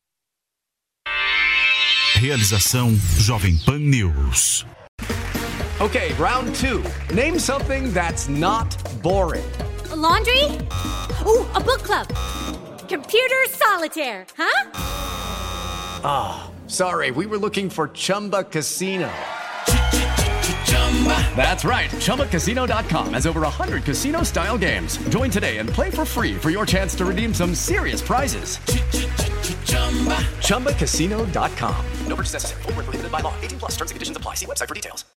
Realização Jovem Pan News. Okay, round 2. Name something that's not boring. A laundry? Ooh, a book club. Computer solitaire, huh? Ah, sorry, we were looking for Chumba Casino. That's right. ChumbaCasino.com has over 100 casino-style games. Join today and play for free for your chance to redeem some serious prizes. ChumbaCasino.com. No purchase necessary. Void where prohibited by law. 18+ terms and conditions apply. See website for details.